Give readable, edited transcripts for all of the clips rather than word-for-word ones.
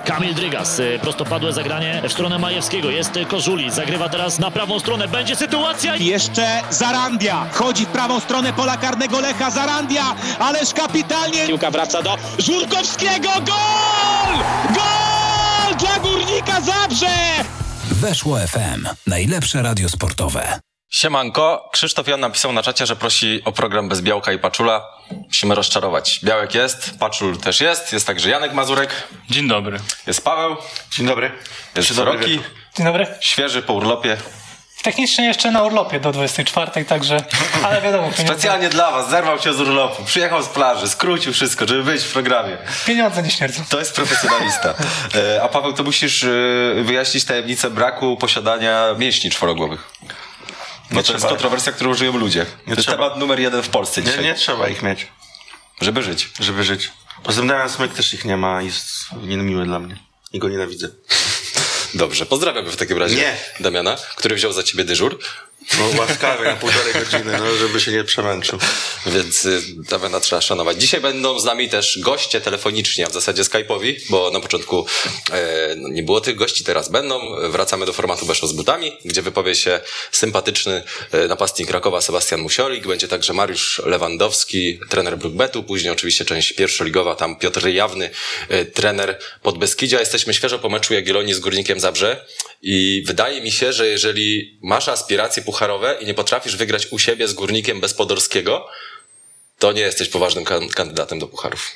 Kamil Drygas, prostopadłe zagranie w stronę Majewskiego, jest Kożuli, zagrywa teraz na prawą stronę, będzie sytuacja. Jeszcze Zarandia, wchodzi w prawą stronę pola karnego Lecha, Zarandia, ależ kapitalnie. Piłka wraca do Żurkowskiego, gol! Gol dla Górnika Zabrze! Weszło FM, najlepsze radio sportowe. Siemanko, Krzysztof Jan napisał na czacie, że prosi o program bez Białka i Paczula. Musimy rozczarować. Białek jest, Paczul też jest także Janek Mazurek. Dzień dobry. Jest Paweł. Dzień dobry. Jest Roki. Dzień dobry. Świeży po urlopie. Technicznie jeszcze na urlopie do 24, także, ale wiadomo. Specjalnie dla was, zerwał się z urlopu, przyjechał z plaży, skrócił wszystko, żeby być w programie. Pieniądze nie śmierdzą. To jest profesjonalista. A Paweł, to musisz wyjaśnić tajemnicę braku posiadania mięśni czworogłowych. No to jest kontrowersja, którą żyją ludzie. To jest temat numer 1 w Polsce dzisiaj. Nie trzeba ich mieć. Żeby żyć. Poza tym Damian Smyk też ich nie ma i jest niemiły dla mnie. I go nienawidzę. Dobrze, pozdrawiamy w takim razie Damiana, który wziął za ciebie dyżur. No łaskawie, na 1,5 godziny, żeby się nie przemęczył. Więc Damiana trzeba szanować. Dzisiaj będą z nami też goście telefoniczni, a w zasadzie skype'owi, bo na początku nie było tych gości, teraz będą. Wracamy do formatu Beszo z butami, gdzie wypowie się sympatyczny napastnik Krakowa Sebastian Musiolik. Będzie także Mariusz Lewandowski, trener Brookbetu. Później oczywiście część pierwszoligowa, tam Piotr Jawny, trener Podbeskidzia. Jesteśmy świeżo po meczu Jagiellonii z Górnikiem Zabrze i wydaje mi się, że jeżeli masz aspiracje pucharowe i nie potrafisz wygrać u siebie z Górnikiem bez Podolskiego, to nie jesteś poważnym kandydatem do pucharów.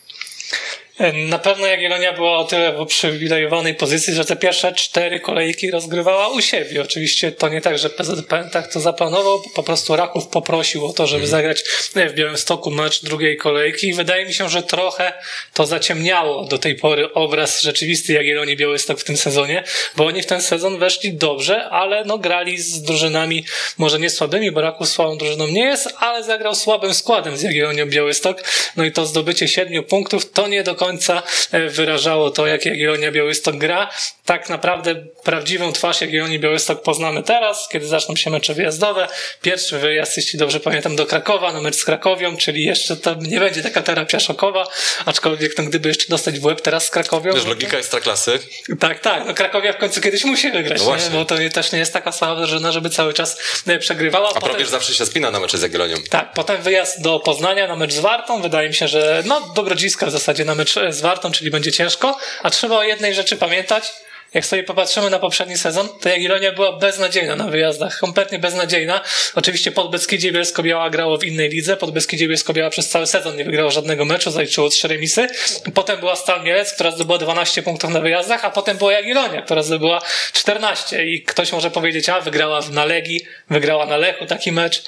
Na pewno Jagiellonia była o tyle w uprzywilejowanej pozycji, że te pierwsze 4 kolejki rozgrywała u siebie. Oczywiście to nie tak, że PZPN tak to zaplanował, po prostu Raków poprosił o to, żeby zagrać w Białymstoku mecz drugiej kolejki i wydaje mi się, że trochę to zaciemniało do tej pory obraz rzeczywisty Jagiellonii Białystok w tym sezonie, bo oni w ten sezon weszli dobrze, ale no grali z drużynami może nie słabymi, bo Raków słabą drużyną nie jest, ale zagrał słabym składem z Jagiellonią Białystok. No i to zdobycie 7 punktów to nie do końca wyrażało to, jak Jagiellonia Białystok gra. Tak naprawdę prawdziwą twarz Jagiellonii Białystok poznamy teraz, kiedy zaczną się mecze wyjazdowe. Pierwszy wyjazd, jeśli dobrze pamiętam, do Krakowa, na mecz z Krakowią, czyli jeszcze to nie będzie taka terapia szokowa, aczkolwiek no, gdyby jeszcze dostać w łeb teraz z Krakowią. Wiesz, logika Ekstraklasy. Tak, no Krakowia w końcu kiedyś musi wygrać, no nie? Bo to też nie jest taka słaba drużyna, żeby cały czas przegrywała. A Probierz zawsze się spina na mecze z Jagiellonią. Tak, potem wyjazd do Poznania na mecz z Wartą. Wydaje mi się, że do Grodziska w zasadzie na mecz z Wartą, czyli będzie ciężko, a trzeba o jednej rzeczy pamiętać. Jak sobie popatrzymy na poprzedni sezon, to Jagiellonia była beznadziejna na wyjazdach, kompletnie beznadziejna. Oczywiście Podbeskidzie Bielsko-Biała grało w innej lidze, Podbeskidzie Bielsko-Biała przez cały sezon nie wygrało żadnego meczu, zaliczyło 3 remisy. Potem była Stal Mielec, która zdobyła 12 punktów na wyjazdach, a potem była Jagiellonia, która zdobyła 14 i ktoś może powiedzieć, wygrała na Legii, wygrała na Lechu taki mecz,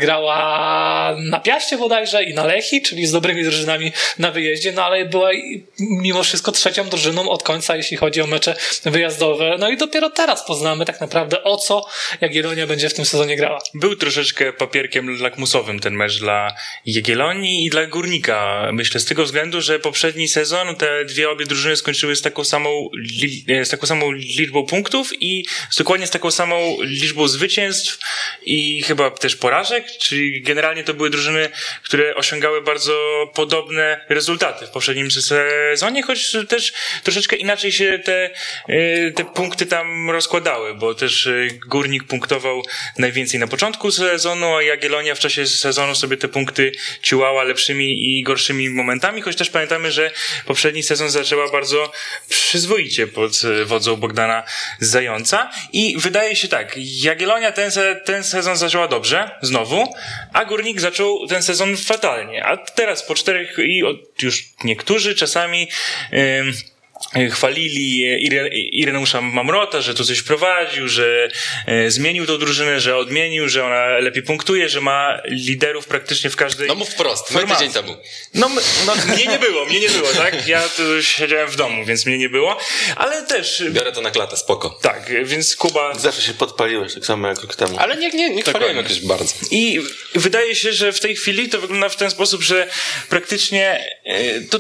wygrała na Piaście bodajże i na Lechi, czyli z dobrymi drużynami na wyjeździe, no ale była mimo wszystko trzecią drużyną od końca, jeśli chodzi o mecze wyjazdowe. No i dopiero teraz poznamy tak naprawdę, o co Jagiellonia będzie w tym sezonie grała. Był troszeczkę papierkiem lakmusowym ten mecz dla Jagiellonii i dla Górnika. Myślę z tego względu, że poprzedni sezon obie drużyny skończyły z taką samą liczbą punktów i dokładnie z taką samą liczbą zwycięstw i chyba też porażek, czyli generalnie to były drużyny, które osiągały bardzo podobne rezultaty w poprzednim sezonie, choć też troszeczkę inaczej się te punkty tam rozkładały, bo też Górnik punktował najwięcej na początku sezonu, a Jagiellonia w czasie sezonu sobie te punkty ciułała lepszymi i gorszymi momentami, choć też pamiętamy, że poprzedni sezon zaczęła bardzo przyzwoicie pod wodzą Bogdana Zająca i wydaje się tak, Jagiellonia ten sezon zaczęła dobrze, znowu, a Górnik zaczął ten sezon fatalnie, a teraz po 4 i już niektórzy czasami chwalili Ireneusza Mamrota, że tu coś wprowadził, że zmienił tą drużynę, że odmienił, że ona lepiej punktuje, że ma liderów praktycznie w każdej No mów wprost, tydzień temu. No mnie nie było, tak? Ja tu siedziałem w domu, więc mnie nie było, ale też... Biorę to na klatę, spoko. Tak, więc Kuba... Zawsze się podpaliłeś, tak samo jak rok temu. Ale nie chwaliłem jakoś bardzo. I wydaje się, że w tej chwili to wygląda w ten sposób, że praktycznie to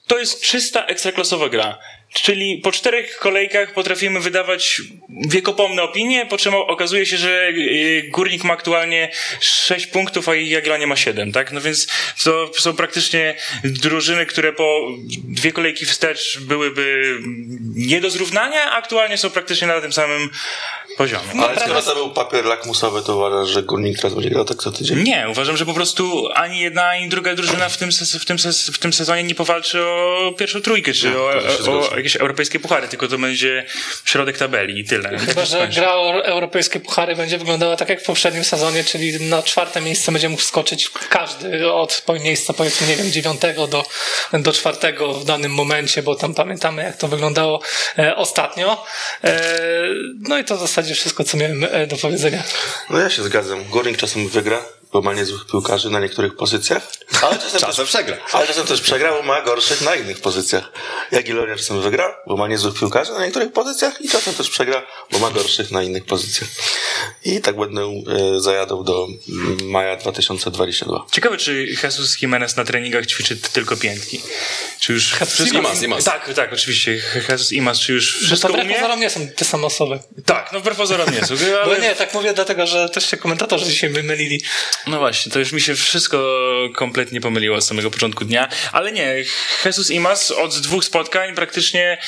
to jest czysta ekstraklasowa gra. Czyli po 4 kolejkach potrafimy wydawać wiekopomne opinie, po czym okazuje się, że Górnik ma aktualnie 6 punktów, a Jagiellonia ma 7, tak? No więc to są praktycznie drużyny, które po 2 kolejki wstecz byłyby nie do zrównania, a aktualnie są praktycznie na tym samym poziomie. Ale skoro to był papier lakmusowy, to uważasz, że Górnik teraz będzie grał tak co tydzień? Nie, uważam, że po prostu ani jedna, ani druga drużyna w tym sezonie nie powalczy o pierwszą trójkę, czy o jakieś europejskie puchary, tylko to będzie środek tabeli i tyle. Chyba, że gra o europejskie puchary będzie wyglądała tak jak w poprzednim sezonie, czyli na 4. miejsce będzie mógł wskoczyć każdy od miejsca, powiedzmy, nie wiem, 9 do 4 w danym momencie, bo tam pamiętamy, jak to wyglądało ostatnio. No i to w zasadzie wszystko, co miałem do powiedzenia. No ja się zgadzam. Górnik czasem wygra, bo ma niezłych piłkarzy na niektórych pozycjach, ale czasem przegra. Ale czasem też przegra, bo ma gorszych na innych pozycjach. Jagiellonia czasem wygra, bo ma niezłych piłkarzy na niektórych pozycjach i czasem też przegra, bo ma gorszych na innych pozycjach. I tak będę zajadał do maja 2022. Ciekawe, czy Jesus Jimenez na treningach ćwiczy tylko piętki. Czy już Imas. Tak, oczywiście. Jesus Imas, czy już wszystko wbrew umie? pozorom nie są te same osoby. Tak, no wbrew pozorom nie są. Ale... Bo nie, tak mówię dlatego, że też się komentatorzy dzisiaj mylili. No właśnie, to już mi się wszystko kompletnie pomyliło od samego początku dnia, ale nie, Jesus Imas od 2 spotkań praktycznie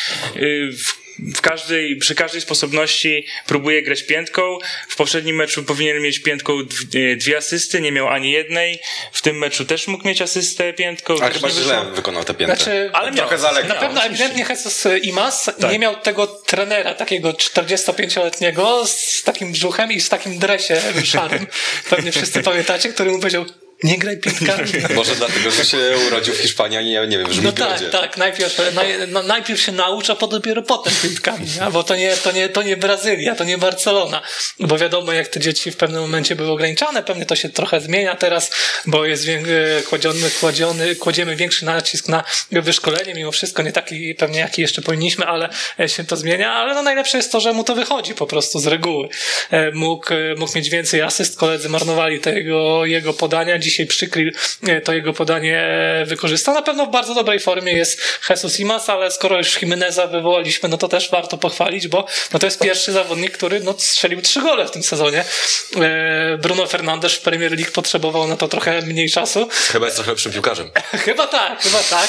przy każdej sposobności próbuje grać piętką. W poprzednim meczu powinien mieć piętką 2 asysty, nie miał ani jednej. W tym meczu też mógł mieć asystę piętką. Ale chyba źle wykonał tę piętę. Znaczy, ale miał. Trochę zaległ. Na pewno ewidentnie Jesus Imas nie miał tego trenera, takiego 45-letniego z takim brzuchem i z takim dresie szarym. Pewnie wszyscy pamiętacie, który mu powiedział: nie graj piętkami. Może dlatego, że się urodził w Hiszpanii, a nie wiem, w Żmigrodzie. No tak. Najpierw się naucz, a dopiero potem piętkami. Bo to nie Brazylia, to nie Barcelona. Bo wiadomo, jak te dzieci w pewnym momencie były ograniczane. Pewnie to się trochę zmienia teraz, bo jest kładziemy większy nacisk na wyszkolenie. Mimo wszystko nie taki pewnie, jaki jeszcze powinniśmy, ale się to zmienia. Ale no najlepsze jest to, że mu to wychodzi po prostu z reguły. Mógł mieć więcej asyst. Koledzy marnowali jego podania. Dzisiaj Przykryl to jego podanie wykorzystał. Na pewno w bardzo dobrej formie jest Jesus Imas, ale skoro już Jimeneza wywołaliśmy, no to też warto pochwalić, bo no to jest pierwszy zawodnik, który strzelił 3 gole w tym sezonie. Bruno Fernandes w Premier League potrzebował na to trochę mniej czasu. Chyba jest trochę lepszym piłkarzem. Chyba tak.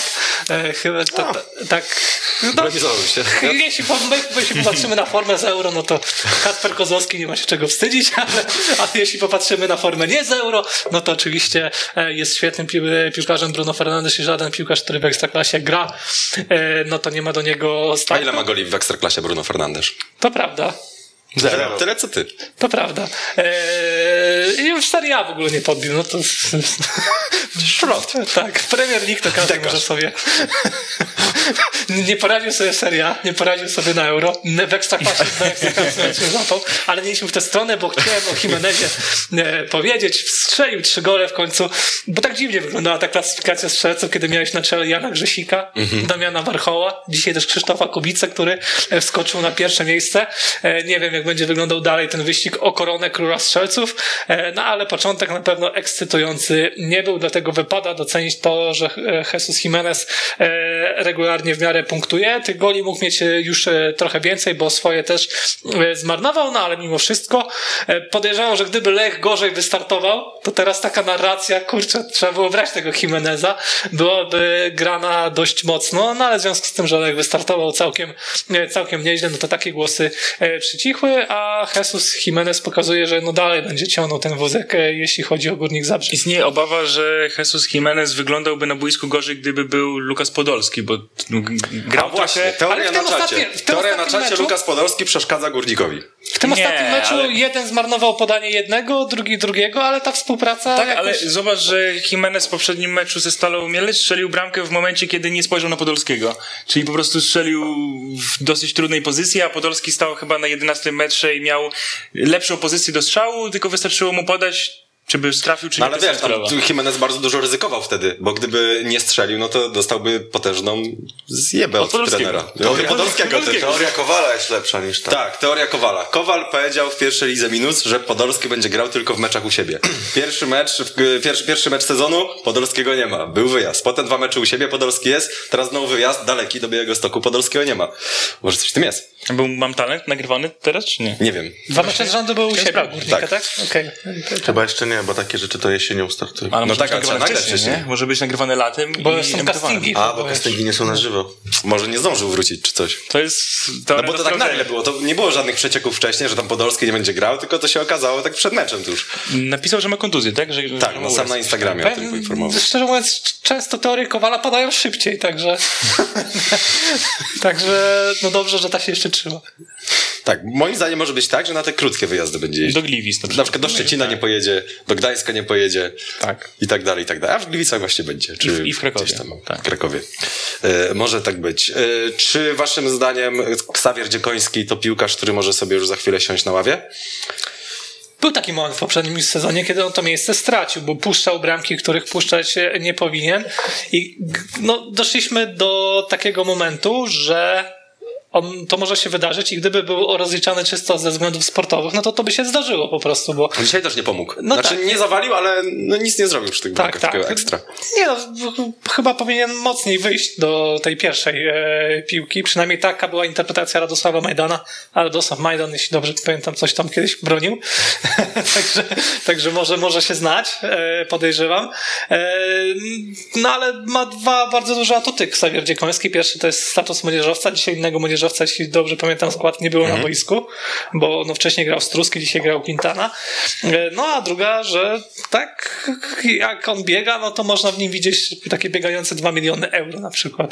No, jeśli popatrzymy na formę z Euro, no to Kacper Kozłowski nie ma się czego wstydzić, ale jeśli popatrzymy na formę nie z Euro, no to oczywiście jest świetnym piłkarzem Bruno Fernandes i żaden piłkarz, który w Ekstraklasie gra, no to nie ma do niego startu. A ile ma goli w Ekstraklasie Bruno Fernandes? To prawda. Tyle co ty. To prawda. I już Serie A w ogóle nie podbił. No to szrot. Tak, w Premier League to każdy może sobie. Nie poradził sobie w Serie A, nie poradził sobie na Euro. W Ekstraklasie się złapał, ale nie idźmy w tę stronę, bo chciałem o Jimenezie powiedzieć. Strzelił 3 gole w końcu, bo tak dziwnie wyglądała ta klasyfikacja strzelców, kiedy miałeś na czele Jana Grzesika, Damiana Warchoła, dzisiaj też Krzysztofa Kubicę, który wskoczył na pierwsze miejsce. Nie wiem, jak będzie wyglądał dalej ten wyścig o koronę króla strzelców, no ale początek na pewno ekscytujący nie był, dlatego wypada docenić to, że Jesus Jimenez regularnie w miarę punktuje. Tych goli mógł mieć już trochę więcej, bo swoje też zmarnował, no ale mimo wszystko podejrzewam, że gdyby Lech gorzej wystartował, to teraz taka narracja, kurczę, trzeba było brać tego Jimeneza, byłaby grana dość mocno, no ale w związku z tym, że Lech wystartował całkiem nieźle, no to takie głosy przycichły, a Jesus Jimenez pokazuje, że no dalej będzie ciągnął ten wózek, jeśli chodzi o Górnik Zabrze. Istnieje obawa, że Jesus Jimenez wyglądałby na boisku gorzej, gdyby był Lukas Podolski, bo grał właśnie. Teoria na czacie Lukas Podolski przeszkadza Górnikowi. W tym ostatnim meczu jeden zmarnował podanie jednego, drugi drugiego, ale ta współpraca... Tak, ale zobacz, że Jimenez w poprzednim meczu ze Stalą Mielec strzelił bramkę w momencie, kiedy nie spojrzał na Podolskiego. Czyli po prostu strzelił w dosyć trudnej pozycji, a Podolski stał chyba na 11 metrze i miał lepszą pozycję do strzału, tylko wystarczyło mu podać Czy by trafił, czy No nie? ale to wiesz, jest tam sprawa. Jimenez bardzo dużo ryzykował wtedy, bo gdyby nie strzelił, no to dostałby potężną zjebę od Podolskiego. trenera. Od Podolskiego też. Teoria Kowala jest lepsza niż ta. Tak, teoria Kowala. Kowal powiedział w pierwszej lidze minus, że Podolski będzie grał tylko w meczach u siebie. Pierwszy mecz sezonu Podolskiego nie ma. Był wyjazd. Potem 2 mecze u siebie Podolski jest. Teraz znowu wyjazd daleki do Białegostoku. Podolskiego nie ma. Może coś w tym jest. Mam talent nagrywany teraz, czy nie? Nie wiem. 2 mecze z rzędu były u siebie sprawdzić. Górnika, Tak. tak? Okej. Chyba jeszcze nie, bo takie rzeczy to jesienią startują. Ale No może tak, być ale trzeba nagrywany nagrać wcześniej, wcześniej. nie? Może być nagrywane latem Bo i są emitowany. castingi. A, bo castingi nie są na żywo. Może nie zdążył wrócić czy coś. To jest No teoria bo to do tak sprawdzenia. nagle było. To nie było żadnych przecieków wcześniej, że tam Podolski nie będzie grał, tylko to się okazało tak przed meczem tuż. Napisał, że ma kontuzję, tak? Tak, no sam na Instagramie o tym poinformował. Szczerze mówiąc, często teorie Kowala padają szybciej, także także no dobrze, że ta się jeszcze trzyma. Tak, moim zdaniem może być tak, że na te krótkie wyjazdy będzie jeździć. Do Gliwic Na przykład do Szczecina nie pojedzie, do Gdańska nie pojedzie. Tak. I tak dalej, i tak dalej. A w Gliwicach właśnie będzie. Czy I w Krakowie. gdzieś tam, Tak. w Krakowie. Może tak być. Czy waszym zdaniem Ksawier Dziekoński to piłkarz, który może sobie już za chwilę siąść na ławie? Był taki moment w poprzednim sezonie, kiedy on to miejsce stracił, bo puszczał bramki, których puszczać nie powinien i no, doszliśmy do takiego momentu, że to może się wydarzyć i gdyby był rozliczany czysto ze względów sportowych, no to by się zdarzyło po prostu, bo On dzisiaj też nie pomógł. No znaczy tak. nie zawalił, ale no nic nie zrobił przy tych bramkach takiego tak. ekstra. Nie no, chyba powinien mocniej wyjść do tej pierwszej piłki. Przynajmniej taka była interpretacja Radosława Majdana. A Radosław Majdan, jeśli dobrze pamiętam, coś tam kiedyś bronił. także może się znać, podejrzewam. No ale ma 2 bardzo duże atuty Ksawier Dziekoński. Pierwszy to jest status młodzieżowca. Dzisiaj innego młodzieżowca, jeśli dobrze pamiętam skład, nie było na boisku, bo no wcześniej grał Struski, dzisiaj grał Quintana. No a druga, że tak jak on biega, no to można w nim widzieć takie biegające 2 miliony euro na przykład.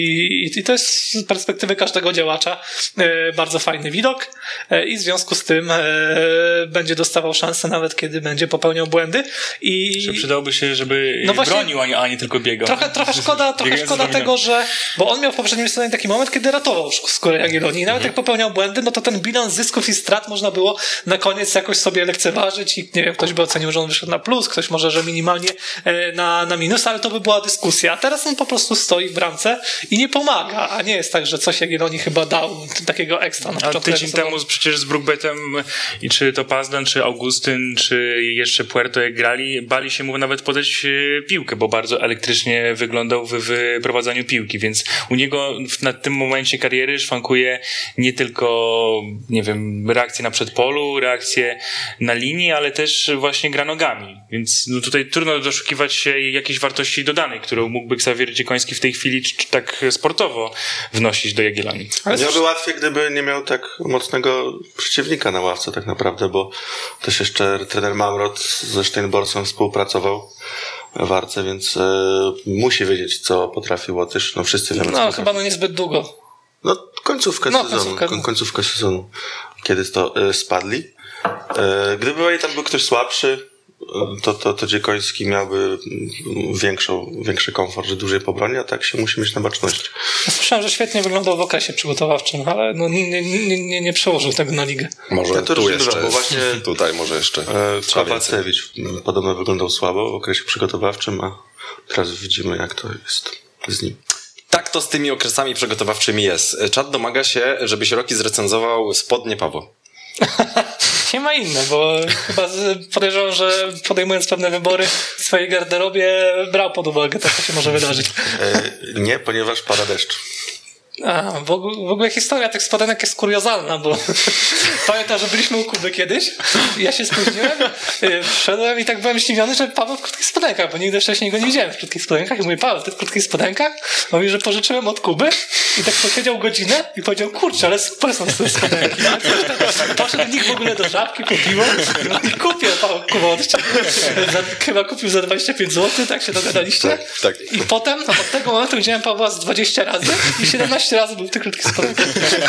I to jest z perspektywy każdego działacza bardzo fajny widok i w związku z tym będzie dostawał szansę nawet kiedy będzie popełniał błędy. Że przydałoby się, żeby No właśnie- bronił, a nie tylko biegał. Trochę szkoda tego, że... Bo on miał w poprzednim sezonie taki moment, kiedy ratował skórę Jagiellonii. I nawet jak popełniał błędy, no to ten bilans zysków i strat można było na koniec jakoś sobie lekceważyć i nie wiem, ktoś by ocenił, że on wyszedł na plus, ktoś może, że minimalnie na minus, ale to by była dyskusja. A teraz on po prostu stoi w bramce i nie pomaga, a nie jest tak, że coś Jagiellonii chyba dał takiego ekstra na A początku. tydzień temu przecież z Brookbetem i czy to Pazdan, czy Augustyn, czy jeszcze Puerto jak grali, bali się mu nawet podać piłkę, bo bardzo elektrycznie wyglądał w wyprowadzaniu piłki, więc u niego na tym momencie kariery szwankuje nie tylko, nie wiem, reakcje na przedpolu, reakcje na linii, ale też właśnie gra nogami, więc no tutaj trudno doszukiwać się jakiejś wartości dodanej, którą mógłby Ksawier Dziekoński w tej chwili tak sportowo wnosić do Jagiellonii. Miałby łatwiej, gdyby nie miał tak mocnego przeciwnika na ławce tak naprawdę, bo też jeszcze trener Mamrot ze Steinborsem współpracował w Arce, więc musi wiedzieć, co potrafi Łotysz. No wszyscy wiemy, co No potrafi. chyba niezbyt długo. No końcówka sezonu. Końcówka. Końcówka sezonu, kiedy to spadli. Gdyby tam był ktoś słabszy, to Dziekoński miałby większy komfort, że dłużej pobroni, a tak się musi mieć na baczności. Słyszałem, że świetnie wyglądał w okresie przygotowawczym, ale no nie przełożył tego na ligę. Może Ja to tu różnie jeszcze, bywa, bo właśnie tutaj może jeszcze. trzeba więcej. Kowalewicz podobno wyglądał słabo w okresie przygotowawczym, a teraz widzimy, jak to jest z nim. Tak to z tymi okresami przygotowawczymi jest. Czad domaga się, żebyś Roki zrecenzował spodnie Pawła. Nie ma inne, bo chyba podejrzewam, że podejmując pewne wybory w swojej garderobie brał pod uwagę to, co się może wydarzyć. Nie, ponieważ pada deszcz. W ogóle historia tych spodenek jest kuriozalna, bo pamiętam, że byliśmy u Kuby kiedyś, ja się spóźniłem, wszedłem i tak byłem zdziwiony, że Paweł w krótkich spodenkach, bo nigdy wcześniej go nie widziałem w krótkich spodenkach i mówię, Paweł, ty w krótkich spodenkach? Mówi, że pożyczyłem od Kuby i tak posiedział godzinę i powiedział, kurczę, ale super są te spodenki. Poszedł nikt w ogóle do Żabki, kupiło i kupił Paweł Kuba, chyba kupił za 25 zł, tak się dogadaliście. Tak. I potem od tego momentu widziałem Pawła z 20 razy i 17 razy był w tych krótkich spodenkach.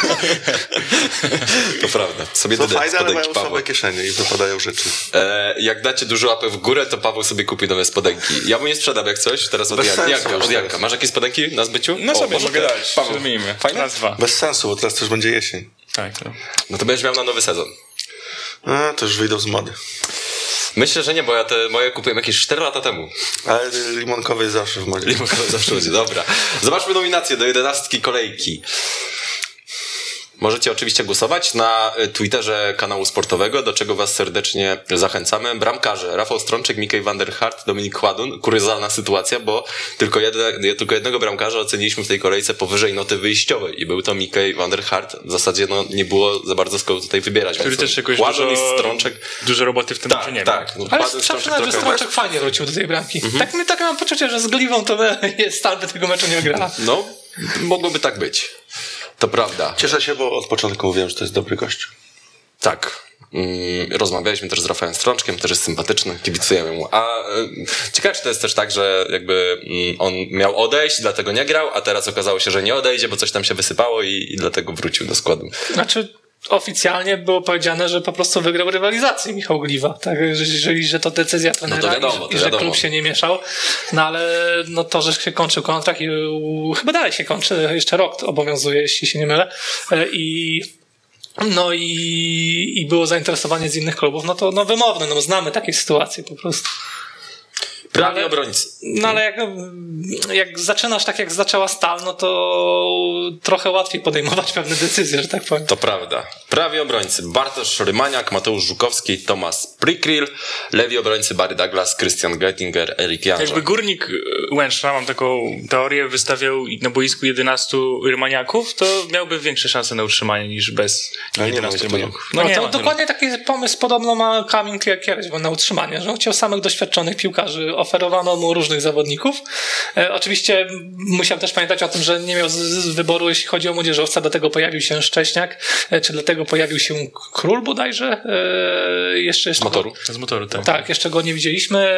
To prawda. Sobie To dodać fajne, ale spodenki mają Pawła. słabe kieszenie i wypadają rzeczy. Jak dacie dużo łapę w górę, to Paweł sobie kupi nowe spodenki. Ja mu nie sprzedam jak coś. Teraz od Bez sensu Janka. już Od Janka. teraz. Masz jakieś spodenki na zbyciu? No sobie może mogę te. dać, Paweł, zmienimy. fajne? Raz, dwa. Bez sensu, bo teraz też będzie jesień. Tak, no. No to będziesz miał na nowy sezon. To już wyjdą z mody. Myślę, że nie, bo ja te moje kupiłem jakieś 4 lata temu. Ale limonkowy jest zawsze w modzie. Limonkowy zawsze będzie, dobra. Zobaczmy nominacje do 11 kolejki. Możecie oczywiście głosować na Twitterze kanału sportowego, do czego was serdecznie zachęcamy. Bramkarze Rafał Strączek, Mikej van der Hart, Dominik Chładun. Kuriozalna sytuacja, bo tylko jednego bramkarza oceniliśmy w tej kolejce powyżej noty wyjściowej i był to Mikej van der Hart. W zasadzie nie było za bardzo z kogo tutaj wybierać. Który też jakoś dużo roboty w tym meczu nie miał. Tak. Ale trzeba że Strączek fajnie wrócił do tej bramki. Tak mam poczucie, że z Gliwą to Stal by tego meczu nie wygrała. No, mogłoby tak być. To prawda. Cieszę się, bo od początku mówiłem, że to jest dobry gość. Tak. Rozmawialiśmy też z Rafałem Strączkiem, też jest sympatyczny, kibicujemy mu. A ciekawe, czy to jest też tak, że jakby on miał odejść, dlatego nie grał, a teraz okazało się, że nie odejdzie, bo coś tam się wysypało i dlatego wrócił do składu. Znaczy, oficjalnie było powiedziane, że po prostu wygrał rywalizację Michał Gliwa. Tak, że to decyzja trenera wiadomo, i że klub się nie mieszał. No ale to, że się kończył kontrakt i chyba dalej się kończy, jeszcze rok obowiązuje, jeśli się nie mylę. I było zainteresowanie z innych klubów, to wymowne, znamy takie sytuacje po prostu. Prawie obrońcy. No ale jak zaczynasz tak jak zaczęła Stal, to trochę łatwiej podejmować pewne decyzje, że tak powiem. To prawda. Prawie obrońcy Bartosz Rymaniak, Mateusz Żukowski, Tomasz Prikryl, lewi obrońcy Barry Douglas, Christian Göttinger, Erik Janża. Jakby Górnik Łęczna, mam taką teorię, wystawiał na boisku 11 Rymaniaków, to miałby większe szanse na utrzymanie niż bez 11 Rymaniaków. Dokładnie taki pomysł podobno ma Kamil Kiereś na utrzymanie, że on chciał samych doświadczonych piłkarzy, oferowano mu różnych zawodników. Oczywiście musiał też pamiętać o tym, że nie miał z wyboru, jeśli chodzi o młodzieżowca, dlatego pojawił się Szcześniak, czy dlatego pojawił się Król bodajże. Jeszcze z motoru, tak. Tak, jeszcze go nie widzieliśmy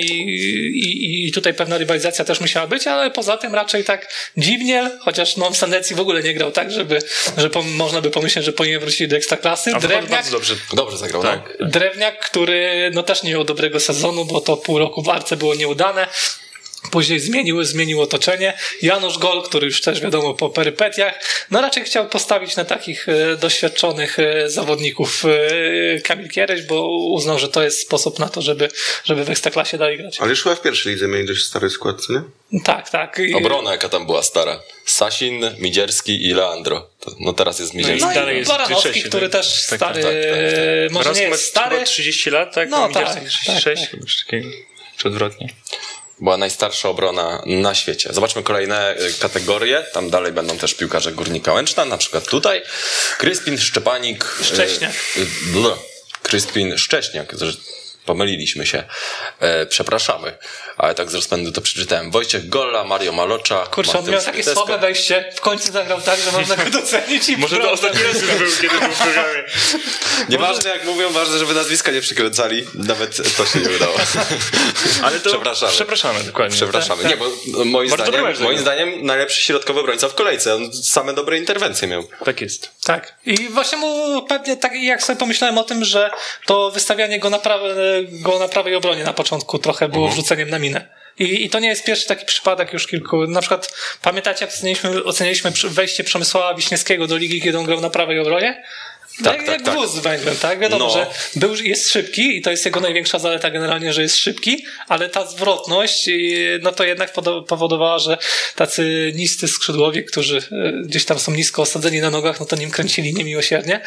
i tutaj pewna rywalizacja też musiała być, ale poza tym raczej tak dziwnie, chociaż w Sandecji w ogóle nie grał tak, że można by pomyśleć, że powinien wrócić do Ekstraklasy. Drewniak dobrze zagrał, tak. Drewniak, który też nie miał dobrego sezonu, bo to pół roku w Arce było nieudane. Później zmienił otoczenie. Janusz Gol, który już też wiadomo po perypetiach, raczej chciał postawić na takich doświadczonych zawodników Kamil Kiereś, bo uznał, że to jest sposób na to, żeby w Ekstraklasie dalej grać. Ale już chyba w pierwszej lidze mieli dość stary skład, nie? Tak. Obrona jaka tam była stara. Sasin, Midzierski i Leandro. Teraz jest Midzierski. I Baranowski, który też stary. Tak. Może nie jest stary. 30 lat, tak? Midzierski 36, chyba takiego, czy odwrotnie. Była najstarsza obrona na świecie. Zobaczmy kolejne kategorie. Tam dalej będą też piłkarze Górnika Łęczna, na przykład tutaj. Kryspin, Szczepanik. Szcześniak. Kryspin, Szcześniak. Pomyliliśmy się. Przepraszamy. Ale tak z rozpędu to przeczytałem. Wojciech Golla, Mario Malocza. Kurczę, on miał takie słabe wejście. W końcu zagrał tak, że można go docenić i może to ostatni raz już był, kiedy był w programie. Nieważne jak mówią, ważne, żeby nazwiska nie przykręcali. Nawet to się nie udało. Ale to przepraszamy, dokładnie. Przepraszamy. Tak. Nie, bo moim zdaniem najlepszy środkowy obrońca w kolejce. On same dobre interwencje miał. Tak jest. Tak. I właśnie mu pewnie tak jak sobie pomyślałem o tym, że to wystawianie go na prawej obronie na początku trochę było wrzuceniem na minę. I to nie jest pierwszy taki przypadek, już kilku. Na przykład pamiętacie, jak ocenialiśmy wejście Przemysława Wiśniewskiego do ligi, kiedy on grał na prawej obronie? Jak wóz z węglem, tak? Wiadomo, że jest szybki i to jest jego największa zaleta generalnie, że jest szybki, ale ta zwrotność, to jednak powodowała, że tacy niscy skrzydłowie, którzy gdzieś tam są nisko osadzeni na nogach, to nim kręcili niemiłosiernie.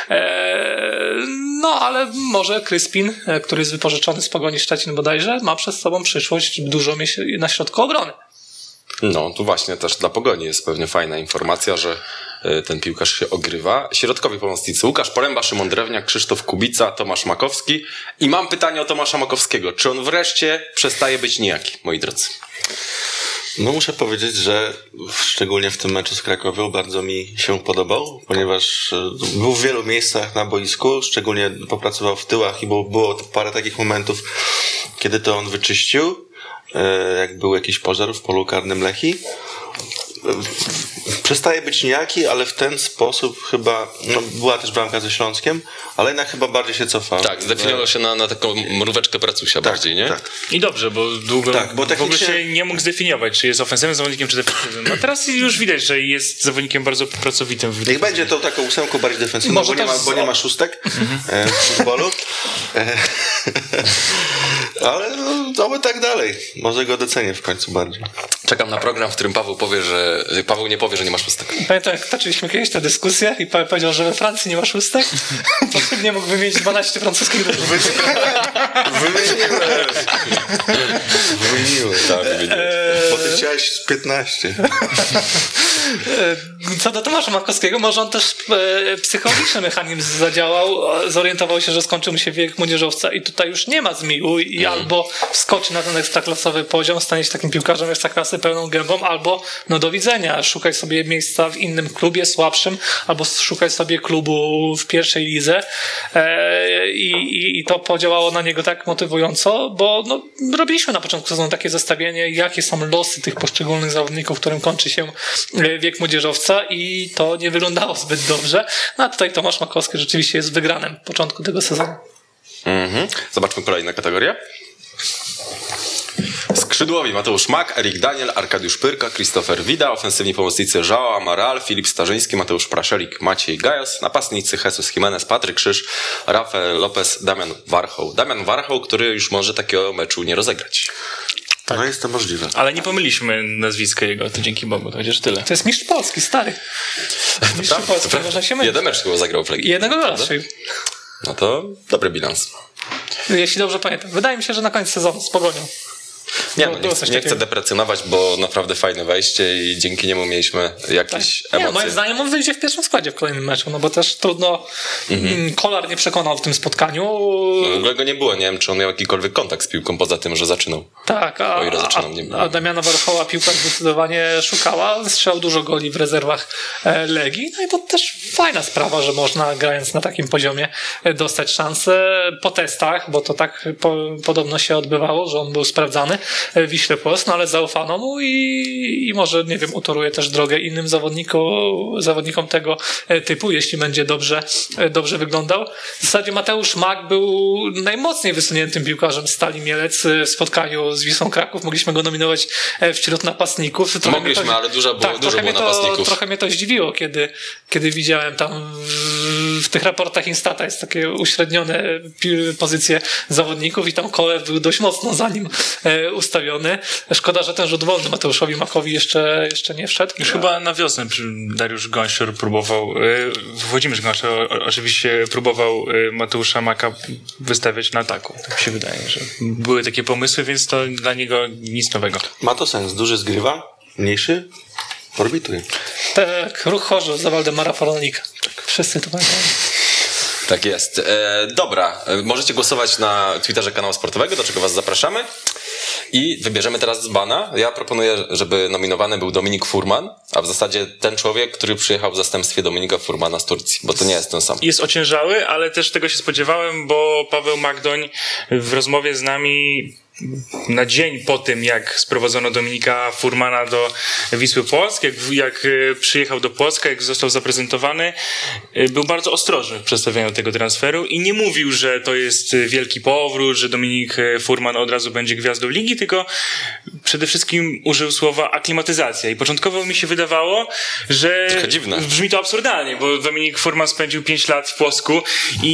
Ale może Kryspin, który jest wypożyczony z Pogoni Szczecin bodajże, ma przed sobą przyszłość dużo na środku obrony. Tu właśnie też dla Pogoni jest pewnie fajna informacja, że ten piłkarz się ogrywa. Środkowi pomocnicy Łukasz Poręba, Szymon Drewniak, Krzysztof Kubica, Tomasz Makowski. I mam pytanie o Tomasza Makowskiego. Czy on wreszcie przestaje być nijaki, moi drodzy? Muszę powiedzieć, że szczególnie w tym meczu z Krakowią bardzo mi się podobał, ponieważ był w wielu miejscach na boisku, szczególnie popracował w tyłach i było parę takich momentów, kiedy to on wyczyścił, jak był jakiś pożar w polu karnym Lechii. przestaje być nijaki, ale w ten sposób chyba, no była też bramka ze Śląskiem, ale jednak chyba bardziej się cofa. Tak, zdefiniował się na taką mróweczkę Pracusia bardziej, nie? Tak. I dobrze, bo długo Tak, bo w ogóle technicznie- się nie mógł zdefiniować, czy jest ofensywnym zawodnikiem, czy defensywnym. A teraz już widać, że jest zawodnikiem bardzo pracowitym. Niech będzie to taką 8 bardziej defensywną, Może bo nie ma szóstek w futbolu. Ale no, oby tak dalej. Może go docenię w końcu bardziej. Czekam na program, w którym Paweł nie powie, że nie ma szóstek. Pamiętam, jak toczyliśmy kiedyś tę dyskusję i Paweł powiedział, że we Francji nie ma szóstek, to nie mógł wymienić 12 francuskich drużyn. Wymieniłem. Tak, wymieniłeś. Bo ty chciałeś 15. Co do Tomasza Makowskiego, może on też psychologiczny mechanizm zadziałał, zorientował się, że skończył mu się wiek młodzieżowca i tutaj już nie ma zmiłu i albo wskoczy na ten ekstraklasowy poziom, stanie się takim piłkarzem ekstraklasy pełną gębą, albo no do widzenia, szukaj sobie miejsca w innym klubie słabszym, albo szukaj sobie klubu w pierwszej lidze i to podziałało na niego tak motywująco, bo no, robiliśmy na początku sezonu takie zestawienie, jakie są losy tych poszczególnych zawodników, którym kończy się wiek młodzieżowca i to nie wyglądało zbyt dobrze. No a tutaj Tomasz Makowski rzeczywiście jest wygranym w początku tego sezonu. Zobaczmy kolejne kategorie. Skrzydłowi Mateusz Mak, Erik Daniel, Arkadiusz Pyrka, Christopher Wida, ofensywni pomocnicy João Amaral, Filip Starzyński, Mateusz Praszelik, Maciej Gajos, napastnicy Jesus Jimenez, Patryk Krzyż, Rafael Lopez, Damian Warchoł. Damian Warchoł, który już może takiego meczu nie rozegrać. Tak. No jest to możliwe. Ale nie pomyliśmy nazwiska jego, to dzięki Bogu, to chociaż tyle. To jest mistrz Polski, stary. Mistrz Polski, można się mylić. Jeden mecz chyba zagrał w Legii. Jednego gola Prawda? strzelił. No to dobry bilans. Jeśli dobrze pamiętam. Wydaje mi się, że na koniec sezonu z Pogonią. Nie, Było nie coś chcę takiego. deprecjonować, bo naprawdę fajne wejście i dzięki niemu mieliśmy jakieś Nie, emocje. moim zdaniem on wyjdzie w pierwszym składzie w kolejnym meczu, no bo też trudno Kolar nie przekonał w tym spotkaniu. No, w ogóle go nie było, nie wiem, czy on miał jakikolwiek kontakt z piłką poza tym, że zaczynał. Tak, O ile zaczynam, nie wiem. a Damiana Warchoła piłka zdecydowanie szukała, strzał dużo goli w rezerwach Legii, no i to też fajna sprawa, że można grając na takim poziomie dostać szansę po testach, bo to tak podobno się odbywało, że on był sprawdzany w Wiśle Płock, no ale zaufano mu i może, nie wiem, utoruje też drogę innym zawodnikom tego typu, jeśli będzie dobrze wyglądał. W zasadzie Mateusz Mak był najmocniej wysuniętym piłkarzem Stali Mielec w spotkaniu z Wisłą Kraków. Mogliśmy go nominować wśród napastników. Mogliśmy, ale dużo było napastników. Trochę mnie to zdziwiło, kiedy widziałem tam w tych raportach Instata jest takie uśrednione pozycje zawodników i tam Kolew był dość mocno za nim ustawiony. Szkoda, że ten rzut wolny Mateuszowi Makowi jeszcze nie wszedł. Już chyba na wiosnę Dariusz Gąsior próbował, Włodzimierz Gąsior oczywiście próbował Mateusza Maka wystawiać na ataku. Tak mi się wydaje, że były takie pomysły, więc to dla niego nic nowego. Ma to sens. Duży zgrywa, mniejszy orbituje. Tak, ruch Chorzów za Waldemara Fornalnika. Wszyscy to pamiętają. Tak jest. Dobra, możecie głosować na Twitterze kanału sportowego, do czego was zapraszamy. I wybierzemy teraz dzbana. Ja proponuję, żeby nominowany był Dominik Furman, a w zasadzie ten człowiek, który przyjechał w zastępstwie Dominika Furmana z Turcji, bo to nie jest ten sam. Jest ociężały, ale też tego się spodziewałem, bo Paweł Magdoń w rozmowie z nami na dzień po tym, jak sprowadzono Dominika Furmana do Wisły Płock, jak przyjechał do Płocka, jak został zaprezentowany, był bardzo ostrożny w przedstawianiu tego transferu i nie mówił, że to jest wielki powrót, że Dominik Furman od razu będzie gwiazdą ligi, tylko przede wszystkim użył słowa aklimatyzacja i początkowo mi się wydawało, że Trochę dziwne. Brzmi to absurdalnie, bo Dominik Furman spędził 5 lat w Płocku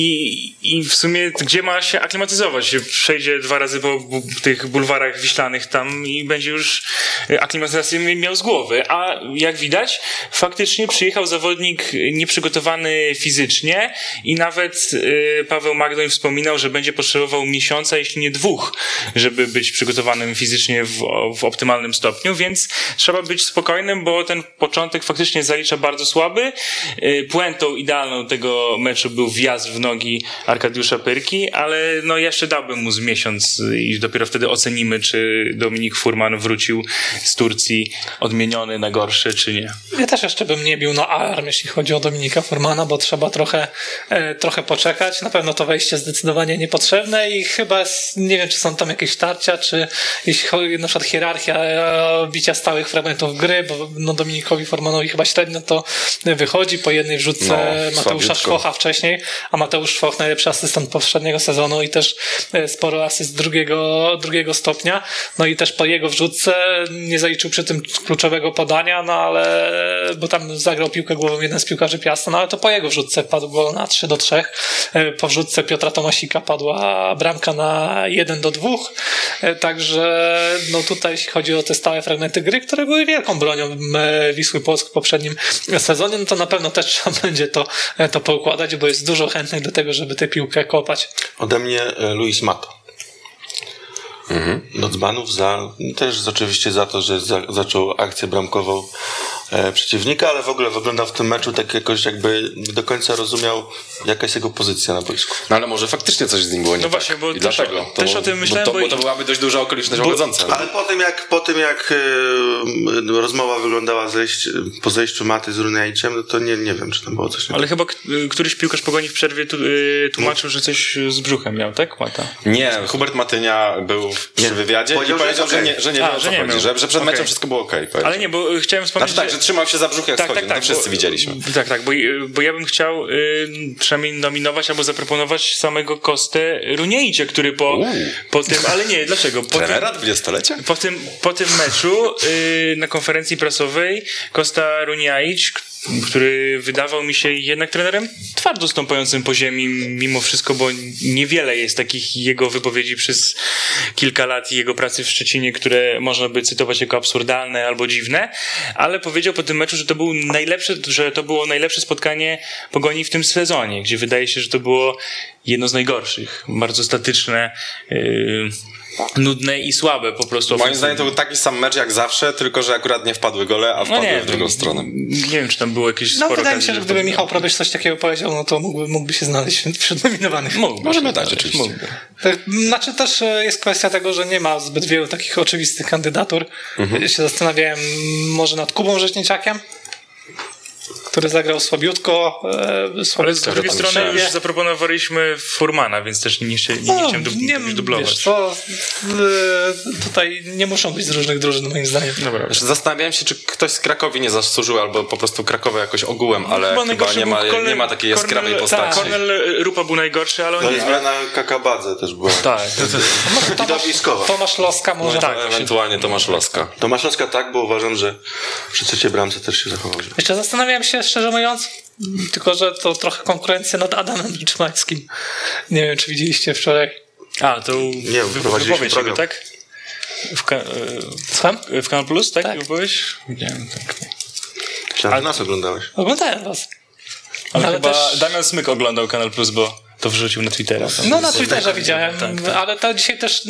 i w sumie gdzie ma się aklimatyzować? Przejdzie 2 razy po tych bulwarach wiślanych tam i będzie już aklimatyzację miał z głowy. A jak widać, faktycznie przyjechał zawodnik nieprzygotowany fizycznie i nawet Paweł Magdoń wspominał, że będzie potrzebował miesiąca, jeśli nie 2, żeby być przygotowanym fizycznie w optymalnym stopniu, więc trzeba być spokojnym, bo ten początek faktycznie zalicza bardzo słaby. Puentą idealną tego meczu był wjazd w nogi Arkadiusza Pyrki, ale no jeszcze dałbym mu z miesiąc i dopiero dopiero wtedy ocenimy, czy Dominik Furman wrócił z Turcji odmieniony na gorszy, czy nie. Ja też jeszcze bym nie bił na alarm, jeśli chodzi o Dominika Furmana, bo trzeba trochę poczekać. Na pewno to wejście zdecydowanie niepotrzebne i chyba nie wiem, czy są tam jakieś tarcia, czy jeśli chodzi na przykład hierarchia bicia stałych fragmentów gry, bo no Dominikowi Furmanowi chyba średnio to wychodzi po jednej wrzutce Mateusza słabiutko. Szwocha wcześniej, a Mateusz Szwoch najlepszy asystent poprzedniego sezonu i też sporo asyst drugiego stopnia, no i też po jego wrzutce nie zaliczył przy tym kluczowego podania, no ale bo tam zagrał piłkę głową jeden z piłkarzy Piasta, no ale to po jego wrzutce padł gol na 3-3, po wrzutce Piotra Tomasika padła bramka na 1-2, także no tutaj jeśli chodzi o te stałe fragmenty gry, które były wielką bronią Wisły Płock w poprzednim sezonie, no to na pewno też trzeba będzie to poukładać, bo jest dużo chętnych do tego, żeby tę piłkę kopać. Ode mnie Luis Mato. Do dzbanów też oczywiście za to, że zaczął akcję bramkową przeciwnika, ale w ogóle wyglądał w tym meczu tak jakoś jakby nie do końca rozumiał, jaka jest jego pozycja na boisku. No ale może faktycznie coś z nim było nie tak. Właśnie, bo I też dlatego. też o tym myślałem, bo to byłaby dość duża okoliczność łagodząca. Ale po tym jak rozmowa wyglądała po zejściu Maty z Runejciem, no to nie wiem, czy tam było coś. Ale chyba któryś piłkarz Pogoni w przerwie tłumaczył, że coś z brzuchem miał, tak? Mata? Nie, Hubert Matynia był przy wywiadzie i powiedział, że nie wie o co chodzi, że przed meczem wszystko było okej. Ale nie, bo chciałem wspomnieć, znaczy tak, że trzymał się za brzuch jak schodził, to wszyscy widzieliśmy. Tak, bo ja bym chciał przynajmniej nominować albo zaproponować samego Kostę Runiejcie, który po tym, ale nie, dlaczego? Trenera 20-lecia? Po tym meczu na konferencji prasowej Kosta Runiaić, który wydawał mi się jednak trenerem twardo stąpającym po ziemi mimo wszystko, bo niewiele jest takich jego wypowiedzi przez kilka lat jego pracy w Szczecinie, które można by cytować jako absurdalne albo dziwne, ale powiedział po tym meczu, że to było najlepsze spotkanie Pogoni w tym sezonie, gdzie wydaje się, że to było jedno z najgorszych, bardzo statyczne, nudne i słabe po prostu. Moim zdaniem to był taki sam mecz jak zawsze, tylko że akurat nie wpadły gole, a wpadły w drugą stronę. Nie wiem, czy tam było jakieś sporo wydaje mi okazji, się, że gdyby Michał Probierz coś takiego powiedział, no to mógłby się znaleźć wśród nominowanych. Możemy dać, oczywiście. Znaczy też jest kwestia tego, że nie ma zbyt wielu takich oczywistych kandydatur. Ja się zastanawiałem może nad Kubą Rzeźniakiem, który zagrał słabiutko. Ale z drugiej strony już zaproponowaliśmy Furmana, więc też nie chciałem dublować. Wiesz co, tutaj nie muszą być z różnych drużyn, moim zdaniem. Dobra. Zastanawiałem się, czy ktoś z Krakowi nie zasłużył, albo po prostu Krakowa jakoś ogółem, ale chyba nie ma takiej jaskrawej postaci. Kornel Rupa był najgorszy, ale on No nie. i zmiana Kakabadze też była. Tak. Tomasz Loska może. Tak, ewentualnie Tomasz Loska. Tomasz Loska tak, bo uważam, że przy trzeciej bramce też się zachował. Jeszcze zastanawiałem się, szczerze mówiąc, tylko że to trochę konkurencja nad Adamem Liczmańskim. Nie wiem, czy widzieliście wczoraj. To Nie, prowadziliśmy wypowiedź jego, program. tak? Słucham? W Kanal Plus, tak? Tak. Wypowiedź? Widziałem, tak. Myślałem, że nas oglądałeś. Oglądałem was. Ale chyba też- Damian Smyk oglądał Kanal Plus, bo to wrzucił na Twittera. No na Twitterze widziałem, Tak. ale to dzisiaj też...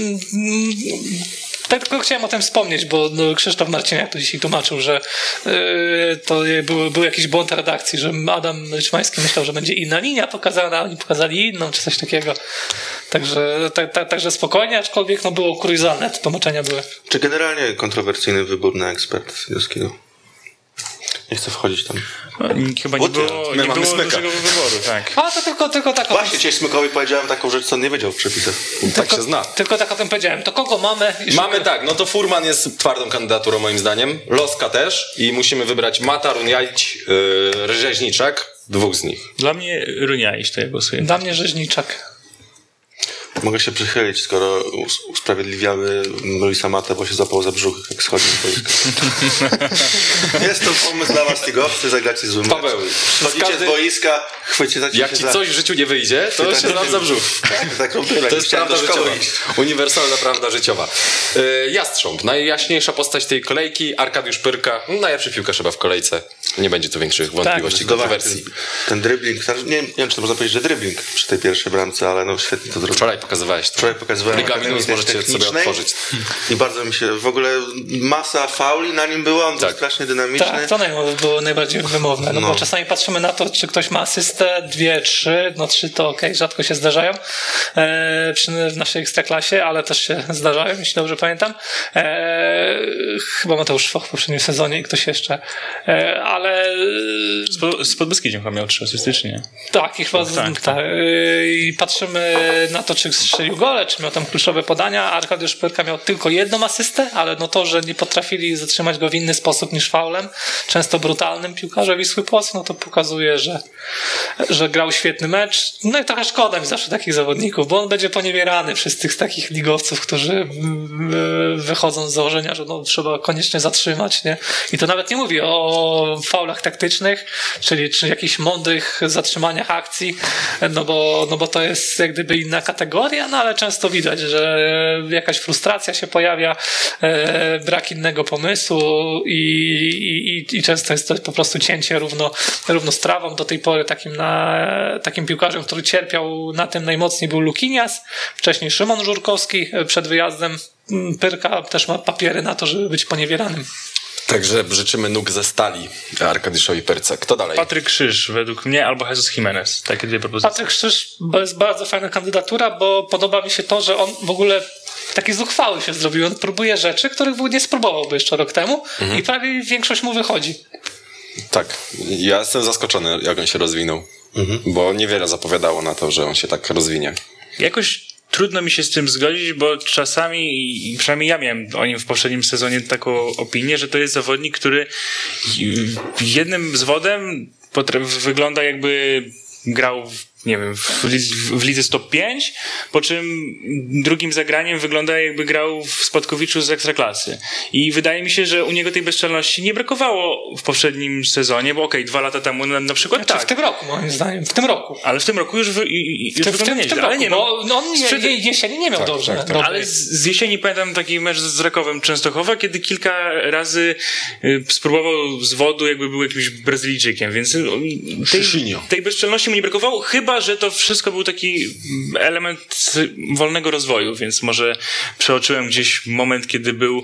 Tylko chciałem o tym wspomnieć, bo Krzysztof Marciniak to dzisiaj tłumaczył, że to był jakiś błąd redakcji, że Adam Liczmański myślał, że będzie inna linia pokazana, a oni pokazali inną, czy coś takiego. Także spokojnie, aczkolwiek było kuriozalne, te tłumaczenia były. Czy generalnie kontrowersyjny wybór na eksperta sędziowskiego? Nie chcę wchodzić tam. Chyba Bo nie było Smyka. dużego wyboru, tak. A to tylko tak o Właśnie, tym, dzisiaj Smykowi powiedziałem taką rzecz, co on nie wiedział w przepisach. Tak się zna. tylko tak o tym powiedziałem. To kogo mamy? Mamy tak, no to Furman jest twardą kandydaturą moim zdaniem, Loska też i musimy wybrać Mata, Runiaić, Rzeźniczak, dwóch z nich. Dla mnie Runiaić to ja głosuję. Dla mnie Rzeźniczak. Mogę się przychylić, skoro usprawiedliwiamy Luisa Matę, bo się zapał za brzuch, jak schodzi z boiska. Jest to pomysł dla was, tygowcy, zagracie zły mecz. Paweł, Schodzicie z boiska, chwycicie jak ci coś w życiu nie wyjdzie, to się złap za brzuch. Tak robię. To jest prawda życiowa. Uniwersalna prawda życiowa. Jastrząb, najjaśniejsza postać tej kolejki, Arkadiusz Pyrka, najlepszy piłkarz chyba w kolejce. Nie będzie tu większych wątpliwości, kontrowersji. Ten dribbling, nie wiem, czy to można powiedzieć, że dribbling przy tej pierwszej bramce, ale świetnie to zrobił. Wczoraj pokazywałeś. Wczoraj pokazywałem Liga Akademii Minus, możecie sobie Technicznej otworzyć. i bardzo mi się, w ogóle masa fauli na nim była, on był Tak. strasznie dynamiczny. Tak, to było najbardziej wymowne, no bo czasami patrzymy na to, czy ktoś ma asystę, 2, 3, no 3 to okej, rzadko się zdarzają w naszej ekstraklasie, ale też się zdarzają, jeśli dobrze pamiętam. Chyba Mateusz Foch w poprzednim sezonie i ktoś jeszcze, ale Z Podbeskidziem chyba miał 3 asysty, czy nie? tak, i chyba tak. i patrzymy na to, czy strzelił gole, czy miał tam kluczowe podania. Arkadiusz Pyrka miał tylko 1 asystę, ale no to, że nie potrafili zatrzymać go w inny sposób niż faulem, często brutalnym piłkarze Wisły Płock, no to pokazuje, że grał świetny mecz. No i trochę szkoda mi zawsze takich zawodników, bo on będzie poniewierany przez tych takich ligowców, którzy wychodzą z założenia, że no, trzeba koniecznie zatrzymać, nie? I to nawet nie mówię o faulach taktycznych, czyli czy jakichś mądrych zatrzymaniach akcji, no bo to jest jak gdyby inna kategoria, no ale często widać, że jakaś frustracja się pojawia, brak innego pomysłu i często jest to po prostu cięcie równo z trawą. Do tej pory takim piłkarzem, który cierpiał na tym najmocniej, był Lukinias, wcześniej Szymon Żurkowski przed wyjazdem. Pyrka też ma papiery na to, żeby być poniewieranym. Także życzymy nóg ze stali Arkadiuszowi Pyrce. Kto dalej? Patryk Krzyż według mnie albo Jesus Jimenez. Takie 2 propozycje. Patryk Krzyż jest bardzo fajna kandydatura, bo podoba mi się to, że on w ogóle taki zuchwały się zrobił. On próbuje rzeczy, których nie spróbowałby jeszcze rok temu i prawie większość mu wychodzi. Tak, ja jestem zaskoczony, jak on się rozwinął, bo niewiele zapowiadało na to, że on się tak rozwinie. Jakoś trudno mi się z tym zgodzić, bo czasami, i przynajmniej ja miałem o nim w poprzednim sezonie taką opinię, że to jest zawodnik, który jednym zwodem wygląda jakby grał nie wiem, w lidze top 5, po czym drugim zagraniem wygląda jakby grał w Spadkowiczu z Ekstraklasy. I wydaje mi się, że u niego tej bezczelności nie brakowało w poprzednim sezonie, bo 2 lata temu na przykład znaczy, w tym roku, moim zdaniem, w tym roku. Ale w tym roku już wygląda nieźle. Ale nie, bo on jesieni nie miał dobrze. Ale z jesieni pamiętam taki mecz z Rakowem Częstochowa, kiedy kilka razy spróbował z wodu, jakby był jakimś Brazylijczykiem, więc tej bezczelności mu nie brakowało, chyba że to wszystko był taki element wolnego rozwoju, więc może przeoczyłem gdzieś moment, kiedy był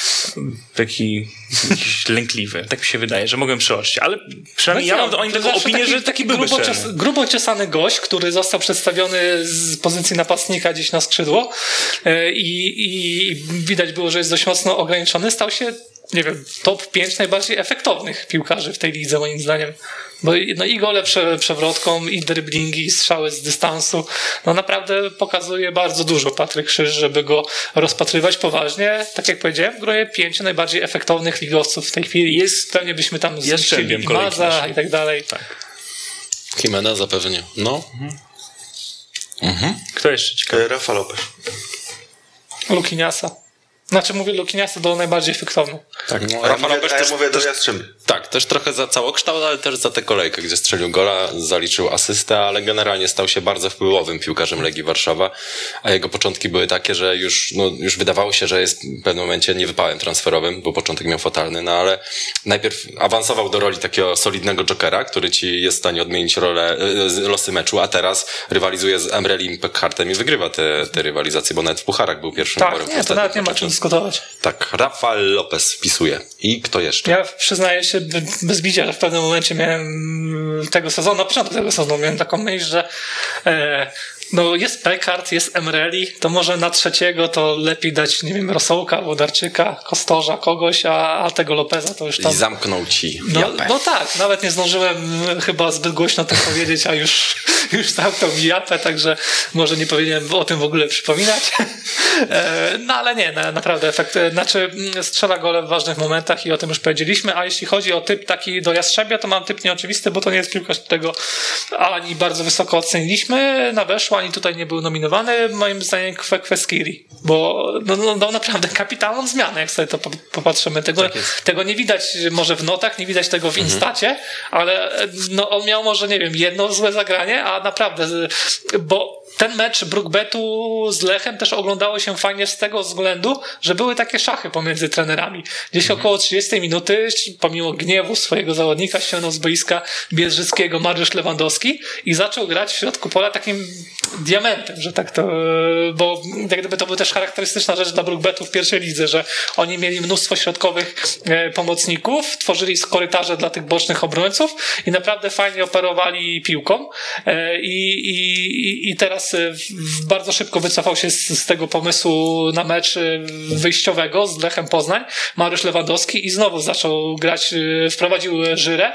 taki lękliwy. Tak mi się wydaje, że mogłem przeoczyć, ale przynajmniej ja mam o nim taką opinię, że taki był bezczelny. Grubo ciosany gość, który został przedstawiony z pozycji napastnika gdzieś na skrzydło i widać było, że jest dość mocno ograniczony, stał się, nie wiem, top 5 najbardziej efektownych piłkarzy w tej lidze, moim zdaniem. Bo no i gole przewrotką, i driblingi, i strzały z dystansu. No naprawdę pokazuje bardzo dużo Patryk Krzyż, żeby go rozpatrywać poważnie. Tak jak powiedziałem, w gronie 5 najbardziej efektownych ligowców w tej chwili. Pewnie byśmy tam zmieścili Maza i tak dalej. Tak. Jimena zapewne. No. Kto jeszcze ciekawy? Rafa Lopez. Lukiniasa. Znaczy mówię Lukiniasa do najbardziej efektowny. Tak, no, Ja mówię do Jastrzębia. Tak, też trochę za całokształt, ale też za tę kolejkę, gdzie strzelił gola, zaliczył asystę, ale generalnie stał się bardzo wpływowym piłkarzem Legii Warszawa, a jego początki były takie, że już wydawało się, że jest w pewnym momencie niewypałem transferowym, bo początek miał fatalny, no ale najpierw awansował do roli takiego solidnego jokera, który ci jest w stanie odmienić losy meczu, a teraz rywalizuje z Emrelim Pekhartem i wygrywa te rywalizacje, bo nawet w pucharach był pierwszym wyborem. Tak, nie, to nawet nie ma czym dyskutować. Tak, Rafael Lopez wpisuje. I kto jeszcze? Ja przyznaję się bez bicia, że w pewnym momencie miałem na początku tego sezonu miałem taką myśl, że no jest Pekhart, jest Emreli, to może na trzeciego to lepiej dać, nie wiem, Rosołka, Wodarczyka, Kostorza, kogoś, a tego Lopeza to już tam... I zamknął ci japę. No tak, nawet nie zdążyłem chyba zbyt głośno to powiedzieć, a już zamknął mi japę, także może nie powinienem o tym w ogóle przypominać. No ale nie, naprawdę efekt, znaczy strzela gole w ważnych momentach i o tym już powiedzieliśmy, a jeśli chodzi o typ taki do Jastrzębia, to mam typ nieoczywisty, bo to nie jest piłkarz, którego ani bardzo wysoko oceniliśmy na Weszło, ani tutaj nie był nominowany, moim zdaniem Kweskiri, bo no naprawdę kapitalną zmianę, jak sobie to popatrzymy. Tego nie widać może w notach, nie widać tego w Instacie, ale no on miał może, nie wiem, jedno złe zagranie, a naprawdę, bo ten mecz Brookbetu z Lechem też oglądało się fajnie z tego względu, że były takie szachy pomiędzy trenerami. Gdzieś około 30 minuty, pomimo gniewu swojego zawodnika, ściągnął z boiska Biedrzyckiego Mariusz Lewandowski i zaczął grać w środku pola takim diamentem, że tak to, bo jak gdyby to była też charakterystyczna rzecz dla Brookbetu w pierwszej lidze, że oni mieli mnóstwo środkowych pomocników, tworzyli korytarze dla tych bocznych obrońców i naprawdę fajnie operowali piłką i teraz bardzo szybko wycofał się z tego pomysłu na mecz wyjściowego z Lechem Poznań Mariusz Lewandowski i znowu zaczął grać, wprowadził Żyrę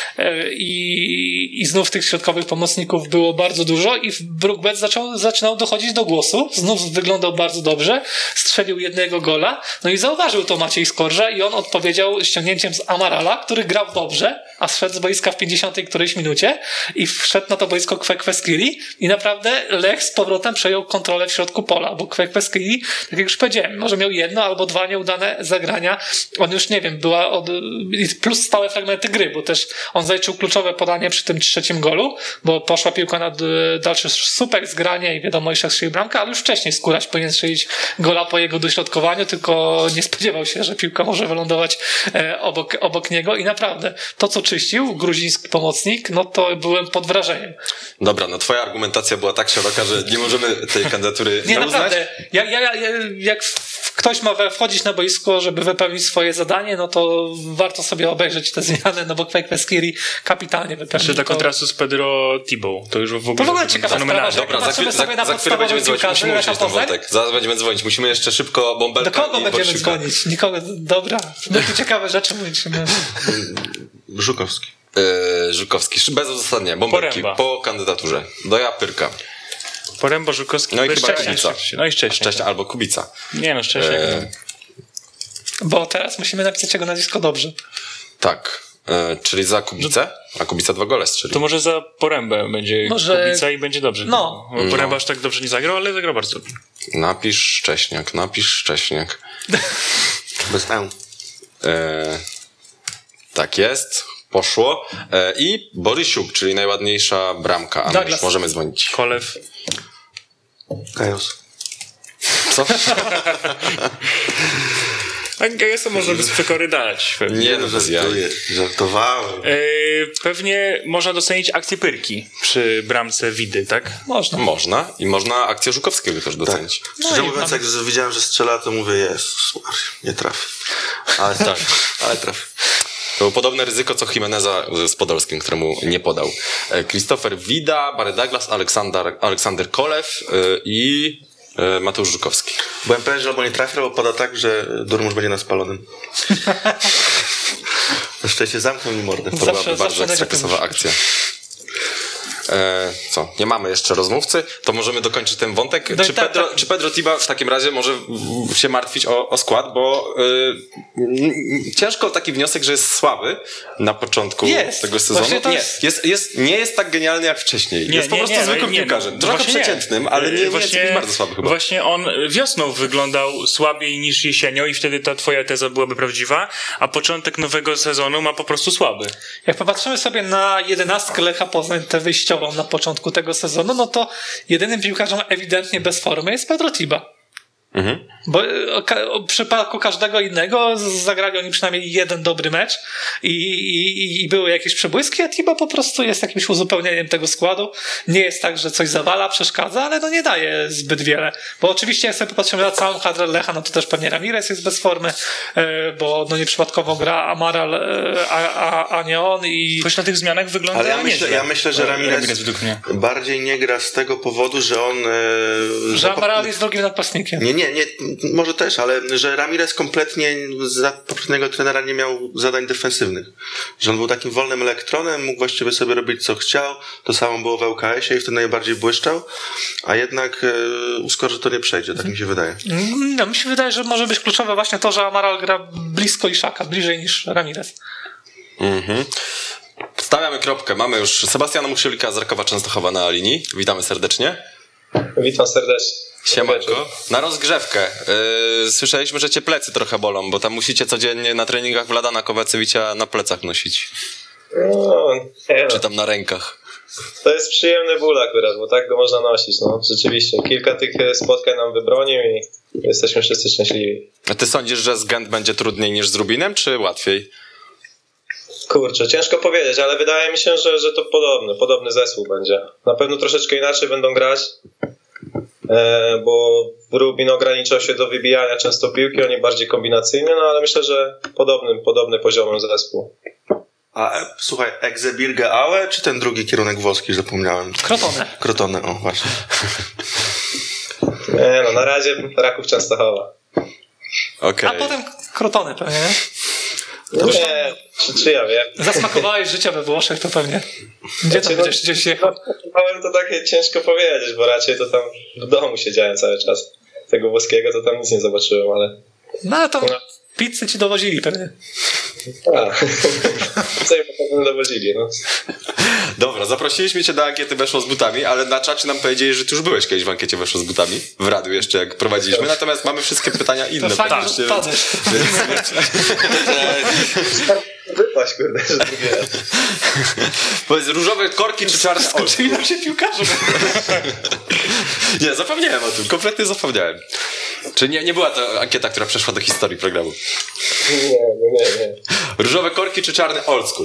i znów tych środkowych pomocników było bardzo dużo i Brookbet zaczynał dochodzić do głosu, znów wyglądał bardzo dobrze, strzelił jednego gola, no i zauważył to Maciej Skorża i on odpowiedział ściągnięciem z Amarala, który grał dobrze, a zszedł z boiska w 50 którejś minucie i wszedł na to boisko Kwekwe-Skiri i naprawdę Lech z powrotem przejął kontrolę w środku pola, bo Kwekwe-Skiri, tak jak już powiedziałem, może miał jedno albo dwa nieudane zagrania, on już nie wiem, plus stałe fragmenty gry, bo też on zaliczył kluczowe podanie przy tym trzecim golu, bo poszła piłka na dalszy słupek, zgranie i wiadomo, jeszcze strzelił bramkę, ale już wcześniej Skóraś powinien strzelić gola po jego dośrodkowaniu, tylko nie spodziewał się, że piłka może wylądować obok niego i naprawdę to, co czyścił gruziński pomocnik, no to byłem pod wrażeniem. Dobra, no twoja argumentacja była tak szeroka, że nie możemy tej kandydatury nie uznać. Naprawdę. Jak ktoś ma wchodzić na boisko, żeby wypełnić swoje zadanie, no to warto sobie obejrzeć te zmiany, no bo Kwekwe-Skiri kapitalnie wypełnił. Jeszcze dla kontrastu z Pedro Thibault. To już w ogóle... To w ogóle ciekawa sprawa, że Dobra, za chwilę będziemy dzwonić, musimy usiąść ten wątek. Zaraz będziemy dzwonić, musimy jeszcze szybko bąbelkę. Do kogo będziemy dzwonić? Nikogo, dobra. Takie ciekawe rzeczy mówimy. Żukowski. Żukowski, bez uzasadnienia, bąbelki po kandydaturze. Doja, Pyrka. Porębo, Żukowski, no i chyba Kubica. No i Szcześniak. Albo Kubica. Nie no, Szcześniak. Bo teraz musimy napisać jego nazwisko dobrze. Tak. Czyli za Kubicę, a Kubica 2 gole strzelił. To może za Porębę będzie Kubica i będzie dobrze. No. Poręba aż tak dobrze nie zagrał, ale zagrał bardzo dobrze. Napisz Szcześniak. Bez M. Tak jest. Poszło. I Borysiuk, czyli najładniejsza bramka. A już możemy dzwonić. Kolew. Kajos. Co? Tak, Gajosa można bez przekory dać. Pewnie. Nie no, żartowałem. Pewnie można docenić akcję Pyrki przy bramce Widy, tak? Można. I można akcję Żukowskiego też docenić. Tak. Szczerze mówiąc, jak widziałem, że strzela, to mówię, Jezus, nie trafi. Ale tak, ale trafi. To było podobne ryzyko, co Jimeneza z Podolskim, któremu nie podał. Christopher Wida, Barry Douglas, Aleksander Kolew i Mateusz Żukowski. Byłem pewien, że albo nie trafi, albo pada tak, że Durmusz będzie na spalonym. Na szczęście zamknął mi mordę. To byłaby bardzo ekstresowa akcja. Co? Nie mamy jeszcze rozmówcy, to możemy dokończyć ten wątek. Czy Pedro Tiba w takim razie może się martwić o skład, bo ciężko taki wniosek, że jest słaby na początku tego sezonu. Nie jest tak genialny jak wcześniej. Jest po prostu zwykłym piłkarzem. Trochę przeciętnym, ale nie jest bardzo słaby chyba. Właśnie on wiosną wyglądał słabiej niż jesienią i wtedy ta twoja teza byłaby prawdziwa, a początek nowego sezonu ma po prostu słaby. Jak popatrzymy sobie na 11 Lecha Poznań, tę wyjściową na początku tego sezonu, no to jedynym piłkarzem ewidentnie bez formy jest Pedro Tiba. Mhm. Bo w przypadku każdego innego zagrali oni przynajmniej jeden dobry mecz i były jakieś przebłyski, a Tiba po prostu jest jakimś uzupełnieniem tego składu. Nie jest tak, że coś zawala, przeszkadza, ale no nie daje zbyt wiele. Bo oczywiście jak sobie popatrzymy na całą kadrę Lecha, no to też pewnie Ramirez jest bez formy, bo no nieprzypadkowo gra Amaral, a nie on. Choć na tych zmianach wygląda ja myślę, że Ramirez bardziej nie gra z tego powodu, że on... że Amaral jest drugim napastnikiem. Nie, może też, ale że Ramirez kompletnie za poprzedniego trenera nie miał zadań defensywnych. Że on był takim wolnym elektronem, mógł właściwie sobie robić co chciał. To samo było w ŁKS-ie i wtedy najbardziej błyszczał, a jednak u Skorży to nie przejdzie, tak mi się wydaje. No, mi się wydaje, że może być kluczowe właśnie to, że Amaral gra blisko Iszaka, bliżej niż Ramirez. Mhm. Stawiamy kropkę. Mamy już Sebastiana Musielika z Rakowa Częstochowa na linii. Witamy serdecznie. Witam serdecznie. Siemanko. Na rozgrzewkę. Słyszeliśmy, że cię plecy trochę bolą, bo tam musicie codziennie na treningach Wladana Kowacewicia na plecach nosić. No, czy tam na rękach. To jest przyjemny ból akurat, bo tak go można nosić, no. Rzeczywiście. Kilka tych spotkań nam wybronił i jesteśmy wszyscy szczęśliwi. A ty sądzisz, że z Gent będzie trudniej niż z Rubinem, czy łatwiej? Kurczę, ciężko powiedzieć, ale wydaje mi się, że to podobny zespół będzie. Na pewno troszeczkę inaczej będą grać, bo Rubin ograniczał się do wybijania często piłki, oni bardziej kombinacyjnie, no ale myślę, że podobny poziomem zespół. A słuchaj, Erzgebirge Aue, czy ten drugi kierunek włoski, zapomniałem? Crotone, o właśnie. Nie no, na razie Raków Częstochowa. Okay. A potem Crotone pewnie, nie? No nie, czy ja wiem. Zasmakowałeś życia we Włoszech, to pewnie. Gdzie tam będziesz gdzieś jechał? To takie ciężko powiedzieć, bo raczej to tam w domu siedziałem cały czas. Tego włoskiego to tam nic nie zobaczyłem, ale... No ale to pizzę ci dowozili pewnie. Co im potem dowozili, no. Dobra, zaprosiliśmy cię do ankiety Weszło z butami, ale na czacie nam powiedzieli, że ty już byłeś kiedyś w ankiecie Weszło z butami. W radiu jeszcze jak prowadziliśmy, natomiast mamy wszystkie pytania inne. To fajnie, że wpadłeś. Wypaść, kurde, że drugie raz. Powiedz, różowe korki czy czarne oczki? Skończyli nam się piłkarze. Nie, zapomniałem o tym, kompletnie zapomniałem. Czy nie była to ankieta, która przeszła do historii programu? Nie. Różowe korki czy czarny old school?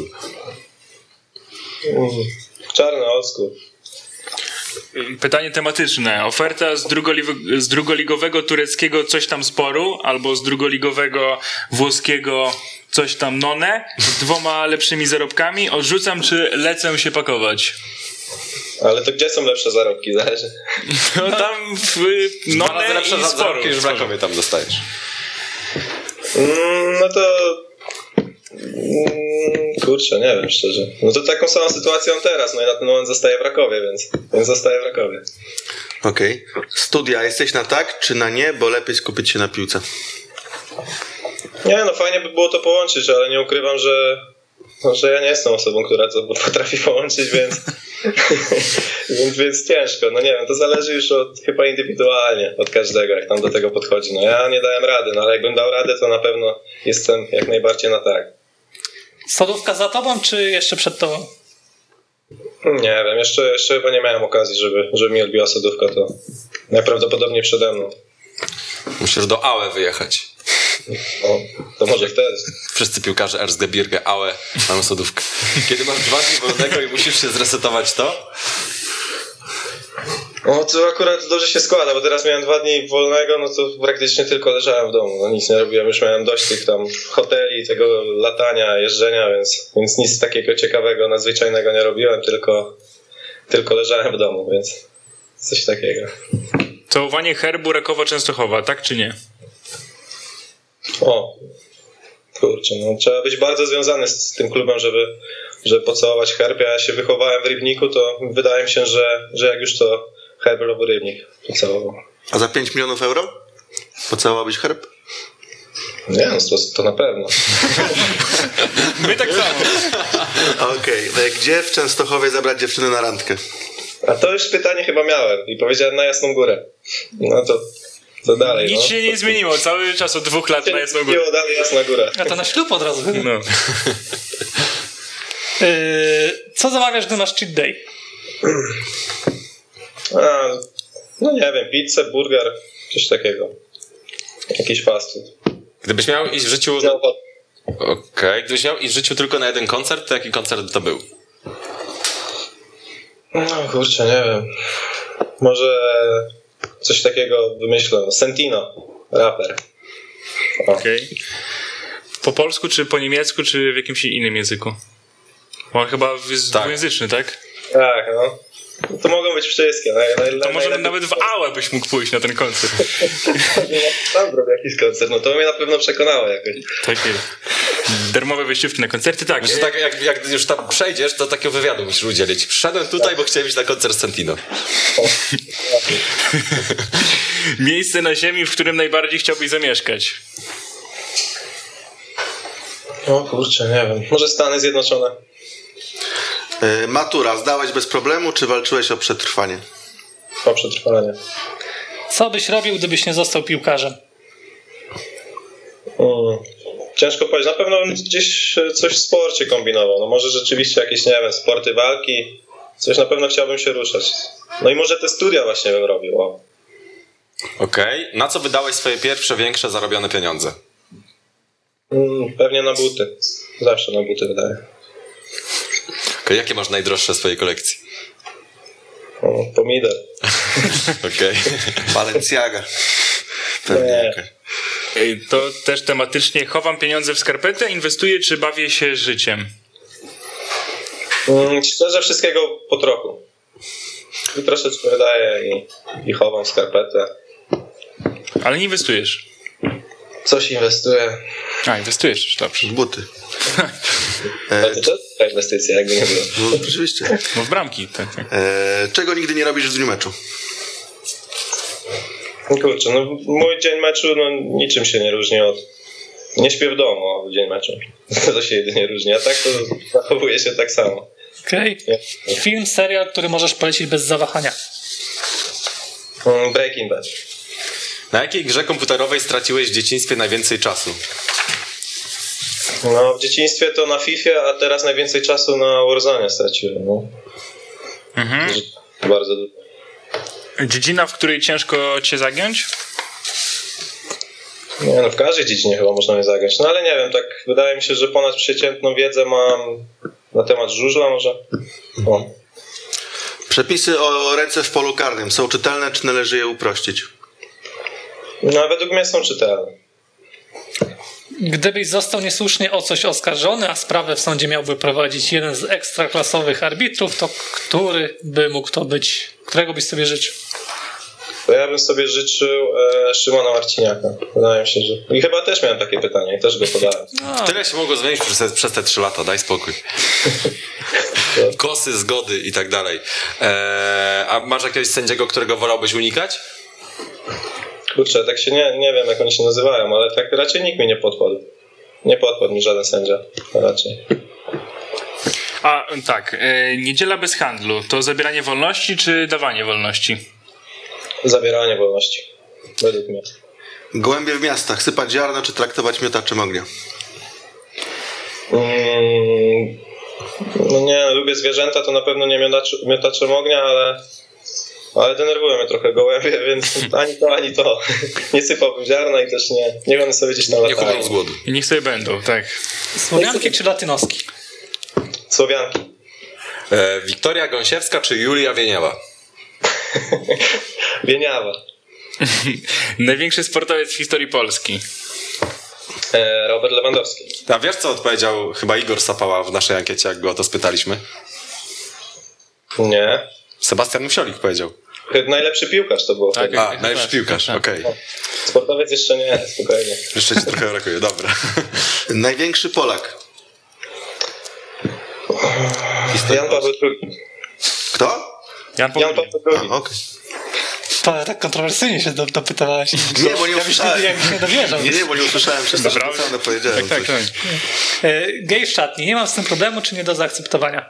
Czarny old school. Pytanie tematyczne. Oferta z drugoligowego tureckiego coś tam sporu albo z drugoligowego włoskiego coś tam none z 2 lepszymi zarobkami. Odrzucam czy lecę się pakować? Ale to gdzie są lepsze zarobki? Zależy. No tam w none i sporu. Zarobki już w Rakowie tam dostajesz. No to... Kurczę, nie wiem szczerze. No to taką samą sytuacją teraz. No i na ten moment zostaję w Rakowie, więc zostaję w Rakowie. Okej. Studia, jesteś na tak czy na nie, bo lepiej skupić się na piłce? Nie, no fajnie by było to połączyć, ale nie ukrywam, że ja nie jestem osobą, która to potrafi połączyć, więc ciężko. No nie wiem, to zależy już chyba indywidualnie od każdego, jak tam do tego podchodzi. No ja nie dałem rady, no ale jakbym dał radę, to na pewno jestem jak najbardziej na tak. Stodówka za tobą, czy jeszcze przed tobą? Nie wiem, jeszcze chyba nie miałem okazji, żeby mi odbiła sodówka, to najprawdopodobniej przede mną. Musisz do Aue wyjechać. No, to może wtedy. Wszyscy piłkarze Erzgebirge Aue mają sodówkę. Kiedy masz 2 dni wolnego i musisz się zresetować to? No to akurat dobrze się składa, bo teraz miałem 2 dni wolnego, no to praktycznie tylko leżałem w domu, no nic nie robiłem, już miałem dość tych tam hoteli, tego latania, jeżdżenia, więc nic takiego ciekawego, nadzwyczajnego nie robiłem, tylko leżałem w domu, więc coś takiego. Całowanie herbu Rakowa Częstochowa, tak czy nie? O, kurczę, no trzeba być bardzo związany z tym klubem, żeby pocałować herb. Ja się wychowałem w Rybniku, to wydaje mi się, że jak już to herb Rybnik pocałował. A za 5 milionów euro? Pocałowałbyś herb? Nie, no to na pewno. My tak samo. Okej. Gdzie w Częstochowie zabrać dziewczynę na randkę? A to już pytanie chyba miałem i powiedziałem na Jasną Górę. No to dalej. Nic no. się nie zmieniło, cały czas od 2 lat na Jasną Górę. Dalej Jasna Góra. A to na ślub od razu. No. Co zamawiasz, gdy masz cheat day? No nie wiem, pizzę, burger, coś takiego. Jakiś fast food. Gdybyś miał iść w życiu... Gdybyś miał iść w życiu tylko na jeden koncert, to jaki koncert to był? No kurczę, nie wiem. Może coś takiego wymyślę. Sentino, raper. Okej. Po polsku, czy po niemiecku, czy w jakimś innym języku? Bo on chyba jest dwujęzyczny, tak? Tak, no. To mogą być wszystkie. To może nawet w Aue byś mógł pójść na ten koncert. Tam zrobię jakiś koncert, no to mnie na pewno przekonało jakoś. Tak jest. Darmowe wejściówki na koncerty, tak. Znaczy, tak jak już tam przejdziesz, to takiego wywiadu musisz udzielić. Przyszedłem tutaj, bo chciałem iść na koncert Sentino. Miejsce na ziemi, w którym najbardziej chciałbyś zamieszkać. O kurczę, nie wiem. Może Stany Zjednoczone. Matura, zdałeś bez problemu, czy walczyłeś o przetrwanie? O przetrwanie. Co byś robił, gdybyś nie został piłkarzem? Ciężko powiedzieć. Na pewno gdzieś coś w sporcie kombinował. No może rzeczywiście jakieś, nie wiem, sporty walki, Coś na pewno chciałbym się ruszać. No i może te studia właśnie bym robił. O. Okej. Na co wydałeś swoje pierwsze, większe zarobione pieniądze? Pewnie na buty. Zawsze na buty wydaję. Okej, jakie masz najdroższe w swojej kolekcji? Pomidor. Okej. Balenciaga. Pewnie. To też tematycznie chowam pieniądze w skarpetę, inwestuję czy bawię się życiem? Szczerze wszystkiego po trochu. I troszeczkę wydaję i chowam skarpetę. Ale nie inwestujesz. Coś inwestuję. A, inwestujesz już, dobrze. Buty. To jest taka inwestycja, jakby nie było. No, oczywiście. No w bramki. Tak. Czego nigdy nie robisz w dniu meczu? No kurczę, no mój dzień meczu niczym się nie różni od... Nie śpię w domu w dzień meczu. To się jedynie różni, a tak to zachowuje się tak samo. Okej. Film, serial, który możesz polecić bez zawahania. Breaking Bad. Na jakiej grze komputerowej straciłeś w dzieciństwie najwięcej czasu? No w dzieciństwie to na FIFA, a teraz najwięcej czasu na Warzone straciłem. No. Bardzo dużo. Dziedzina, w której ciężko cię zagiąć? Nie no, w każdej dziedzinie chyba można mnie zagrać. No ale nie wiem, tak wydaje mi się, że ponadprzeciętną wiedzę mam na temat żużla może. O. Przepisy o ręce w polu karnym są czytelne, czy należy je uprościć? No według mnie są czytelne. Gdybyś został niesłusznie o coś oskarżony, a sprawę w sądzie miałby prowadzić jeden z ekstraklasowych arbitrów, to który by mógł to być? Którego byś sobie życzył? To ja bym sobie życzył Szymona Marciniaka. Wydaje mi się, że... I chyba też miałem takie pytanie i też go podałem. Tyle się mogło zmienić przez te 3 lata, daj spokój. Kosy, zgody i tak dalej. A masz jakiegoś sędziego, którego wolałbyś unikać? Kurczę, tak się nie wiem jak oni się nazywają, ale tak raczej nikt mi nie podpadł. Nie podpadł mi żaden sędzia. Raczej. A tak, niedziela bez handlu to zabieranie wolności czy dawanie wolności? Zabieranie wolności. Według mnie. Gołębie w miastach, sypać ziarno, czy traktować miotaczem ognia? No nie, lubię zwierzęta, to na pewno nie miotaczem ognia, ale denerwują mnie trochę gołębie, więc ani to. Nie sypałbym ziarna i też nie będę sobie gdzieś tam Nie latał. chowam z głodu. I niech sobie będą, tak. Słowianki czy latynoski? Słowianki. Wiktoria Gąsiewska czy Julia Wieniawa? Wieniawa. Największy sportowiec w historii Polski. Robert Lewandowski. A wiesz co odpowiedział chyba Igor Sapała w naszej ankiecie, jak go o to spytaliśmy? Nie. Sebastian Musiolik powiedział. Najlepszy piłkarz to było Tak. wtedy. A, najlepszy piłkarz, okej. Sportowiec jeszcze nie, spokojnie. Jeszcze ci trochę brakuje, dobra. Największy Polak? Jan Paweł II. Kto? Jan Jan Paweł. Paweł II. Okej. To tak kontrowersyjnie się dopytywałeś. Nie, bo nie usłyszałem. Ja byś nie dowierzał. Nie, bo nie usłyszałem wszystko, Dobra. co powiedziałem. Tak. Gej w szatni. Nie mam z tym problemu, czy nie do zaakceptowania?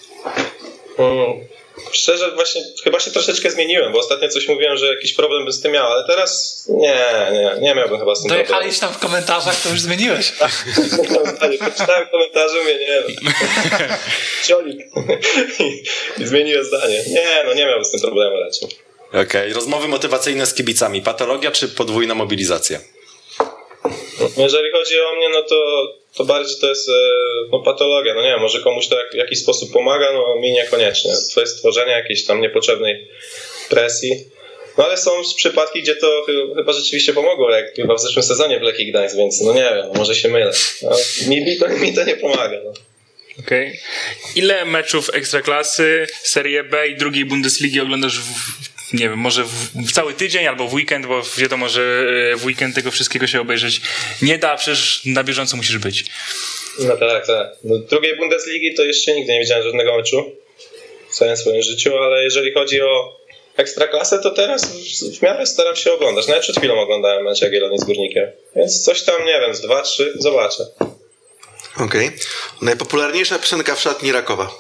Szczerze właśnie chyba się troszeczkę zmieniłem, bo ostatnio coś mówiłem, że jakiś problem bym z tym miał, ale teraz nie miałbym chyba z tym problemu. Dojechaliś tam w komentarzach, to już zmieniłeś. Przeczytałem komentarze, mówię, nie ciolik. I zmieniłem zdanie. Nie miałbym z tym problemu raczej. Okej, rozmowy motywacyjne z kibicami. Patologia czy podwójna mobilizacja? Jeżeli chodzi o mnie, no to bardziej to jest patologia. No nie wiem, może komuś to w jakiś sposób pomaga, no mi niekoniecznie. To jest stworzenie jakiejś tam niepotrzebnej presji. No ale są przypadki, gdzie to chyba rzeczywiście pomogło, jak chyba w zeszłym sezonie w Lechii Gdańsk, więc no nie wiem, może się mylę. No, mi to nie pomaga. No. Okej. Ile meczów Ekstraklasy, Serie B i drugiej Bundesligi oglądasz nie wiem, może w cały tydzień albo w weekend, bo wiadomo, że w weekend tego wszystkiego się obejrzeć nie da, przecież na bieżąco musisz być. No tak. No, drugiej Bundesligi to jeszcze nigdy nie widziałem żadnego meczu w całym swoim życiu, ale jeżeli chodzi o Ekstraklasę, to teraz w miarę staram się oglądać. Nawet przed chwilą oglądałem mecz Jagiellonii z Górnikiem, więc coś tam, nie wiem, z 2-3 zobaczę. Okej. Najpopularniejsza piosenka w szatni Rakowa?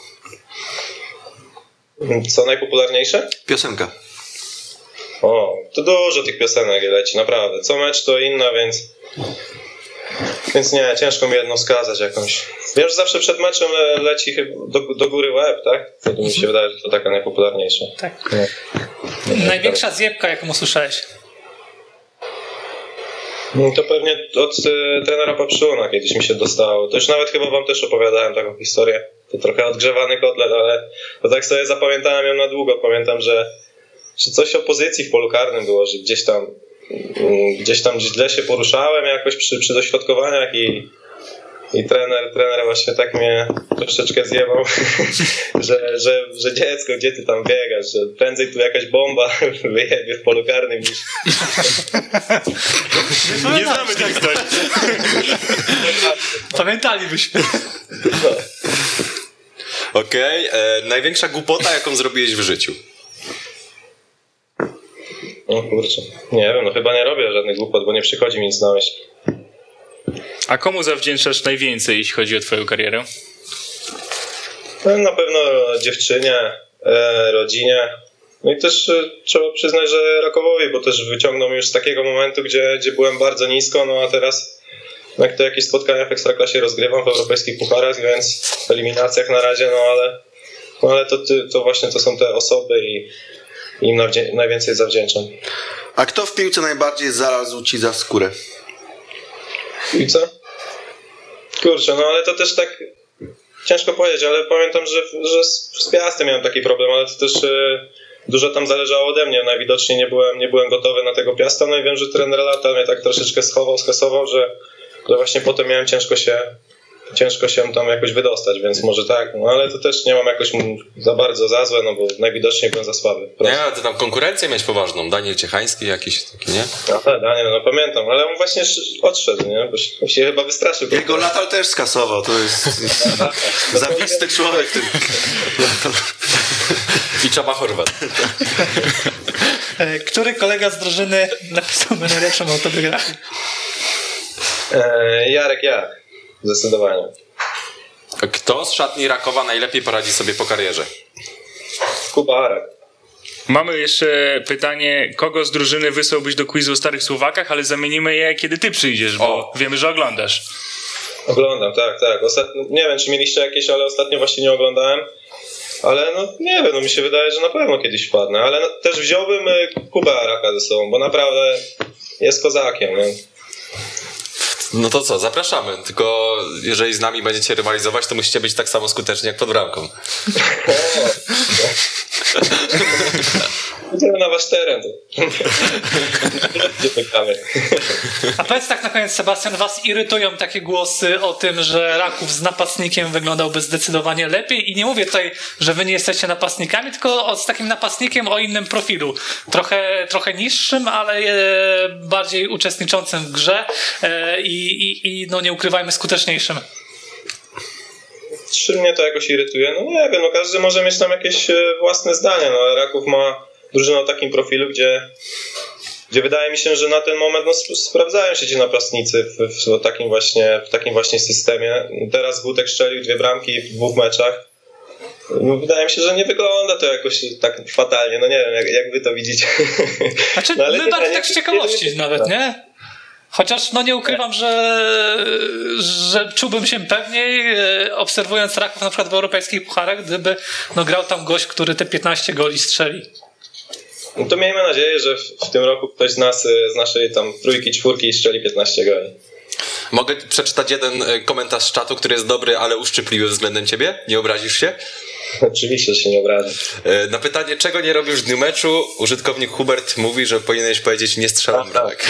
Co najpopularniejsze? Piosenka. O, to dużo tych piosenek leci, naprawdę. Co mecz to inna, więc Więc nie, ciężko mi jedną wskazać jakąś. Wiem, że zawsze przed meczem leci chyba do góry łeb, tak? To mi się wydaje, że to taka najpopularniejsza. Tak. Największa zjebka, jaką usłyszałeś? No to pewnie od trenera Papszuna kiedyś mi się dostało. To już nawet chyba wam też opowiadałem taką historię. To trochę odgrzewany kotlet, ale to tak sobie zapamiętałem ją na długo. Pamiętam, że coś o pozycji w polu karnym było, że gdzieś tam źle się poruszałem jakoś przy dośrodkowaniach i trener właśnie tak mnie troszeczkę zjebał, że dziecko, gdzie ty tam biegasz, że prędzej tu jakaś bomba wyjebie w polu karnym niż... Nie znamy tej historii. Pamiętalibyśmy. No. Okej, największa głupota, jaką zrobiłeś w życiu? No kurczę, nie wiem, no chyba nie robię żadnych głupot, bo nie przychodzi mi nic na myśl. A komu zawdzięczasz najwięcej, jeśli chodzi o twoją karierę? No, na pewno dziewczynie, rodzinie. No i też trzeba przyznać, że Rakowowi, bo też wyciągnął mnie już z takiego momentu, gdzie byłem bardzo nisko, no a teraz jak to jakieś spotkania w Ekstraklasie rozgrywam w europejskich pucharach, więc w eliminacjach na razie, ale to właśnie to są te osoby i im najwięcej zawdzięczam. A kto w piłce najbardziej zarazł ci za skórę? Piłce? Kurczę, no ale to też tak ciężko powiedzieć, ale pamiętam, że z Piastem miałem taki problem, ale to też dużo tam zależało ode mnie. Najwidoczniej nie byłem gotowy na tego Piasta, no i wiem, że trener Lata mnie tak troszeczkę skasował, że właśnie potem miałem ciężko się tam jakoś wydostać, więc może tak, no ale to też nie mam jakoś za bardzo za złe, no bo najwidoczniej byłem za słaby. Nie, ale ty tam konkurencję miałeś poważną. Daniel Ciechański jakiś taki, nie? No tak, Daniel, no pamiętam, ale on właśnie odszedł, nie? Bo się chyba wystraszył. Jego Latal też skasował, to jest zawisty człowiek. Ten I Czaba Chorwat. Który kolega z drużyny napisał najlepszą autobiografię? Jarek. Zdecydowanie. Kto z szatni Rakowa najlepiej poradzi sobie po karierze? Kuba Arak. Mamy jeszcze pytanie, kogo z drużyny wysłałbyś do quizu o starych Słowakach, ale zamienimy je, kiedy ty przyjdziesz, bo wiemy, że oglądasz. Oglądam, tak. Nie wiem, czy mieliście jakieś, ale ostatnio właśnie nie oglądałem. Ale no nie wiem, no mi się wydaje, że na pewno kiedyś wpadnę. Ale też wziąłbym Kubę Araka ze sobą, bo naprawdę jest kozakiem. Nie? No to co, zapraszamy. Tylko jeżeli z nami będziecie rywalizować, to musicie być tak samo skuteczni jak pod bramką. Idziemy na wasz teren. A powiedz tak na koniec, Sebastian, was irytują takie głosy o tym, że Raków z napastnikiem wyglądałby zdecydowanie lepiej i nie mówię tutaj, że wy nie jesteście napastnikami, tylko z takim napastnikiem o innym profilu. Trochę niższym, ale bardziej uczestniczącym w grze i no nie ukrywajmy, skuteczniejszym. Czy mnie to jakoś irytuje? No nie wiem, no każdy może mieć tam jakieś własne zdania. No Raków ma drużynę o takim profilu, gdzie wydaje mi się, że na ten moment sprawdzają się ci napastnicy w takim właśnie systemie. Teraz Gutek strzelił 2 bramki w 2 meczach. No, wydaje mi się, że nie wygląda to jakoś tak fatalnie. No nie wiem, jak wy to widzicie. Znaczy, no, ale my bardziej tak z ciekawości nawet, nie? Chociaż no nie ukrywam, że czułbym się pewniej obserwując Raków na przykład w europejskich pucharach, gdyby grał tam gość, który te 15 goli strzeli. No to miejmy nadzieję, że w tym roku ktoś z nas, z naszej tam 3, 4 strzeli 15 goli. Mogę przeczytać jeden komentarz z czatu, który jest dobry, ale uszczypliwy względem ciebie? Nie obrazisz się? Oczywiście, że się nie obrażę. Na pytanie, czego nie robisz w dniu meczu, użytkownik Hubert mówi, że powinieneś powiedzieć nie strzelam bramek.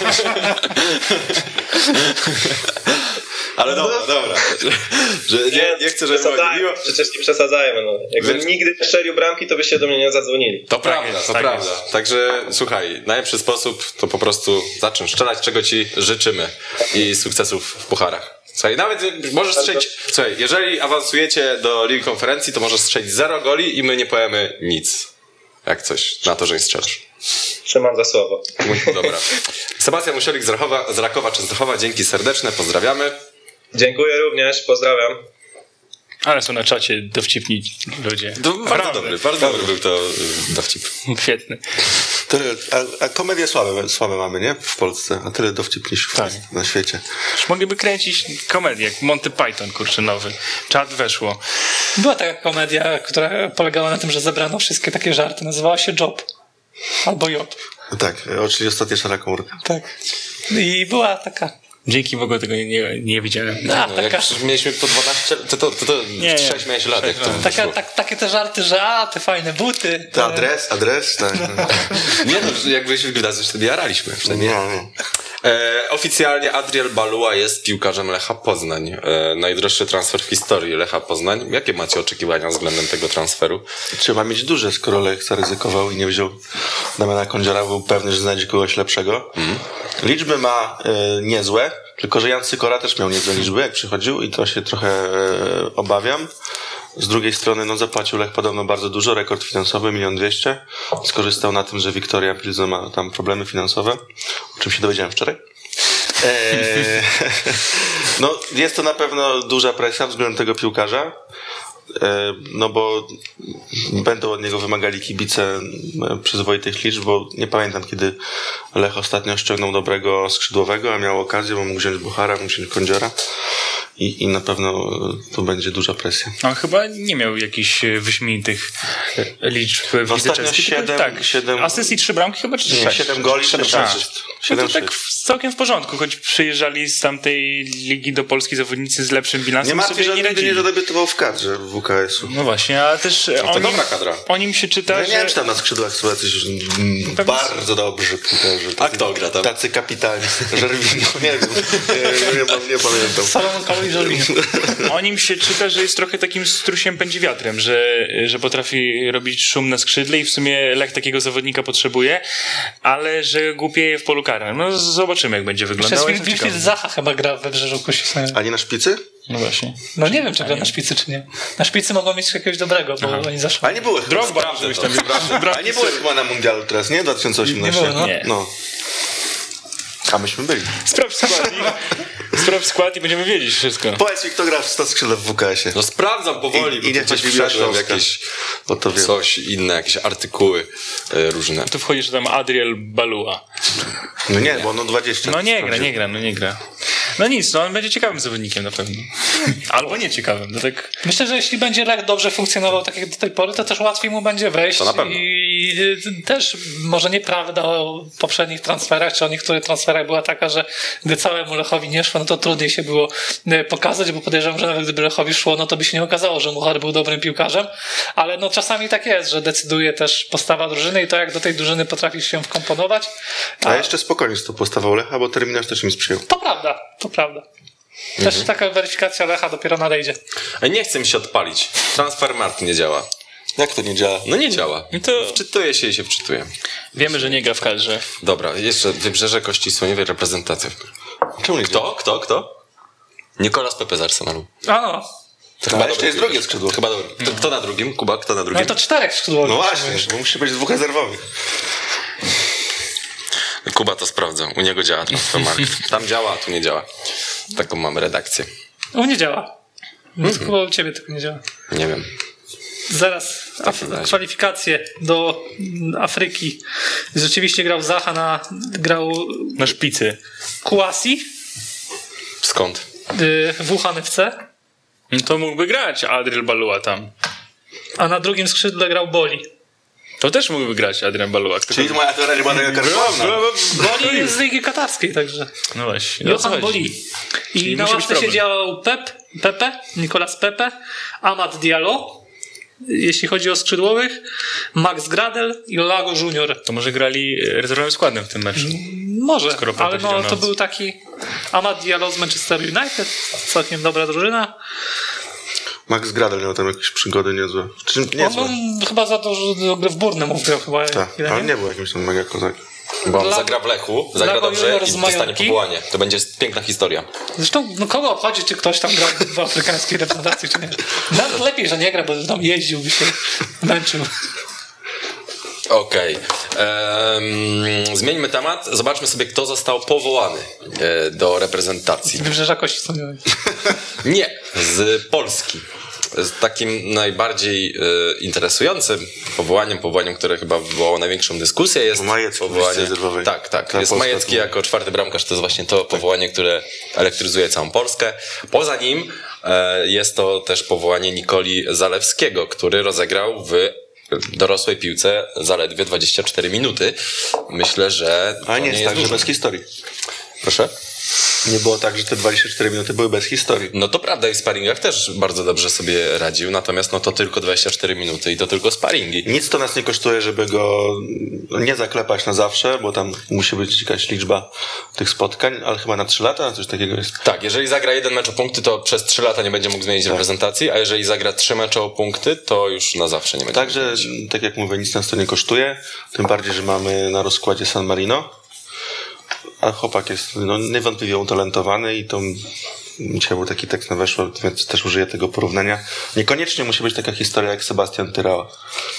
Ale dobra. Że nie chcę, żeby było miło. Przecież nie przesadzajmy. No. Jakbym nigdy nie strzelił bramki, to byście do mnie nie zadzwonili. To prawda. Także słuchaj, najlepszy sposób to po prostu zacząć strzelać, czego ci życzymy i sukcesów w pucharach. Słuchaj, nawet możesz strzelić. Słuchaj, jeżeli awansujecie do Ligi Konferencji, to możesz strzelić 0 goli i my nie powiemy nic. Jak coś na to, że nie strzelasz. Trzymam za słowo. Dobra. Sebastian Musiolik z Rakowa Częstochowa, dzięki serdeczne, pozdrawiamy. Dziękuję również, pozdrawiam. Ale są na czacie dowcipni ludzie. To bardzo dobry był to dowcip. Świetny. Tyle, a komedie słabe mamy, nie? W Polsce, a tyle dowcipniejszych na świecie. Już mogliby kręcić komedię, jak Monty Python, kurczę, nowy. Czat weszło. Była taka komedia, która polegała na tym, że zebrano wszystkie takie żarty. Nazywała się Job. Albo Job. No tak, czyli ostatnia szara komórka. Tak. I była taka... Dzięki w ogóle tego nie widziałem. Jak mieliśmy po 12, to 6 miałeś lat. Jak to takie te żarty, że te fajne buty. To adres, tak. Nie no, jak byliśmy w gimnazjum, wtedy jaraliśmy. Nie. Oficjalnie Adriel Balua jest piłkarzem Lecha Poznań. Najdroższy transfer w historii Lecha Poznań. Jakie macie oczekiwania względem tego transferu? Trzeba mieć duże, skoro Lech zaryzykował i nie wziął Damiana Kądziora, był pewny, że znajdzie kogoś lepszego. Liczby ma niezłe, tylko że Jan Sykora też miał niezłe liczby, jak przychodził i to się trochę obawiam. Z drugiej strony zapłacił Lech podobno bardzo dużo, rekord finansowy 1 200 000. Skorzystał na tym, że Wiktoria Pilsen ma tam problemy finansowe, o czym się dowiedziałem wczoraj. No, jest to na pewno duża presja względem tego piłkarza, no bo będą od niego wymagali kibice przyzwoitych liczb, bo nie pamiętam, kiedy Lech ostatnio ściągnął dobrego skrzydłowego, a miał okazję, bo mógł wziąć Buchara, mógł wziąć Kądziora i na pewno to będzie duża presja. On chyba nie miał jakichś wyśmienitych liczb w lidze czeskiej. Ostatnio 7 asyst i 3 bramki chyba, czy 6? 7 goli, 7 asyst. No to tak całkiem w porządku, choć przyjeżdżali z tamtej ligi do Polski zawodnicy z lepszym bilansem. Nie martwi, że nigdy nie radzili. zadebiutował w kadrze WKS-u. No właśnie, ale też to dobra kadra. o nim się czyta, Nie wiem, czy tam na skrzydłach są jacyś bardzo dobrzy piłkarze. A kto gra tam? Tacy kapitalni. Żerwino, nie wiem. Nie pamiętam. Salomon Kalu i Żerwino. O nim się czyta, że jest trochę takim strusiem pędzi wiatrem, że potrafi robić szum na skrzydle i w sumie Lech takiego zawodnika potrzebuje, ale że głupieje w polu karnym. No zobaczymy, jak będzie wyglądał. Przez Wilfried Zaha chyba gra we Brzeżu Kościuszowym. A nie na szpicy? No właśnie. No nie wiem, czy gra na szpicy, czy nie. Na szpicy mogą mieć jakiegoś dobrego, bo oni zaszli. Ale nie były chyba. Drogba, żebyś tam Ale nie były chyba na mundialu teraz, nie? 2018. Nie było, no. Nie. No. A myśmy byli. Sprawdź skład i będziemy wiedzieć wszystko. Powiedz mi, kto gra w 100 skrzydle w WKS-ie. No sprawdzam powoli, I nie bo tu chodzi wszedłem w Śląska. jakieś Bo to wiem. coś inne, jakieś artykuły różne. Tu wchodzisz tam Adriel Balua. No nie, bo 20. No nie gra. No nic, on będzie ciekawym zawodnikiem na pewno. Albo nieciekawym. No tak... Myślę, że jeśli będzie Lech dobrze funkcjonował tak jak do tej pory, to też łatwiej mu będzie wejść. To na pewno. I też może nieprawda o poprzednich transferach, czy o niektórych transferach była taka, że gdy całemu Lechowi nie szło, no to trudniej się było pokazać, bo podejrzewam, że nawet gdyby Lechowi szło, no to by się nie okazało, że Muchar był dobrym piłkarzem, ale no czasami tak jest, że decyduje też postawa drużyny i to, jak do tej drużyny potrafi się wkomponować. A jeszcze spokojnie z tą postawą Lecha, bo terminarz też mi sprzyjał. To prawda. Też taka weryfikacja Lecha dopiero nadejdzie. Nie chcę mi się odpalić. Transfermarkt nie działa. Jak to nie działa? No nie działa. No to Wczytuję się i się wczytuję. wiemy, że nie gra w kadrze. Dobra, jeszcze Wybrzeże Kości Słoniowej reprezentacji. Czemu nie działa? Kto? Nikolas Pepe z Arsenalu. A no, To A jeszcze jest drugie skrzydło. Chyba dobry. Kto na drugim? Kuba, kto na drugim? no to 4 skrzydłowych. No właśnie, bo musi być 2 rezerwowych. Kuba to sprawdza. U niego działa Transfermarkt. Tam działa, a tu nie działa. Taką mamy redakcję. U mnie działa. Chyba u ciebie tylko nie działa. Nie wiem. Zaraz takim razie. kwalifikacje do Afryki. Rzeczywiście grał Na szpicy. Kouassi, Skąd? Wuhan FC, No to mógłby grać Adriel Balua tam. a na drugim skrzydle grał Boli. To też mógłby grać Adrian Balua. Czyli moja teoria nie była taka kartowna. Boli jest z Ligi Katarskiej, także. No właśnie. O co Johan chodzi? Boli. Czyli I na musi być ławce problem. siedział Nicolas Pepe, Amad Diallo, jeśli chodzi o skrzydłowych, Max Gradel i Lago Junior. To może grali rezerwowym składem w tym meczu. Może, Skoro Pepe ale siedział na to ławce. był taki Amad Diallo z Manchester United, całkiem dobra drużyna. Max Gradel miał tam jakieś przygody niezłe. Czy niezłe? On chyba za dużo gry w Bournemouth grał chyba. Tak, ile ale nie? nie był jakimś tam mega kozakiem. Bo on Dla- zagra w Lechu, zagra Lago dobrze Junior i z dostanie Majorki. powołanie. To będzie piękna historia. Zresztą kogo obchodzi, czy ktoś tam gra w afrykańskiej reprezentacji, czy nie. Nawet lepiej, że nie gra, bo tam jeździł, by się męczył. Okej. Zmieńmy temat. Zobaczmy sobie, kto został powołany do reprezentacji. Wybrzeża Kości Słoniowej. Nie, z Polski. takim najbardziej interesującym powołaniem, które chyba wywołało największą dyskusję, jest Majecki powołanie... rezerwowej. Tak. Jest Majecki jako 4. bramkarz, to jest właśnie to powołanie, które elektryzuje całą Polskę. Poza nim jest to też powołanie Nikoli Zalewskiego, który rozegrał w dorosłej piłce zaledwie 24 minuty. Myślę, że to A nie jest tak, że dużo. bez historii. Proszę? Nie było tak, że te 24 minuty były bez historii. No to prawda i w sparingach też bardzo dobrze sobie radził, natomiast no to tylko 24 minuty i to tylko sparingi. Nic to nas nie kosztuje, żeby go nie zaklepać na zawsze, bo tam musi być jakaś liczba tych spotkań, ale chyba na 3 lata coś takiego jest. Tak, jeżeli zagra jeden mecz o punkty, to przez 3 lata nie będzie mógł zmienić reprezentacji, a jeżeli zagra 3 mecze o punkty, to już na zawsze nie będzie Także, mógł zmienić. tak jak mówię, nic nas to nie kosztuje, tym bardziej, że mamy na rozkładzie San Marino, a chłopak jest niewątpliwie utalentowany i to dzisiaj był taki tekst na Weszło, więc też użyję tego porównania. Niekoniecznie musi być taka historia jak Sebastian Tyrała.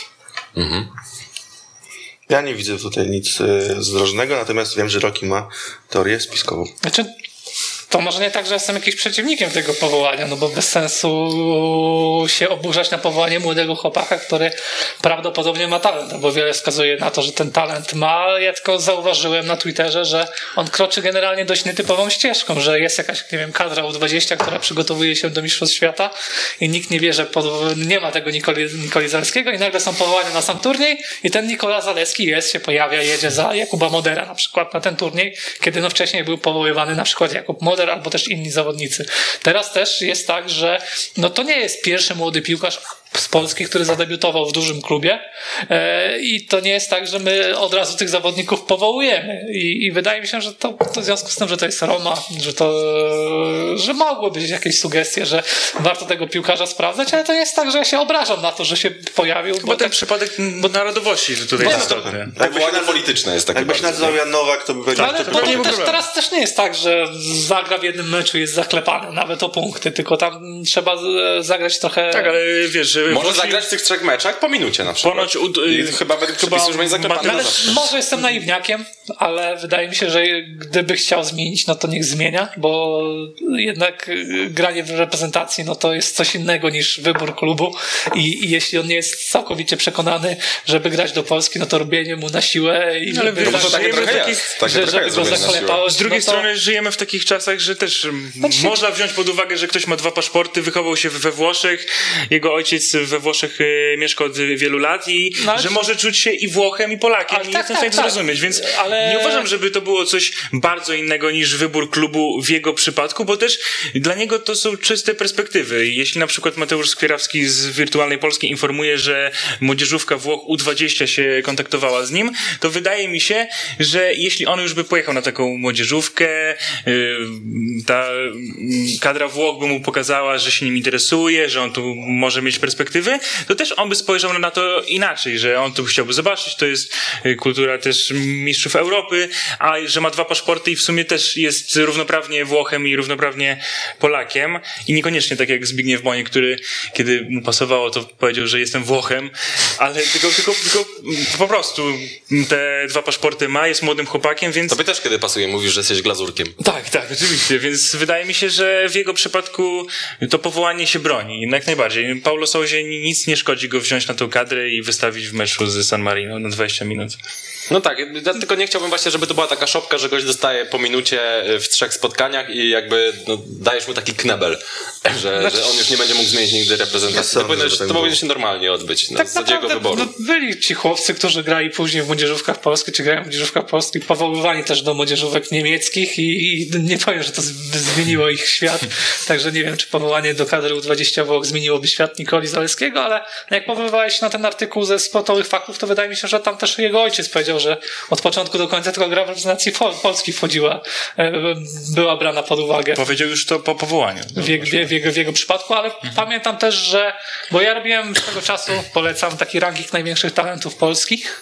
Ja nie widzę tutaj nic zdrożnego, natomiast wiem, że Rocky ma teorię spiskową. Znaczy, to może nie tak, że jestem jakimś przeciwnikiem tego powołania, no bo bez sensu się oburzać na powołanie młodego chłopaka, który prawdopodobnie ma talent, bo wiele wskazuje na to, że ten talent ma. Ja tylko zauważyłem na Twitterze, że on kroczy generalnie dość nietypową ścieżką, że jest jakaś, nie wiem, kadra U20, która przygotowuje się do Mistrzostw Świata i nikt nie wie, że nie ma tego Nikoli Zaleskiego i nagle są powołania na sam turniej i ten Nikola Zaleski się pojawia, jedzie za Jakuba Modera na przykład na ten turniej, kiedy no wcześniej był powoływany na przykład Jakub Moder albo też inni zawodnicy. Teraz też jest tak, że no to nie jest pierwszy młody piłkarz z Polski, który zadebiutował w dużym klubie i to nie jest tak, że my od razu tych zawodników powołujemy i wydaje mi się, że to w związku z tym, że to jest Roma, że mogły być jakieś sugestie, że warto tego piłkarza sprawdzać, ale to nie jest tak, że ja się obrażam na to, że się pojawił. Chyba ten przypadek narodowości tutaj jest istotny. Powołanie polityczne jest takie Jakby się bardzo. nazywał Jan Nowak, to by powiedział, Ale że to teraz też nie jest tak, że zagra w jednym meczu, jest zaklepany nawet o punkty, tylko tam trzeba zagrać trochę... Tak, ale wiesz, że Może zagrać w tych 3 meczach po minucie na przykład. Ponoć I chyba według przepisów już będzie zaklepany Ale na zawsze. może jestem naiwniakiem, ale wydaje mi się, że gdyby chciał zmienić, no to niech zmienia, bo jednak granie w reprezentacji, no to jest coś innego niż wybór klubu i jeśli on nie jest całkowicie przekonany, żeby grać do Polski, no to robienie mu na siłę i ale żeby, wiesz, To takie żyjemy trochę w takich- jest. Takie że, trochę żeby jest go zrobienie na siłę. zaklepał. Z drugiej no to, strony żyjemy w takich czasach, że też można wziąć pod uwagę, że ktoś ma 2 paszporty, wychował się we Włoszech, jego ojciec we Włoszech mieszka od wielu lat i No, że może czuć się i Włochem, i Polakiem. Ale I tak, jestem w stanie to tak. zrozumieć, więc Ale- nie uważam, żeby to było coś bardzo innego niż wybór klubu w jego przypadku, bo też dla niego to są czyste perspektywy. I jeśli na przykład Mateusz Skierawski z Wirtualnej Polski informuje, że młodzieżówka Włoch U20 się kontaktowała z nim, to wydaje mi się, że jeśli on już by pojechał na taką młodzieżówkę, ta kadra Włoch by mu pokazała, że się nim interesuje, że on tu może mieć perspektywy, to też on by spojrzał na to inaczej, że on tu chciałby zobaczyć, to jest kultura też mistrzów Europy, a że ma 2 paszporty i w sumie też jest równoprawnie Włochem i równoprawnie Polakiem i niekoniecznie tak jak Zbigniew Boniek, który kiedy mu pasowało, to powiedział, że jestem Włochem, ale tylko po prostu te 2 paszporty ma, jest młodym chłopakiem, więc... Tobie też kiedy pasuje, mówisz, że jesteś glazurkiem. Tak, oczywiście, więc wydaje mi się, że w jego przypadku to powołanie się broni, jak najbardziej. Paulo Souzie nic nie szkodzi go wziąć na tą kadrę i wystawić w meczu z San Marino na 20 minut. No tak, ja tylko nie chciałbym właśnie, żeby to była taka szopka, że gość dostaje po minucie w 3 spotkaniach i jakby dajesz mu taki knebel, że on już nie będzie mógł zmienić nigdy reprezentacji. To powinno się normalnie odbyć z jego wyboru. No, byli ci chłopcy, którzy grali później w młodzieżówkach polskich, czy grają w młodzieżówkach polskich, powoływani też do młodzieżówek niemieckich i nie powiem, że to zmieniło ich świat. Także nie wiem, czy powołanie do kadry U20 Włoch zmieniłoby świat Nikoli Zaleskiego, ale jak powoływałeś na ten artykuł ze sportowych faktów, to wydaje mi się, że tam też jego ojciec powiedział, że od początku do końca tylko gra w reprezentacji Polski wchodziła, była brana pod uwagę. Powiedział już to po powołaniu. W jego przypadku, ale pamiętam też, że, bo ja robiłem swego czasu, polecam taki ranking największych talentów polskich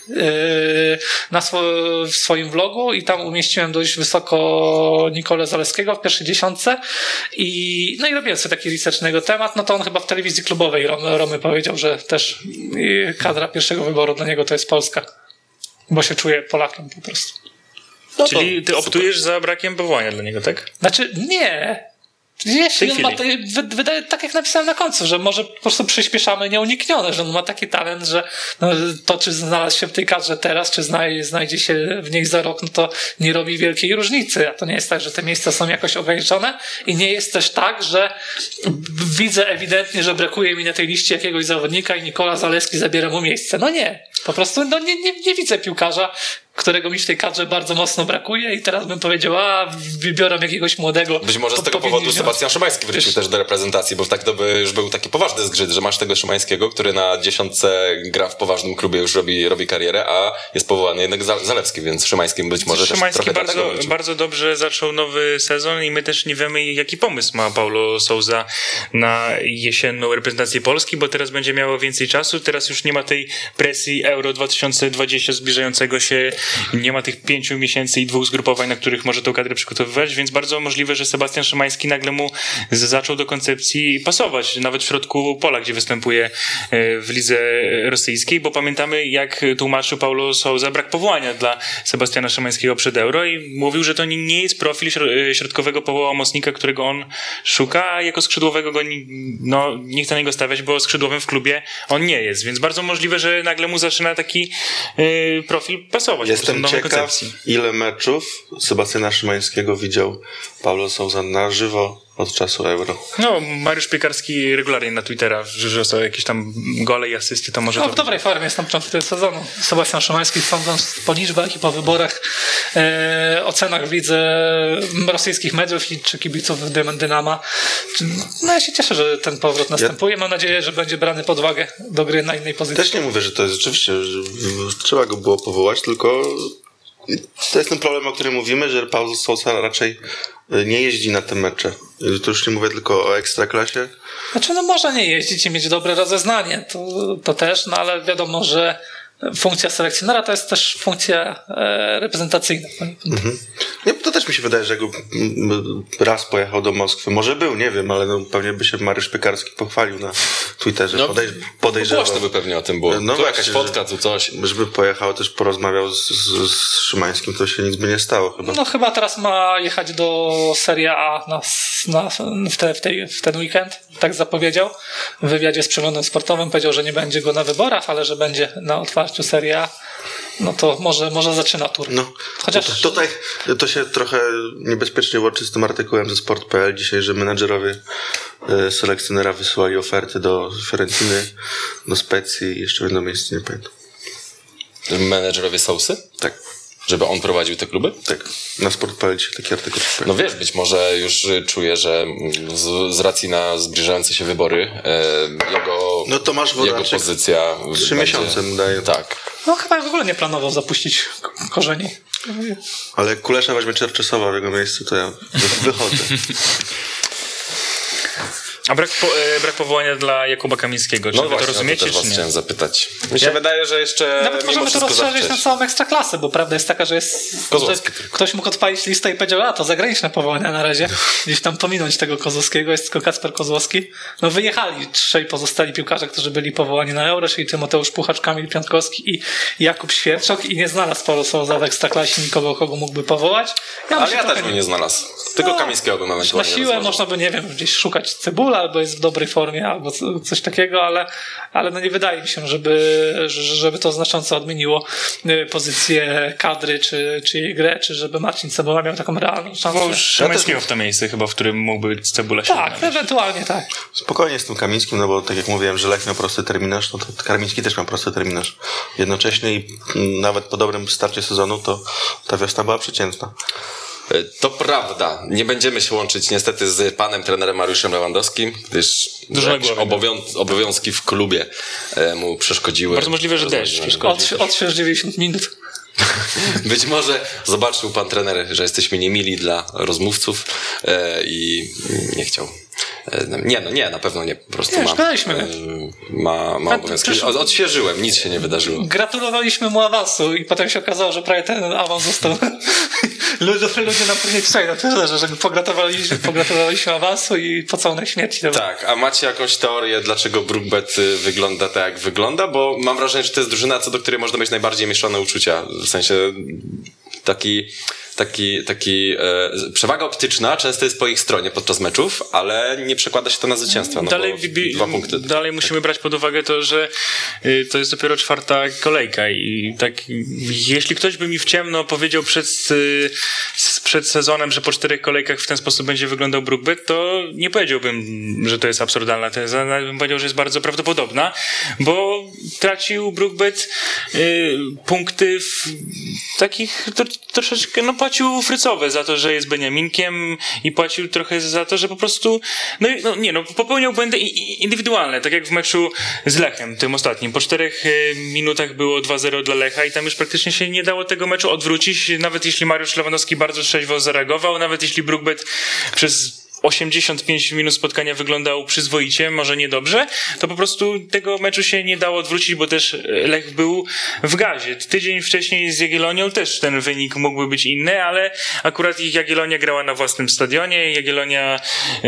w swoim vlogu i tam umieściłem dość wysoko Nikolę Zaleskiego w pierwszej 10 i robiłem sobie taki research na jego temat, no to on chyba w telewizji klubowej Romy powiedział, że też kadra pierwszego wyboru dla niego to jest Polska, bo się czuje Polakiem po prostu. Czyli ty optujesz za brakiem powołania dla niego, tak? Znaczy, nie. Jeśli on ma, wydaje, tak jak napisałem na końcu, że może po prostu przyspieszamy nieuniknione, że on ma taki talent, że no, to czy znalazł się w tej kadrze teraz, czy znajdzie się w niej za rok, no to nie robi wielkiej różnicy, a to nie jest tak, że te miejsca są jakoś ograniczone i nie jest też tak, że widzę ewidentnie, że brakuje mi na tej liście jakiegoś zawodnika i Nikola Zalewski zabiera mu miejsce. No nie, po prostu no nie widzę piłkarza, którego mi w tej kadrze bardzo mocno brakuje i teraz bym powiedział, wybiorę jakiegoś młodego. Być może z tego powodu Sebastian Szymański wrócił też do reprezentacji, bo tak to by już był taki poważny zgrzyt, że masz tego Szymańskiego, który na 10 gra w poważnym klubie, już robi karierę, a jest powołany jednak Zalewski, więc Szymańskim być może Szymański też trochę bardzo dobrze zaczął nowy sezon i my też nie wiemy, jaki pomysł ma Paulo Sousa na jesienną reprezentację Polski, bo teraz będzie miało więcej czasu, teraz już nie ma tej presji Euro 2020 zbliżającego się, nie ma tych 5 miesięcy i 2 zgrupowań, na których może tą kadrę przygotowywać, więc bardzo możliwe, że Sebastian Szymański nagle mu zaczął do koncepcji pasować, nawet w środku pola, gdzie występuje w lidze rosyjskiej, bo pamiętamy, jak tłumaczył Paulo Sousa brak powołania dla Sebastiana Szymańskiego przed Euro i mówił, że to nie jest profil środkowego pomocnika, którego on szuka, a jako skrzydłowego go nie chce na niego stawiać, bo skrzydłowym w klubie on nie jest, więc bardzo możliwe, że nagle mu zaczyna taki profil pasować. Jestem ciekaw, ile meczów Sebastiana Szymańskiego widział Paulo Sousa na żywo od czasu Euro. No, Mariusz Piekarski regularnie na Twittera wrzucał jakieś tam gole i asysty, to może no, to... w dobrej formie jest na początku tego sezonu. Sebastian Szymański, sądząc po liczbach i po wyborach, ocenach w lidze rosyjskich mediów czy kibiców Dynama. No ja się cieszę, że ten powrót następuje. Mam nadzieję, że będzie brany pod uwagę do gry na innej pozycji. Też nie mówię, że to jest rzeczywiście, że trzeba go było powołać, tylko to jest ten problem, o którym mówimy, że Paulo Sousa raczej nie jeździ na te mecze. To już nie mówię tylko o Ekstraklasie. Znaczy, no może nie jeździć i mieć dobre rozeznanie, to też, no ale wiadomo, że funkcja selekcjonera to jest też funkcja reprezentacyjna. Mhm. Nie, to też mi się wydaje, że jak raz pojechał do Moskwy, może był, nie wiem, ale no, pewnie by się Mariusz Piekarski pochwalił na Twitterze. No, podejrzewał. Głośno by pewnie o tym było. No tu właśnie, jakaś fotka, tu coś. Żeby pojechał, też porozmawiał z Szymańskim, to się nic by nie stało chyba. No chyba teraz ma jechać do Serie A w ten weekend, tak zapowiedział. W wywiadzie z Przeglądem Sportowym powiedział, że nie będzie go na wyborach, ale że będzie na otwarciu Serie A. No to może zaczyna tur. No, chociaż tutaj to się trochę niebezpiecznie łączy z tym artykułem ze Sport.pl dzisiaj, że menadżerowie selekcjonera wysyłali oferty do Fiorentyny, do Specji i jeszcze w jedno miejsce, nie pamiętam. Menedżerowie Sousy? Tak. Żeby on prowadził te kluby? Tak. Na Sport.pl dzisiaj taki artykuł. No wiesz, być może już czuję, że z racji na zbliżające się wybory no to masz jego pozycja 3 miesiące daje. Tak. No chyba w ogóle nie planował zapuścić korzeni. Ale jak Kulesza weźmie Czerczesowa w jego miejscu, to ja wychodzę. A brak powołania dla Jakuba Kamińskiego, czy no wy właśnie, to rozumiecie, to też czy nie? chciałem zapytać. Mi się wydaje, że jeszcze nawet możemy to rozszerzyć na całą ekstraklasę, bo prawda jest taka, że ktoś mógł odpalić listę i powiedział, to zagraniczne powołania na razie. Gdzieś tam pominąć tego Kozłowskiego, jest tylko Kacper Kozłowski. No wyjechali 3 pozostali piłkarze, którzy byli powołani na Euro, czyli Tymoteusz Puchacz, Kamil Piątkowski i Jakub Świerczok i nie znalazł Paulo Sousa w ekstraklasie nikogo, kogo mógłby powołać. Ale ja też bym nie znalazł. Tylko Kamińskiego bym ewentualnie na siłę można by, nie wiem, gdzieś szukać Cebula, albo jest w dobrej formie, albo coś takiego, ale no nie wydaje mi się, żeby to znacząco odmieniło pozycję kadry, czy jej grę, czy żeby Marcin Cebula miał taką realną szansę. Bo już Szymańskiego w to miejsce chyba, w którym mógłby Cebula się tak, odnaleźć. ewentualnie tak. Spokojnie z tym Kamińskim, no bo tak jak mówiłem, że Lech miał prosty terminarz, no to Kamiński też miał prosty terminarz. Jednocześnie i nawet po dobrym starcie sezonu to ta wiosna była przeciętna. To prawda. Nie będziemy się łączyć niestety z panem trenerem Mariuszem Lewandowskim, gdyż obowiązki w klubie mu przeszkodziły. Bardzo możliwe, że deszcz przeszkodził. Odśwież 90 minut. Być może zobaczył pan trener, że jesteśmy niemili dla rozmówców i nie chciał. Nie, na pewno nie. Po prostu ma obowiązki. Odświeżyłem, nic się nie wydarzyło. Gratulowaliśmy mu awansu i potem się okazało, że prawie ten awans został. Ludzie nam później pisali na Twitterze, że pogratulowaliśmy awansu i pocałunek śmierci. Tak, a macie jakąś teorię, dlaczego Brookbet wygląda tak, jak wygląda? Bo mam wrażenie, że to jest drużyna, co do której można mieć najbardziej mieszane uczucia. W sensie taki przewaga optyczna często jest po ich stronie podczas meczów, ale nie przekłada się to na zwycięstwo. No dalej, 2 punkty. Dalej musimy brać pod uwagę to, że to jest dopiero 4. kolejka i tak jeśli ktoś by mi w ciemno powiedział przed sezonem, że po 4 kolejkach w ten sposób będzie wyglądał BrookBet, to nie powiedziałbym, że to jest absurdalna teza, nawet bym powiedział, że jest bardzo prawdopodobna, bo tracił BrookBet punkty w takich troszeczkę, płacił frycowe za to, że jest Beniaminkiem i płacił trochę za to, że po prostu popełniał błędy indywidualne, tak jak w meczu z Lechem, tym ostatnim. Po 4 minutach było 2-0 dla Lecha i tam już praktycznie się nie dało tego meczu odwrócić, nawet jeśli Mariusz Lewandowski bardzo trzeźwo zareagował, nawet jeśli BrookBet przez 85 minut spotkania wyglądał przyzwoicie, może niedobrze, to po prostu tego meczu się nie dało odwrócić, bo też Lech był w gazie. Tydzień wcześniej z Jagiellonią też ten wynik mógłby być inny, ale akurat ich Jagiellonia grała na własnym stadionie, Jagiellonia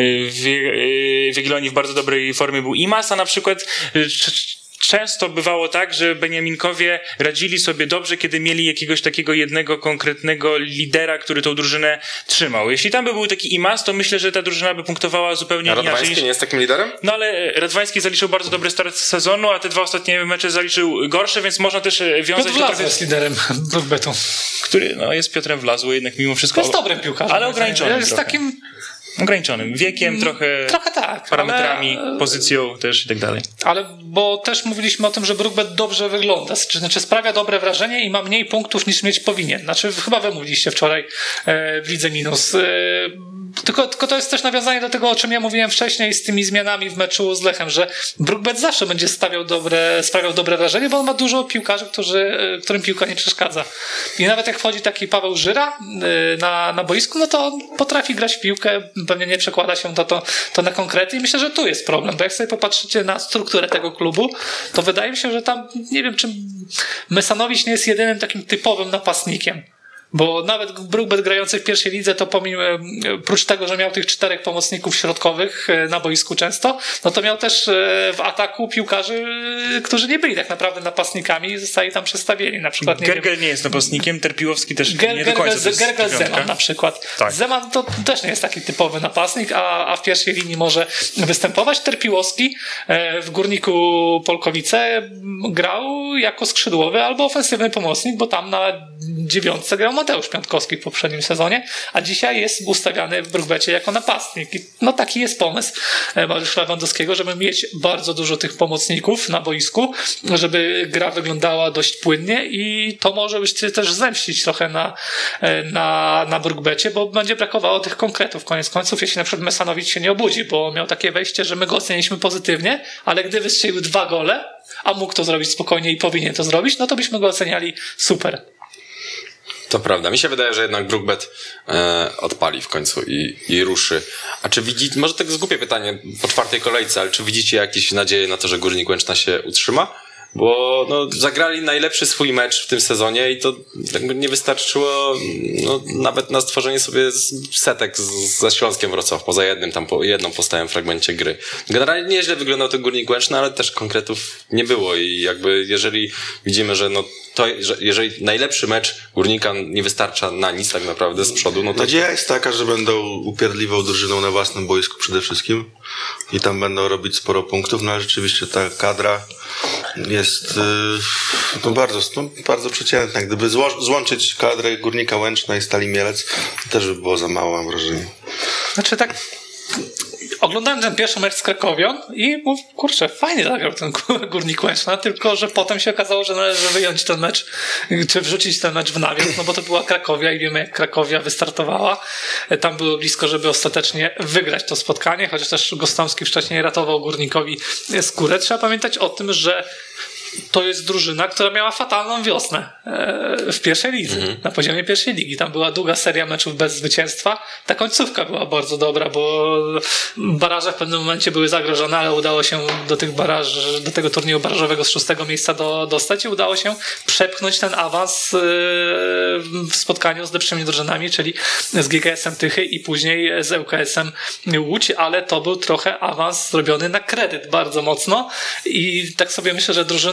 w Jagiellonii w bardzo dobrej formie był Imas, a na przykład często bywało tak, że Beniaminkowie radzili sobie dobrze, kiedy mieli jakiegoś takiego jednego konkretnego lidera, który tą drużynę trzymał. Jeśli tam by był taki Imas, to myślę, że ta drużyna by punktowała zupełnie inaczej. Radwański nie jest takim liderem? No ale Radwański zaliczył bardzo dobry start sezonu, a te 2 ostatnie mecze zaliczył gorsze, więc można też wiązać... Piotr Wlazły jest liderem BrookBetu. Który jest Piotrem Wlazły, jednak mimo wszystko... To jest dobrym piłkarzem. Ale ograniczonym jest takim... Ograniczonym wiekiem, trochę tak, parametrami, pozycją też i tak dalej. Ale bo też mówiliśmy o tym, że BrookBet dobrze wygląda, znaczy sprawia dobre wrażenie i ma mniej punktów niż mieć powinien. Znaczy chyba wy mówiliście wczoraj w Lidze Minus. Tylko to jest też nawiązanie do tego, o czym ja mówiłem wcześniej z tymi zmianami w meczu z Lechem, że BrookBet zawsze będzie sprawiał dobre wrażenie, bo on ma dużo piłkarzy, którym piłka nie przeszkadza. I nawet jak wchodzi taki Paweł Żyra na boisku, no to on potrafi grać w piłkę, pewnie nie przekłada się to na konkrety i myślę, że tu jest problem, bo jak sobie popatrzycie na strukturę tego klubu, to wydaje mi się, że tam, nie wiem, czy Mesanowicz nie jest jedynym takim typowym napastnikiem. Bo nawet BrookBet grający w pierwszej lidze, to prócz tego, że miał tych 4 pomocników środkowych na boisku często, no to miał też w ataku piłkarzy, którzy nie byli tak naprawdę napastnikami i zostali tam przestawieni. Na przykład Gergel nie jest napastnikiem, Terpiłowski też nie do końca. Gergel Zeman na przykład. Tak. Zeman to też nie jest taki typowy napastnik, a w pierwszej linii może występować. Terpiłowski w Górniku Polkowice grał jako skrzydłowy albo ofensywny pomocnik, bo tam na 9 grał Mateusz Piątkowski w poprzednim sezonie, a dzisiaj jest ustawiany w BrookBecie jako napastnik. I taki jest pomysł Mariusza Lewandowskiego, żeby mieć bardzo dużo tych pomocników na boisku, żeby gra wyglądała dość płynnie i to może być też zemścić trochę na BrookBecie, bo będzie brakowało tych konkretów koniec końców, jeśli na przykład Mesanowicz się nie obudzi, bo miał takie wejście, że my go oceniliśmy pozytywnie, ale gdy wystrzelił 2 gole, a mógł to zrobić spokojnie i powinien to zrobić, no to byśmy go oceniali super. To prawda. Mi się wydaje, że jednak BrookBet odpali w końcu i ruszy. A czy widzicie, może to jest głupie pytanie po 4 kolejce, ale czy widzicie jakieś nadzieje na to, że Górnik Łęczna się utrzyma? Bo zagrali najlepszy swój mecz w tym sezonie i to jakby nie wystarczyło nawet na stworzenie sobie setek ze Śląskiem Wrocław, poza jedną postałem w fragmencie gry. Generalnie nieźle wyglądał ten Górnik Łęczna, ale też konkretów nie było i jakby jeżeli widzimy, że że jeżeli najlepszy mecz Górnika nie wystarcza na nic tak naprawdę z przodu, no to... Nadzieja jest taka, że będą upierdliwą drużyną na własnym boisku przede wszystkim i tam będą robić sporo punktów, no ale rzeczywiście ta kadra jest bardzo przeciętna. Gdyby złączyć kadrę Górnika Łęczna i Stali Mielec, to też by było za mało, mam wrażenie. Znaczy tak... Oglądałem ten pierwszy mecz z Krakowią i mówię, kurczę, fajnie zagrał ten Górnik Łęczna, tylko że potem się okazało, że należy wyjąć ten mecz, czy wrzucić ten mecz w nawias, no bo to była Krakowia i wiemy, jak Krakowia wystartowała. Tam było blisko, żeby ostatecznie wygrać to spotkanie, chociaż też Gostomski wcześniej ratował Górnikowi skórę. Trzeba pamiętać o tym, że to jest drużyna, która miała fatalną wiosnę w pierwszej lidze, na poziomie pierwszej ligi. Tam była długa seria meczów bez zwycięstwa. Ta końcówka była bardzo dobra, bo baraże w pewnym momencie były zagrożone, ale udało się do tego turnieju barażowego z 6 miejsca dostać i udało się przepchnąć ten awans w spotkaniu z lepszymi drużynami, czyli z GKS-em Tychy i później z ŁKS-em Łódź, ale to był trochę awans zrobiony na kredyt bardzo mocno i tak sobie myślę, że drużyna,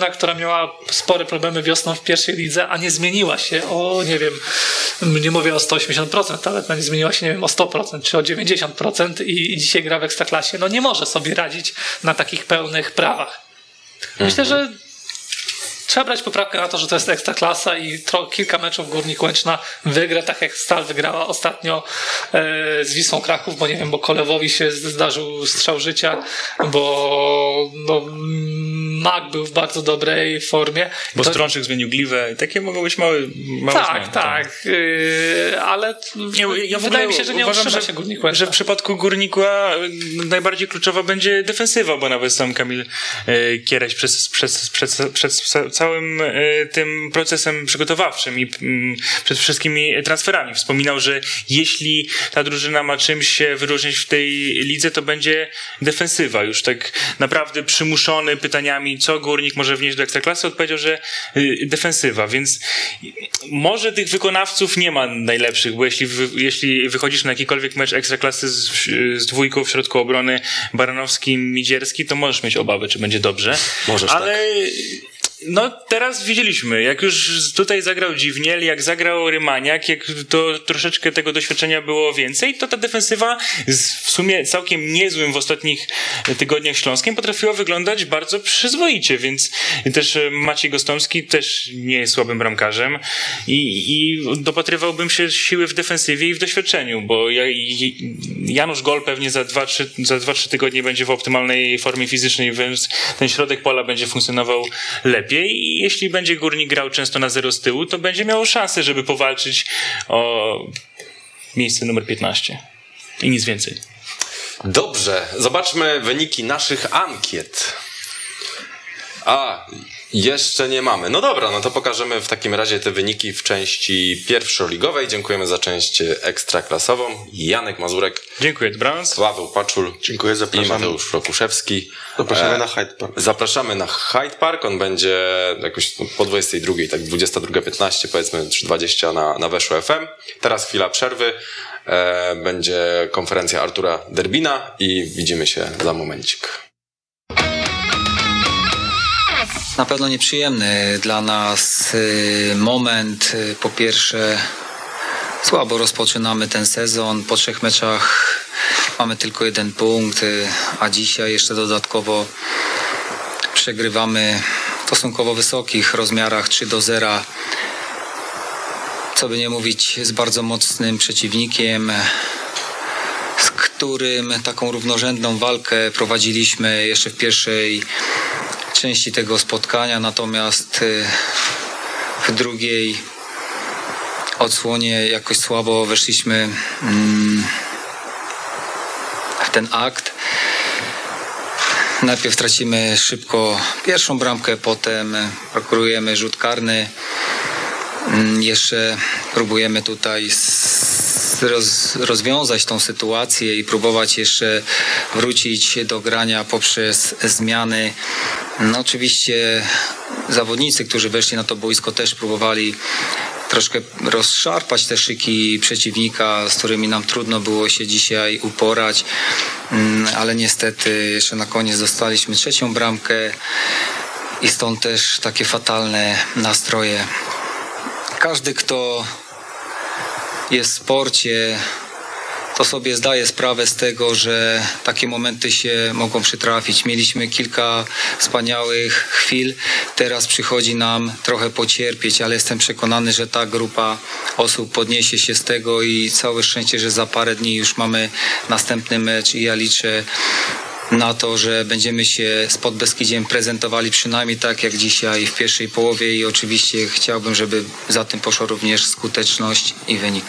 drużyna, która miała spore problemy wiosną w pierwszej lidze, a nie zmieniła się o, nie wiem, nie mówię o 180%, ale nie zmieniła się, nie wiem, o 100% czy o 90% i dzisiaj gra w Ekstraklasie, no nie może sobie radzić na takich pełnych prawach. Myślę, że trzeba brać poprawkę na to, że to jest Ekstraklasa i kilka meczów Górnik Łęczna wygra, tak jak Stal wygrała ostatnio z Wisłą Kraków, bo nie wiem, bo Kolewowi się zdarzył strzał życia, bo Mak był w bardzo dobrej formie. Bo Strączyk zmienił Gliwę. Takie mogą być małe zmiany. Tak. Ale wydaje mi się, że nie utrzyma się Górnik Łęczna. Że w przypadku Górnika najbardziej kluczowa będzie defensywa, bo nawet sam Kamil Kiereś przed całym tym procesem przygotowawczym i przed wszystkimi transferami wspominał, że jeśli ta drużyna ma czymś się wyróżnić w tej lidze, to będzie defensywa. Już tak naprawdę przymuszony pytaniami, co Górnik może wnieść do Ekstraklasy, odpowiedział, że defensywa, więc może tych wykonawców nie ma najlepszych, bo jeśli wychodzisz na jakikolwiek mecz Ekstraklasy z dwójką w środku obrony Baranowski-Midzierski, to możesz mieć obawy, czy będzie dobrze. Możesz, ale tak. No teraz widzieliśmy, jak już tutaj zagrał Dziwniel, jak zagrał Rymaniak, jak to troszeczkę tego doświadczenia było więcej, to ta defensywa w sumie całkiem niezłym w ostatnich tygodniach Śląskiem potrafiła wyglądać bardzo przyzwoicie, więc też Maciej Gostomski też nie jest słabym bramkarzem i dopatrywałbym się siły w defensywie i w doświadczeniu, bo Janusz Gol pewnie za 2-3 tygodnie będzie w optymalnej formie fizycznej, więc ten środek pola będzie funkcjonował lepiej i jeśli będzie Górnik grał często na 0 z tyłu, to będzie miał szansę, żeby powalczyć o miejsce numer 15 i nic więcej. Dobrze, zobaczmy wyniki naszych ankiet. Jeszcze nie mamy. No dobra, no to pokażemy w takim razie te wyniki w części pierwszoligowej. Dziękujemy za część ekstraklasową. Janek Mazurek. Dziękuję, dobranoc. Sławeł Paczul. Dziękuję, zapraszamy. I Mateusz Rokuszewski. Zapraszamy na Hyde Park. Zapraszamy na Hyde Park. On będzie jakoś po 22, tak 22:15, powiedzmy 3:20 na Weszło FM. Teraz chwila przerwy. Będzie konferencja Artura Derbina i widzimy się za momencik. Na pewno nieprzyjemny dla nas moment. Po pierwsze, słabo rozpoczynamy ten sezon. Po 3 meczach mamy tylko 1 punkt, a dzisiaj jeszcze dodatkowo przegrywamy w stosunkowo wysokich rozmiarach 3-0. Co by nie mówić, z bardzo mocnym przeciwnikiem, z którym taką równorzędną walkę prowadziliśmy jeszcze w pierwszej części tego spotkania, natomiast w drugiej odsłonie jakoś słabo weszliśmy w ten akt. Najpierw tracimy szybko pierwszą bramkę, potem prokurujemy rzut karny. Jeszcze próbujemy tutaj rozwiązać tą sytuację i próbować jeszcze wrócić do grania poprzez zmiany. No oczywiście zawodnicy, którzy weszli na to boisko, też próbowali troszkę rozszarpać te szyki przeciwnika, z którymi nam trudno było się dzisiaj uporać, ale niestety jeszcze na koniec dostaliśmy 3. bramkę i stąd też takie fatalne nastroje. Każdy, kto jest w sporcie, to sobie zdaje sprawę z tego, że takie momenty się mogą przytrafić. Mieliśmy kilka wspaniałych chwil, teraz przychodzi nam trochę pocierpieć, ale jestem przekonany, że ta grupa osób podniesie się z tego i całe szczęście, że za parę dni już mamy następny mecz i ja liczę na to, że będziemy się z Podbeskidziem prezentowali przynajmniej tak jak dzisiaj w pierwszej połowie i oczywiście chciałbym, żeby za tym poszła również skuteczność i wynik.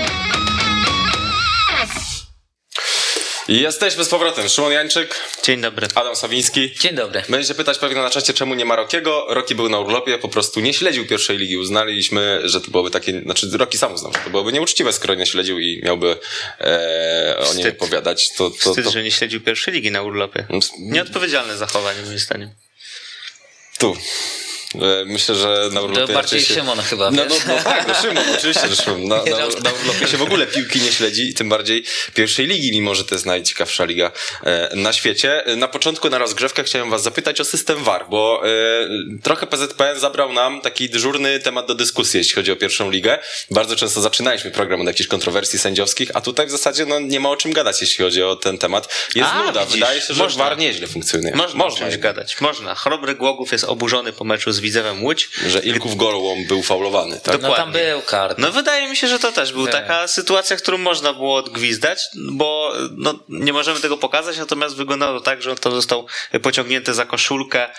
I jesteśmy z powrotem. Szymon Jańczyk. Dzień dobry. Adam Sawiński. Dzień dobry. Będziecie pytać pewnie na czacie, czemu nie ma Rokiego. Roki był na urlopie, po prostu nie śledził pierwszej ligi. Uznaliśmy, że to byłoby takie, znaczy Roki sam uznał, że to byłoby nieuczciwe, skoro nie śledził i miałby o niej opowiadać. Wstyd, że nie śledził pierwszej ligi na urlopie. Nieodpowiedzialne zachowanie moim zdaniem. Tu. Myślę, że na urlopie To bardziej raczej Szymon chyba, No wiesz? tak, Szymon, oczywiście, że Szymon. Na urlopie się w ogóle piłki nie śledzi, tym bardziej pierwszej ligi, mimo że to jest najciekawsza liga na świecie. Na początku, na rozgrzewkę chciałem was zapytać o system VAR, bo trochę PZPN zabrał nam taki dyżurny temat do dyskusji, jeśli chodzi o pierwszą ligę. Bardzo często zaczynaliśmy program od jakichś kontrowersji sędziowskich, a tutaj w zasadzie nie ma o czym gadać, jeśli chodzi o ten temat. Jest nuda. Widzisz, Wydaje się, że VAR nieźle funkcjonuje. Można o czymś gadać. Można. Chrobry Głogów jest oburzony po meczu z Widzewem Łódź. Że Ilków Gołąb był faulowany, tak? Dokładnie. No tam był kart. No wydaje mi się, że to też był taka sytuacja, którą można było odgwizdać, bo nie możemy tego pokazać, natomiast wyglądało tak, że on to został pociągnięty za koszulkę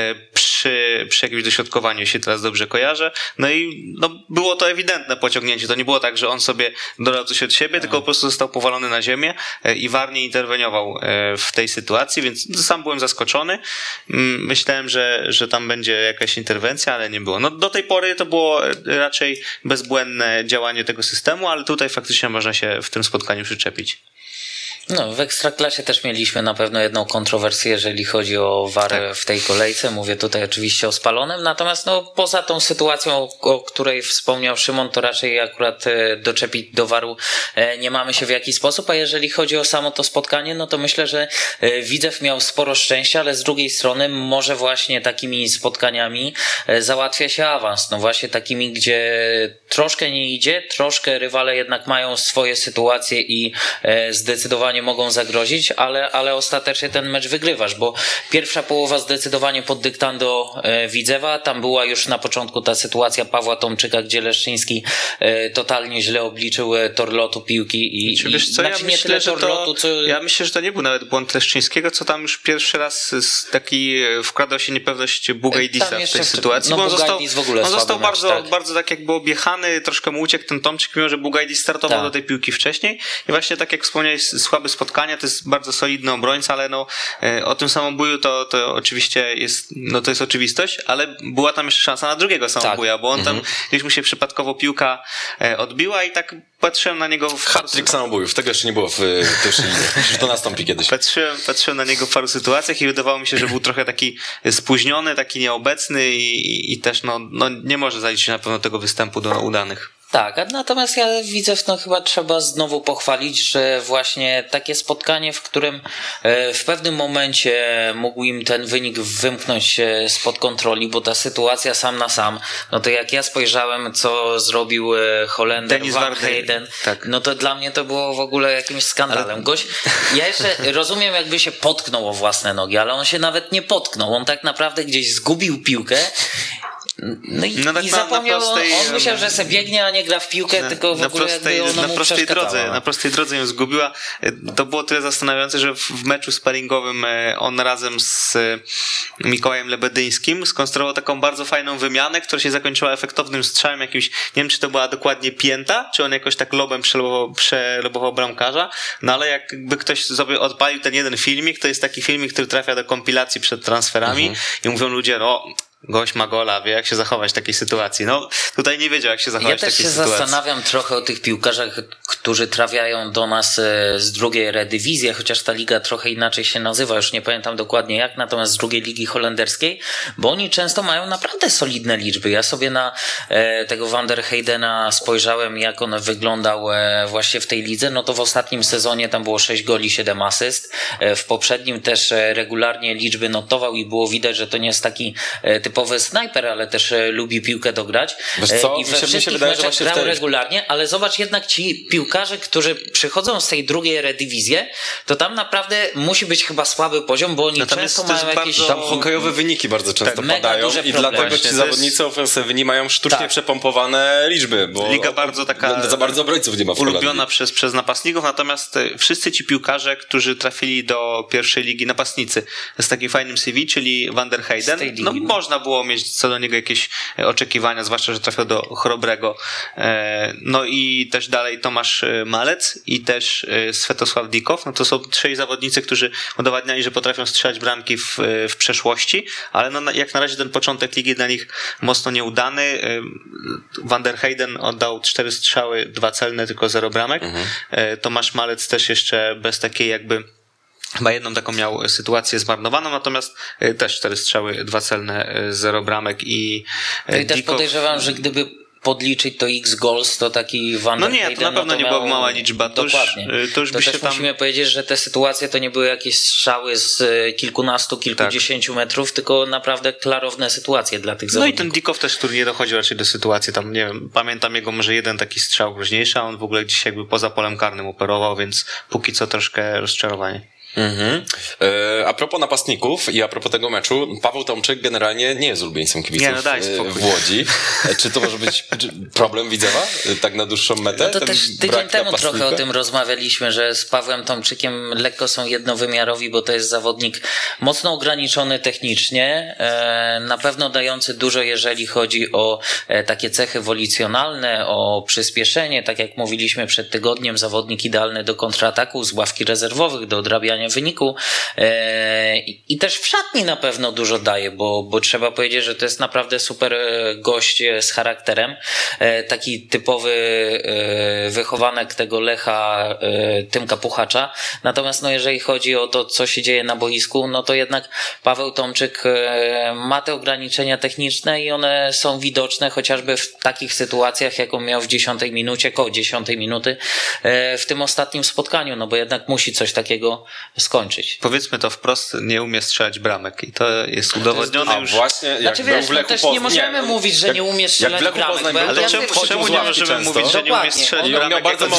przy jakimś dośrodkowaniu, jeśli teraz dobrze kojarzę. No i było to ewidentne pociągnięcie. To nie było tak, że on sobie dodał coś od siebie, tylko po prostu został powalony na ziemię i VAR nie interweniował w tej sytuacji, więc sam byłem zaskoczony. Myślałem, że tam będzie jakaś interwencja, ale nie było. No do tej pory to było raczej bezbłędne działanie tego systemu, ale tutaj faktycznie można się w tym spotkaniu przyczepić. No, w Ekstraklasie też mieliśmy na pewno jedną kontrowersję, jeżeli chodzi o VAR w tej kolejce. Mówię tutaj oczywiście o Spalonym, natomiast poza tą sytuacją, o której wspomniał Szymon, to raczej akurat doczepić do VAR-u nie mamy się w jakiś sposób, a jeżeli chodzi o samo to spotkanie, no to myślę, że Widzew miał sporo szczęścia, ale z drugiej strony może właśnie takimi spotkaniami załatwia się awans. No właśnie takimi, gdzie troszkę nie idzie, troszkę rywale jednak mają swoje sytuacje i zdecydowanie mogą zagrozić, ale ostatecznie ten mecz wygrywasz, bo pierwsza połowa zdecydowanie pod dyktando Widzewa, tam była już na początku ta sytuacja Pawła Tomczyka, gdzie Leszczyński totalnie źle obliczył tor lotu piłki i wiesz co, znaczy nie tyle tor lotu, co... Ja myślę, że to nie był nawet błąd Leszczyńskiego, co tam już pierwszy raz taki wkradał się niepewność Bugajdisa w tej sytuacji, bo on został bardzo tak jakby objechany, troszkę mu uciekł ten Tomczyk, mimo że Bugajdis startował do tej piłki wcześniej i właśnie tak jak wspomniałeś, słabe spotkania, to jest bardzo solidny obrońca, ale o tym samobuju to oczywiście jest, to jest oczywistość, ale była tam jeszcze szansa na drugiego samobuja, bo on tam gdzieś mu się przypadkowo piłka odbiła i tak patrzyłem na niego... Hat-trick samobójów, tego jeszcze nie było w pierwszej lidze, że to nastąpi kiedyś. Patrzyłem na niego w paru sytuacjach i wydawało mi się, że był trochę taki spóźniony, taki nieobecny i też nie może zaliczyć na pewno tego występu do udanych. Tak, natomiast ja widzę, chyba trzeba znowu pochwalić, że właśnie takie spotkanie, w którym w pewnym momencie mógł im ten wynik wymknąć spod kontroli, bo ta sytuacja sam na sam, no to jak ja spojrzałem, co zrobił Holender, Van Heyden, no to dla mnie to było w ogóle jakimś skandalem. Gość, ja jeszcze rozumiem, jakby się potknął o własne nogi, ale on się nawet nie potknął, on tak naprawdę gdzieś zgubił piłkę. I zapomniał, on myślał, że se biegnie, a nie gra w piłkę, tylko w ogóle jakby ona mu przeszkadzała. Na prostej drodze ją zgubiła. To było tyle zastanawiające, że w meczu sparingowym on razem z Mikołajem Lebedyńskim skonstruował taką bardzo fajną wymianę, która się zakończyła efektownym strzałem jakimś, nie wiem czy to była dokładnie pięta, czy on jakoś tak lobem przelobował bramkarza, no ale jakby ktoś sobie odpalił ten jeden filmik, to jest taki filmik, który trafia do kompilacji przed transferami i mówią ludzie, gość ma gola, wie jak się zachować w takiej sytuacji. Tutaj nie wiedział jak się zachować w takiej sytuacji. Ja też się zastanawiam trochę o tych piłkarzach, którzy trafiają do nas z drugiej Eredivisie, chociaż ta liga trochę inaczej się nazywa, już nie pamiętam dokładnie jak, natomiast z drugiej ligi holenderskiej, bo oni często mają naprawdę solidne liczby. Ja sobie na tego Van der Heydena spojrzałem, jak on wyglądał właśnie w tej lidze, no to w ostatnim sezonie tam było 6 goli, 7 asyst. W poprzednim też regularnie liczby notował i było widać, że to nie jest taki typowy snajper, ale też lubi piłkę dograć. Wiesz co? I we wszystkich meczach grał regularnie, ale zobacz jednak ci piłkarze, którzy przychodzą z tej drugiej Eredivisie, to tam naprawdę musi być chyba słaby poziom, bo oni często mają jakieś... Tam hokejowe wyniki bardzo często padają i dlatego ci zawodnicy ofensywni mają sztucznie przepompowane liczby, bo liga bardzo taka... Za bardzo obrońców nie ma w ulubiona przez napastników, natomiast wszyscy ci piłkarze, którzy trafili do pierwszej ligi napastnicy z takim fajnym CV, czyli Van der Heyden, można było mieć co do niego jakieś oczekiwania, zwłaszcza, że trafił do Chrobrego. No i też dalej Tomasz Malec i też Svetosław Dikow. No to są trzej zawodnicy, którzy udowadniali, że potrafią strzelać bramki w przeszłości, ale jak na razie ten początek ligi dla nich mocno nieudany. Van der Heyden oddał 4 strzały, 2 celne, tylko 0 bramek. Tomasz Malec też jeszcze bez takiej jakby Chyba jedną taką miał sytuację zmarnowaną, natomiast też 4 strzały, 2 celne, 0 bramek i no i też podejrzewam, że gdyby podliczyć to X goals, to taki Van der Heyden, to na pewno nie była mała liczba. Dokładnie. To już by się tam... musimy powiedzieć, że te sytuacje to nie były jakieś strzały z kilkunastu, kilkudziesięciu metrów, tylko naprawdę klarowne sytuacje dla tych zawodników. No i ten Dikow też, który nie dochodził raczej do sytuacji, tam nie wiem, pamiętam jego może jeden taki strzał groźniejszy, a on w ogóle gdzieś jakby poza polem karnym operował, więc póki co troszkę rozczarowanie. A propos napastników i a propos tego meczu, Paweł Tomczyk generalnie nie jest ulubieńcem kibiców w Łodzi. Czy to może być problem Widzewa? Tak na dłuższą metę? No to też tydzień temu trochę o tym rozmawialiśmy, że z Pawłem Tomczykiem lekko są jednowymiarowi, bo to jest zawodnik mocno ograniczony technicznie, na pewno dający dużo, jeżeli chodzi o takie cechy wolicjonalne, o przyspieszenie, tak jak mówiliśmy przed tygodniem, zawodnik idealny do kontrataku, z ławki rezerwowych, do odrabiania wyniku i też w szatni na pewno dużo daje, bo trzeba powiedzieć, że to jest naprawdę super gość z charakterem, taki typowy wychowanek tego Lecha, Tymka Puchacza. Natomiast jeżeli chodzi o to, co się dzieje na boisku, no to jednak Paweł Tomczyk ma te ograniczenia techniczne i one są widoczne chociażby w takich sytuacjach, jaką miał w 10 minucie, koło 10 minuty w tym ostatnim spotkaniu, no bo jednak musi coś takiego skończyć. Powiedzmy to wprost, nie umie strzelać bramek i to jest udowodnione już. Właśnie, jak znaczy wiesz, no też nie możemy mówić, że nie umie strzelać bramek. Ale czemu nie możemy mówić, że nie umie strzelać bramek?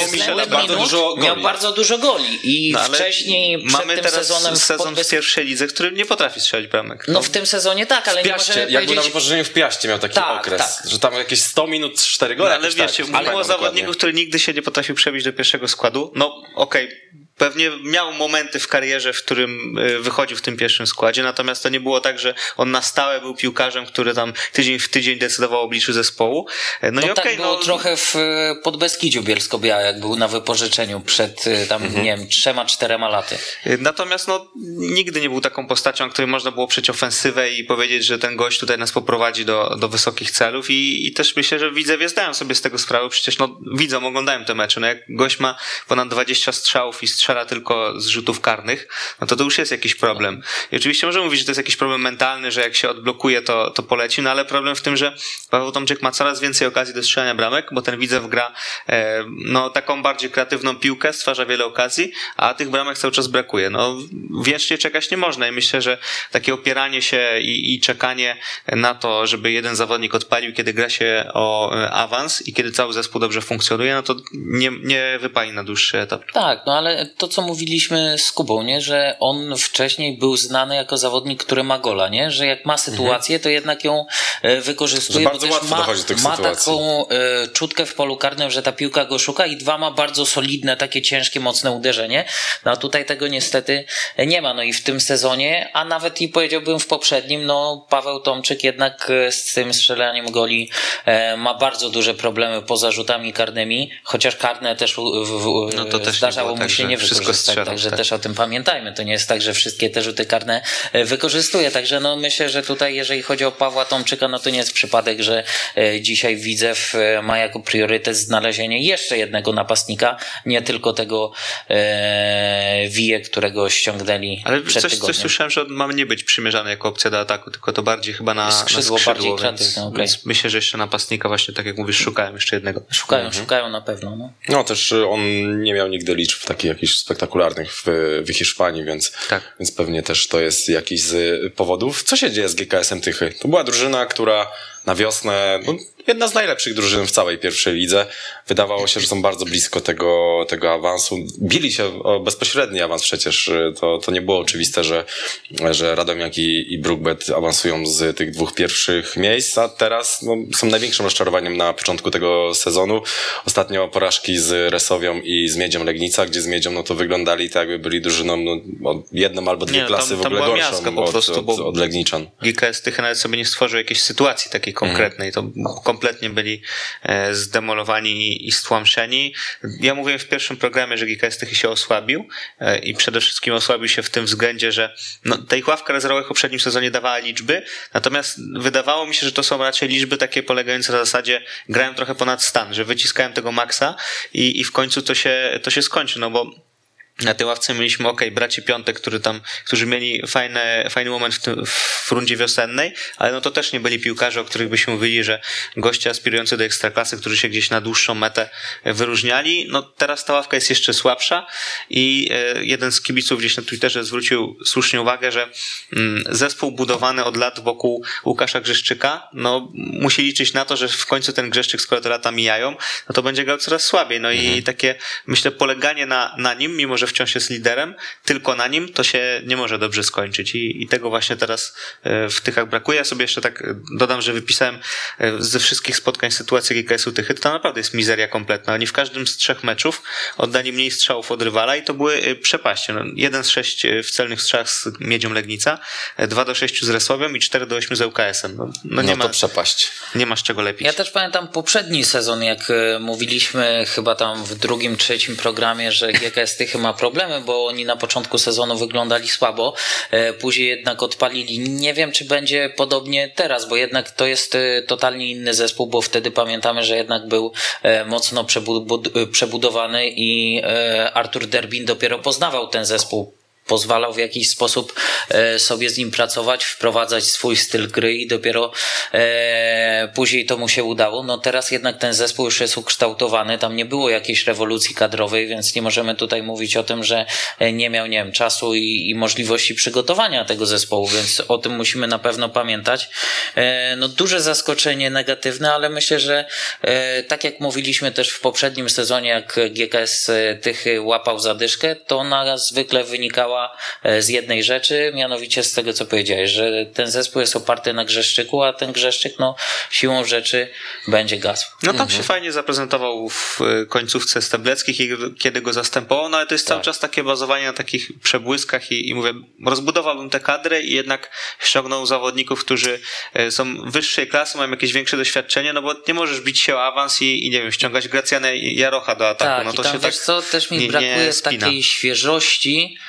Miał bardzo dużo goli i wcześniej mamy przed tym sezonem sezon w pierwszej lidze, który nie potrafi strzelać bramek. No w tym sezonie tak, ale nie możemy jak powiedzieć... był na wypożyczeniu w Piaście miał taki okres, że tam jakieś 100 minut, 4 gole. Ale wiecie, mówimy o zawodniku, który nigdy się nie potrafił przebić do pierwszego składu. No okej. Pewnie miał momenty w karierze, w którym wychodził w tym pierwszym składzie, natomiast to nie było tak, że on na stałe był piłkarzem, który tam tydzień w tydzień decydował o obliczu zespołu. No i tak było trochę w Podbeskidziu Bielsko-Biała, jak był na wypożyczeniu przed tam, nie wiem, 3-4 laty. Natomiast nigdy nie był taką postacią, której można było przeć ofensywę i powiedzieć, że ten gość tutaj nas poprowadzi do wysokich celów i też myślę, że widzowie zdają sobie z tego sprawę, przecież widzą, oglądają te mecze, jak gość ma ponad 20 strzałów i strzela tylko z rzutów karnych, no to już jest jakiś problem. I oczywiście możemy mówić, że to jest jakiś problem mentalny, że jak się odblokuje, to poleci, no ale problem w tym, że Paweł Tomczyk ma coraz więcej okazji do strzelania bramek, bo ten Widzew gra taką bardziej kreatywną piłkę, stwarza wiele okazji, a tych bramek cały czas brakuje. Wiecznie czekać nie można i myślę, że takie opieranie się i czekanie na to, żeby jeden zawodnik odpalił, kiedy gra się o awans i kiedy cały zespół dobrze funkcjonuje, no to nie wypali na dłuższy etap. Tak, ale to, co mówiliśmy z Kubą, nie? Że on wcześniej był znany jako zawodnik, który ma gola, nie? Że jak ma sytuację, to jednak ją wykorzystuje, że bardzo bo też dochodzi do tych ma sytuacji. taką czutkę w polu karnym, że ta piłka go szuka i ma bardzo solidne, takie ciężkie, mocne uderzenie. No a tutaj tego niestety nie ma. No i w tym sezonie, a nawet i powiedziałbym w poprzednim, Paweł Tomczyk jednak z tym strzelaniem goli ma bardzo duże problemy poza rzutami karnymi, chociaż karne też zdarzało mu się nie wykorzystać, także też o tym pamiętajmy. To nie jest tak, że wszystkie te rzuty karne wykorzystuje, także myślę, że tutaj jeżeli chodzi o Pawła Tomczyka, to nie jest przypadek, że dzisiaj Widzew ma jako priorytet znalezienie jeszcze jednego napastnika, nie tylko tego Wije, którego ściągnęli przed tygodniem. Coś słyszałem, że on ma nie być przymierzany jako opcja do ataku, tylko to bardziej chyba na skrzydło bardziej kreatywne, więc myślę, że jeszcze napastnika właśnie, tak jak mówisz, szukają jeszcze jednego. Szukają na pewno. No też on nie miał nigdy liczb takich jakichś spektakularnych w Hiszpanii, więc pewnie też to jest jakiś z powodów. Co się dzieje z GKS-em Tychy? To była drużyna, która na wiosnę, jedna z najlepszych drużyn w całej pierwszej lidze. Wydawało się, że są bardzo blisko tego awansu. Bili się o bezpośredni awans przecież. To nie było oczywiste, że Radomiak i Brookbet awansują z tych 2 pierwszych miejsc, a teraz są największym rozczarowaniem na początku tego sezonu. Ostatnio porażki z Resowią i z Miedzią Legnica, gdzie z Miedzią to wyglądali tak, jakby byli drużyną jedną albo dwie klasy w ogóle gorszą od Legniczan. GKS Tychy nawet sobie nie stworzył jakiejś sytuacji takiej konkretnej. To kompletnie byli zdemolowani i stłamszeni. Ja mówiłem w pierwszym programie, że GKS Tychy się osłabił i przede wszystkim osłabił się w tym względzie, że ta ich ławka rezerwowych w poprzednim sezonie dawała liczby, natomiast wydawało mi się, że to są raczej liczby takie polegające na zasadzie grają trochę ponad stan, że wyciskają tego maksa i w końcu to się skończy, bo Na tej ławce mieliśmy braci Piątek, którzy mieli fajny moment w rundzie wiosennej, ale no to też nie byli piłkarze, o których byśmy mówili, że goście aspirujący do Ekstraklasy, którzy się gdzieś na dłuższą metę wyróżniali. No teraz ta ławka jest jeszcze słabsza i jeden z kibiców gdzieś na Twitterze zwrócił słusznie uwagę, że zespół budowany od lat wokół Łukasza Grzeszczyka, no musi liczyć na to, że w końcu ten Grzeszczyk, skoro te lata mijają, no to będzie grał coraz słabiej. No i takie, myślę, poleganie na nim, mimo że wciąż jest liderem, tylko na nim, to się nie może dobrze skończyć i tego właśnie teraz w Tychach brakuje. Ja sobie jeszcze tak dodam, że wypisałem ze wszystkich spotkań sytuację GKS-u Tychy, to naprawdę jest mizeria kompletna. Oni w każdym z 3 meczów oddali mniej strzałów od rywala i to były przepaście. 1 z 6 w celnych strzałach z Miedzią Legnica, 2 do 6 z Resławiem i 4 do 8 z ŁKS-em. No nie ma, to przepaść. Nie ma z czego lepić. Ja też pamiętam poprzedni sezon, jak mówiliśmy chyba tam w 2., 3. programie, że GKS Tychy ma problemy, bo oni na początku sezonu wyglądali słabo, później jednak odpalili. Nie wiem, czy będzie podobnie teraz, bo jednak to jest totalnie inny zespół, bo wtedy pamiętamy, że jednak był mocno przebudowany i Artur Derbin dopiero poznawał ten zespół. Pozwalał w jakiś sposób sobie z nim pracować, wprowadzać swój styl gry i dopiero później to mu się udało. No teraz jednak ten zespół już jest ukształtowany, tam nie było jakiejś rewolucji kadrowej, więc nie możemy tutaj mówić o tym, że nie miał, nie wiem, czasu i możliwości przygotowania tego zespołu, więc o tym musimy na pewno pamiętać. No duże zaskoczenie negatywne, ale myślę, że tak jak mówiliśmy też w poprzednim sezonie, jak GKS Tychy łapał zadyszkę, to ona zwykle wynikała z jednej rzeczy, mianowicie z tego, co powiedziałeś, że ten zespół jest oparty na Grzeszczyku, a ten Grzeszczyk, no, siłą rzeczy będzie gasł. No tam się fajnie zaprezentował w końcówce Stebleckich, kiedy go zastępował, no ale to jest cały czas takie bazowanie na takich przebłyskach i mówię, rozbudowałbym tę kadrę i jednak ściągnął zawodników, którzy są wyższej klasy, mają jakieś większe doświadczenie, no bo nie możesz bić się o awans i nie wiem, ściągać Gracjana Jarocha do ataku. Tak, no to i tam się wiesz tak co, też mi brakuje takiej świeżości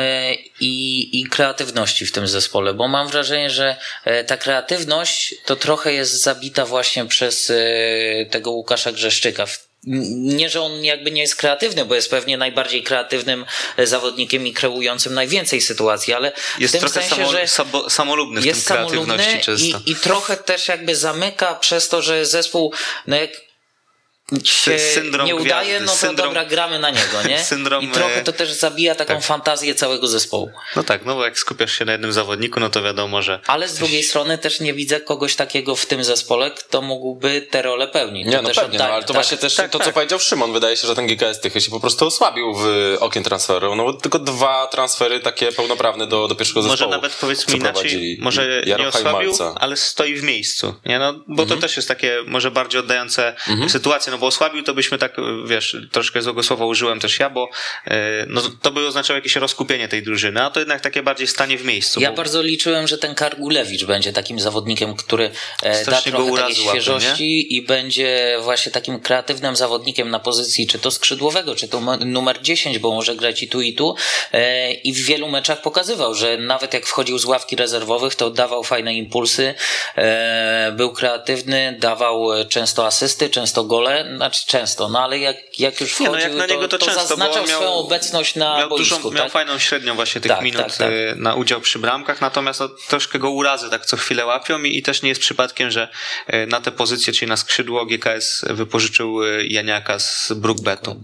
i kreatywności w tym zespole, bo mam wrażenie, że ta kreatywność to trochę jest zabita właśnie przez tego Łukasza Grzeszczyka. Nie, że on jakby nie jest kreatywny, bo jest pewnie najbardziej kreatywnym zawodnikiem i kreującym najwięcej sytuacji, ale jest w tym trochę sensie, że samolubny w jest tym kreatywności często. I trochę też jakby zamyka przez to, że zespół, no jak się nie udaje, no to dobra, gramy na niego, nie? I trochę to też zabija taką fantazję całego zespołu. No tak, no bo jak skupiasz się na jednym zawodniku, no to wiadomo, że... Ale z drugiej strony też nie widzę kogoś takiego w tym zespole, kto mógłby tę rolę pełnić. Nie, no też pewnie, ale to właśnie też to, co powiedział Szymon, wydaje się, że ten GKS Tychy się po prostu osłabił w okien transferu, no bo tylko 2 transfery takie pełnoprawne do pierwszego zespołu. Może nawet powiedzmy inaczej, może nie osłabił, ale stoi w miejscu, nie? No, bo to też jest takie może bardziej oddające sytuację, no bo osłabił to byśmy tak, wiesz, troszkę złego słowa użyłem też ja, bo no, to by oznaczało jakieś rozkupienie tej drużyny, a to jednak takie bardziej stanie w miejscu. Ja bardzo liczyłem, że ten Kargulewicz będzie takim zawodnikiem, który da trochę takiej świeżości i będzie właśnie takim kreatywnym zawodnikiem na pozycji czy to skrzydłowego, czy to numer 10, bo może grać i tu i w wielu meczach pokazywał, że nawet jak wchodził z ławki rezerwowych, to dawał fajne impulsy, był kreatywny, dawał często asysty, często gole, często, no ale jak już wchodził, jak na niego to często, zaznaczał swoją obecność na boisku. Miał fajną średnią właśnie tych minut na udział przy bramkach, natomiast no, troszkę go urazy tak co chwilę łapią i też nie jest przypadkiem, że na tę pozycję, czyli na skrzydło GKS wypożyczył Janiaka z Brookbetu.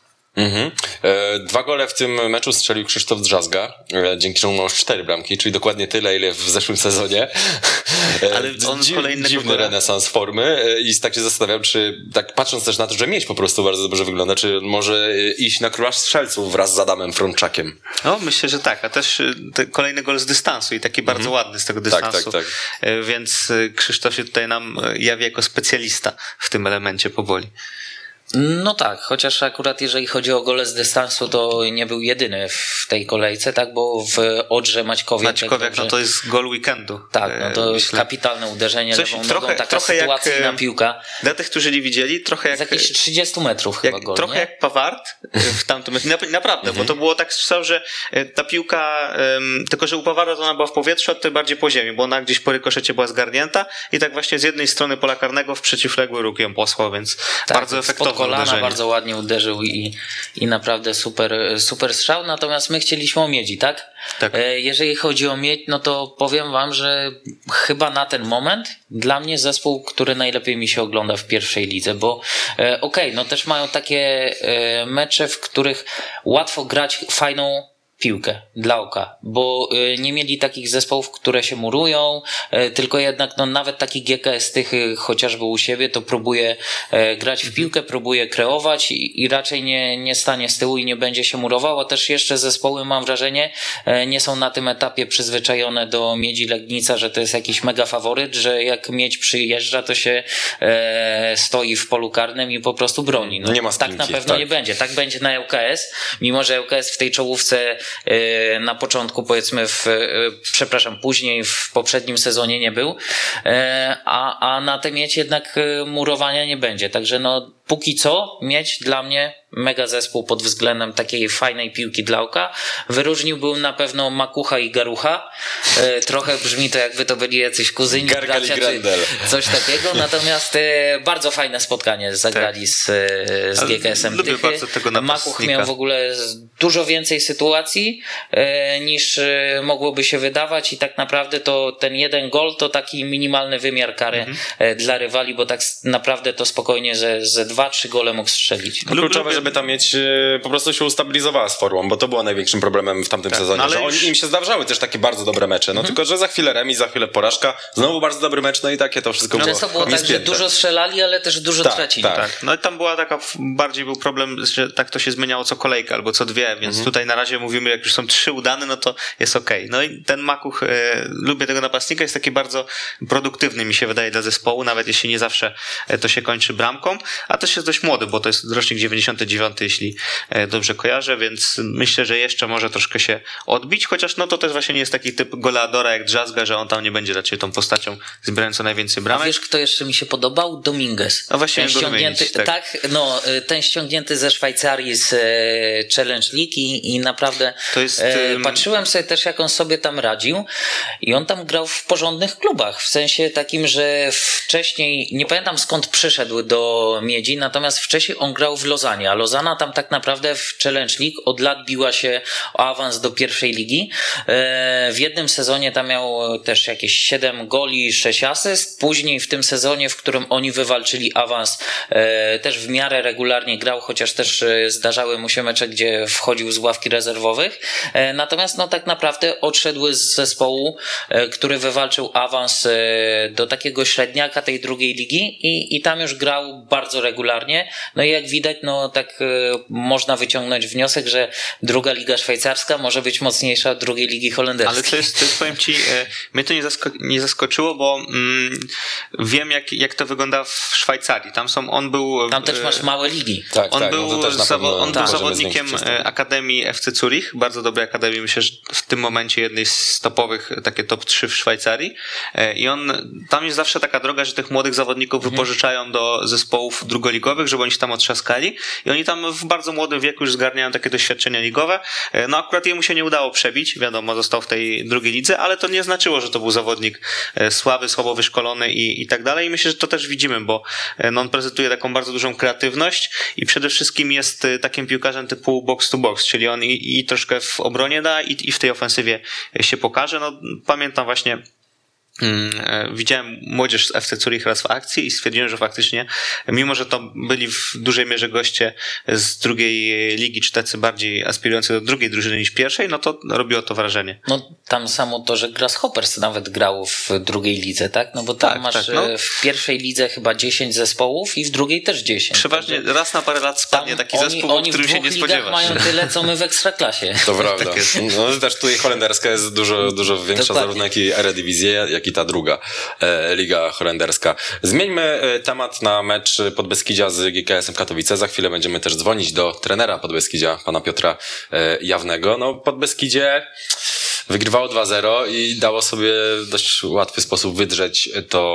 2 gole w tym meczu strzelił Krzysztof Drzazga, dzięki czemu ma już 4 bramki, czyli dokładnie tyle, ile w zeszłym sezonie. Ale on dziwny renesans formy i tak się zastanawiam, czy tak patrząc też na to, że mieć po prostu bardzo dobrze wygląda, czy może iść na króla strzelców wraz z Adamem Frączakiem. No, myślę, że tak, a też kolejny gol z dystansu i taki bardzo ładny z tego dystansu. Tak. Więc Krzysztof się tutaj nam jawi jako specjalista w tym elemencie powoli. No tak, chociaż akurat jeżeli chodzi o gole z dystansu, to nie był jedyny w tej kolejce, tak, bo w Odrze Maćkowiak, no to jest gol weekendu. Tak, no to jest kapitalne uderzenie lewą nogą, taka sytuacyjna piłka. Dla tych, którzy nie widzieli, trochę jak... Z jakichś 30 metrów chyba gol, trochę nie? jak Pawart w tamtym... Naprawdę, bo to było tak strzał, że ta piłka, tylko że u Pawarta to ona była w powietrzu, a tutaj bardziej po ziemi, bo ona gdzieś po rykoszecie była zgarnięta i tak właśnie z jednej strony pola karnego w przeciwległy róg ją posłał, więc bardzo efektownie. kolana uderzenie. bardzo ładnie uderzył i naprawdę super strzał. Natomiast my chcieliśmy o Miedzi, tak? Tak. Jeżeli chodzi o Miedź, no to powiem wam, że chyba na ten moment dla mnie zespół, który najlepiej mi się ogląda w pierwszej lidze, bo no też mają takie mecze, w których łatwo grać fajną piłkę dla oka, bo nie mieli takich zespołów, które się murują, tylko jednak no nawet taki GKS Tychy chociażby u siebie to próbuje grać w piłkę, próbuje kreować i raczej nie stanie z tyłu i nie będzie się murowało. Też jeszcze zespoły, mam wrażenie, nie są na tym etapie przyzwyczajone do Miedzi Legnica, że to jest jakiś mega faworyt, że jak Miedź przyjeżdża, to się stoi w polu karnym i po prostu broni. No, Nie ma tak spinki, na pewno tak. nie będzie. Tak będzie na ŁKS, mimo że ŁKS w tej czołówce na początku, powiedzmy później w poprzednim sezonie nie był, a na tym Miedź jednak murowania nie będzie. Także no póki co Miedź dla mnie mega zespół pod względem takiej fajnej piłki dla oka. Wyróżniłbym na pewno Makucha i Garucha. Trochę brzmi to jakby to byli jacyś kuzyni, Gargal i bracia, czy Grendel. coś takiego. Natomiast bardzo fajne spotkanie zagrali z GKS-em lubię Tychy. bardzo tego napastnika. Makuch miał w ogóle dużo więcej sytuacji niż mogłoby się wydawać i tak naprawdę to ten jeden gol to taki minimalny wymiar kary dla rywali, bo tak naprawdę to spokojnie ze 2-3 gole mógł strzelić. No, kluczowe, żeby ta Miedź po prostu się ustabilizowała z formą, bo to było największym problemem w tamtym sezonie, no ale że już- im się zdarzały też takie bardzo dobre mecze, no tylko, że za chwilę remis, za chwilę porażka, znowu bardzo dobry mecz, no i takie to wszystko Często było tak, że niespięte. dużo strzelali, ale też dużo Tak, tracili. tak. Tak, no i tam była bardziej był problem, że tak to się zmieniało co kolejkę albo co dwie, więc tutaj na razie mówimy, jak już są 3 udane, no to jest okej. No i ten Makuch, lubię tego napastnika, jest taki bardzo produktywny, mi się wydaje, dla zespołu, nawet jeśli nie zawsze to się kończy bramką, a też jest dość młody, bo to jest rocznik 99, jeśli dobrze kojarzę, więc myślę, że jeszcze może troszkę się odbić, chociaż no to też właśnie nie jest taki typ goleadora jak Drzazga, że on tam nie będzie raczej tą postacią zbierającą najwięcej A bramek. wiesz, kto jeszcze mi się podobał? Dominguez. No właśnie Ten go ściągnięty, wymienić, tak. ten ściągnięty ze Szwajcarii z Challenge League i naprawdę To jest, patrzyłem sobie też, jak on sobie tam radził i on tam grał w porządnych klubach, w sensie takim, że wcześniej, nie pamiętam skąd przyszedł do Miedzi, natomiast wcześniej on grał w Lozanie, a Lozana tam tak naprawdę w Challenge League od lat biła się o awans do pierwszej ligi. W jednym sezonie tam miał też jakieś 7 goli, 6 asyst. Później w tym sezonie, w którym oni wywalczyli awans, też w miarę regularnie grał, chociaż też zdarzały mu się mecze, gdzie wchodził z ławki rezerwowych. Natomiast no tak naprawdę odszedł z zespołu, który wywalczył awans do takiego średniaka tej drugiej ligi i tam już grał bardzo regularnie. No i jak widać, no tak można wyciągnąć wniosek, że druga liga szwajcarska może być mocniejsza od drugiej ligi holenderskiej. Ale to jest powiem ci, mnie to nie zaskoczyło, bo wiem jak to wygląda w Szwajcarii. Tam też masz małe ligi. Tak, On tak, był, no to też na pewno on był możemy zawodnikiem zwiększyć przystęp. Akademii FC Zurich, bardzo dobrej akademii, myślę, że w tym momencie jednej z topowych, takie top 3 w Szwajcarii. I tam jest zawsze taka droga, że tych młodych zawodników wypożyczają do zespołów drugoligowych, żeby oni się tam otrzaskali i oni tam w bardzo młodym wieku już zgarniają takie doświadczenia ligowe. No akurat jemu się nie udało przebić, wiadomo, został w tej drugiej lidze, ale to nie znaczyło, że to był zawodnik słaby, słabo wyszkolony i tak dalej. I myślę, że to też widzimy, bo on prezentuje taką bardzo dużą kreatywność i przede wszystkim jest takim piłkarzem typu box to box, czyli on i troszkę w obronie da i w tej ofensywie się pokaże. No pamiętam właśnie, widziałem młodzież z FC Zurich raz w akcji i stwierdziłem, że faktycznie, mimo że to byli w dużej mierze goście z drugiej ligi, czy tacy bardziej aspirujący do drugiej drużyny niż pierwszej, no to robiło to wrażenie. No tam samo to, że Grasshoppers nawet grał w drugiej lidze, tak? No bo tam masz w pierwszej lidze chyba 10 zespołów i w drugiej też 10. Przeważnie Także raz na parę lat spadnie taki zespół, o którym się nie spodziewasz. mają tyle, co my w Ekstraklasie. To prawda. Tak jest. No też tutaj holenderska jest dużo większa, Dokładnie. zarówno jak i Eredivisie, jak i ta druga liga holenderska. Zmieńmy temat na mecz Podbeskidzia z GKS-em Katowice. Za chwilę będziemy też dzwonić do trenera Podbeskidzia, pana Piotra Jawnego. No Podbeskidzie wygrywało 2-0 i dało sobie w dość łatwy sposób wydrzeć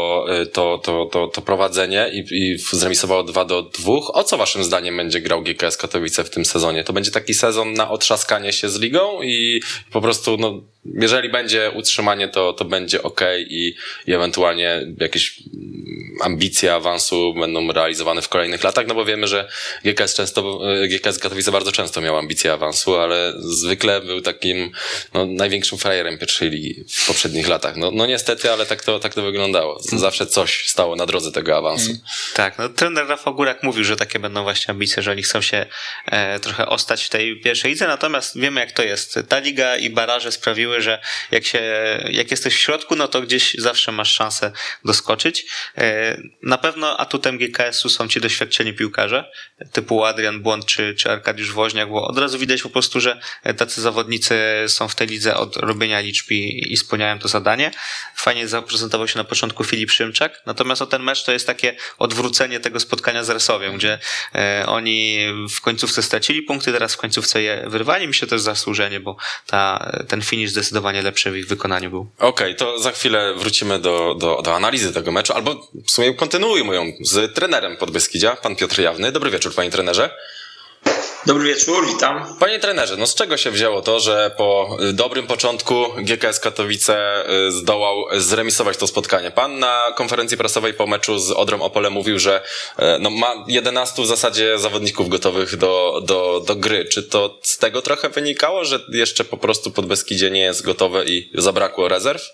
to prowadzenie i zremisowało 2-2. O co waszym zdaniem będzie grał GKS Katowice w tym sezonie? To będzie taki sezon na otrzaskanie się z ligą i po prostu, no, jeżeli będzie utrzymanie, to będzie okej i ewentualnie jakieś ambicje awansu będą realizowane w kolejnych latach, no bo wiemy, że GKS Katowice bardzo często miał ambicje awansu, ale zwykle był takim największym frajerem pierwszej ligi w poprzednich latach. No niestety, ale tak to wyglądało. Zawsze coś stało na drodze tego awansu. Tak, trener Rafał Górak mówił, że takie będą właśnie ambicje, że oni chcą się trochę ostać w tej pierwszej lidze, natomiast wiemy jak to jest. Ta liga i baraże sprawiły, że jak jesteś w środku, no to gdzieś zawsze masz szansę doskoczyć. Na pewno atutem GKS-u są ci doświadczeni piłkarze, typu Adrian Błąd czy Arkadiusz Woźniak, bo od razu widać po prostu, że tacy zawodnicy są w tej lidze od robienia liczb i spełniają to zadanie. Fajnie zaprezentował się na początku Filip Szymczak, natomiast ten mecz to jest takie odwrócenie tego spotkania z Resowiem, gdzie oni w końcówce stracili punkty, teraz w końcówce je wyrwali. Mi się też zasłużenie, bo ten finish zdecydowanie lepszy w ich wykonaniu był. Okej, to za chwilę wrócimy do analizy tego meczu, albo w sumie kontynuujmy ją z trenerem Podbeskidzia, pan Piotr Jawny. Dobry wieczór, panie trenerze. Dobry wieczór, witam. Panie trenerze, z czego się wzięło to, że po dobrym początku GKS Katowice zdołał zremisować to spotkanie? Pan na konferencji prasowej po meczu z Odrą Opole mówił, że ma 11 w zasadzie zawodników gotowych do gry. Czy to z tego trochę wynikało, że jeszcze po prostu Podbeskidzie nie jest gotowe i zabrakło rezerw?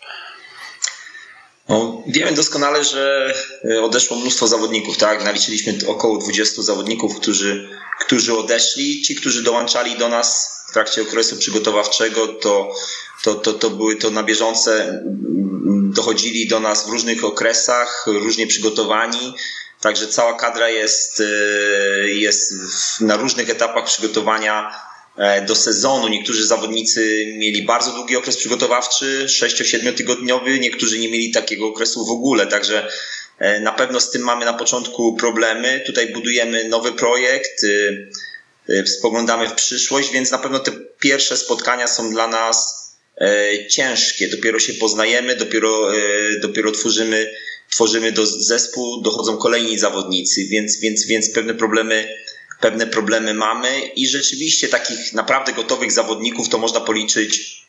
Wiemy doskonale, że odeszło mnóstwo zawodników, tak? Naliczyliśmy około 20 zawodników, którzy odeszli. Ci, którzy dołączali do nas w trakcie okresu przygotowawczego, to były to na bieżące, dochodzili do nas w różnych okresach, różnie przygotowani. Także cała kadra jest na różnych etapach przygotowania do sezonu. Niektórzy zawodnicy mieli bardzo długi okres przygotowawczy, 6-7 tygodniowy, niektórzy nie mieli takiego okresu w ogóle, także na pewno z tym mamy na początku problemy. Tutaj budujemy nowy projekt, spoglądamy w przyszłość, więc na pewno te pierwsze spotkania są dla nas ciężkie. Dopiero się poznajemy, dopiero tworzymy zespół, dochodzą kolejni zawodnicy, więc pewne problemy mamy i rzeczywiście takich naprawdę gotowych zawodników to można policzyć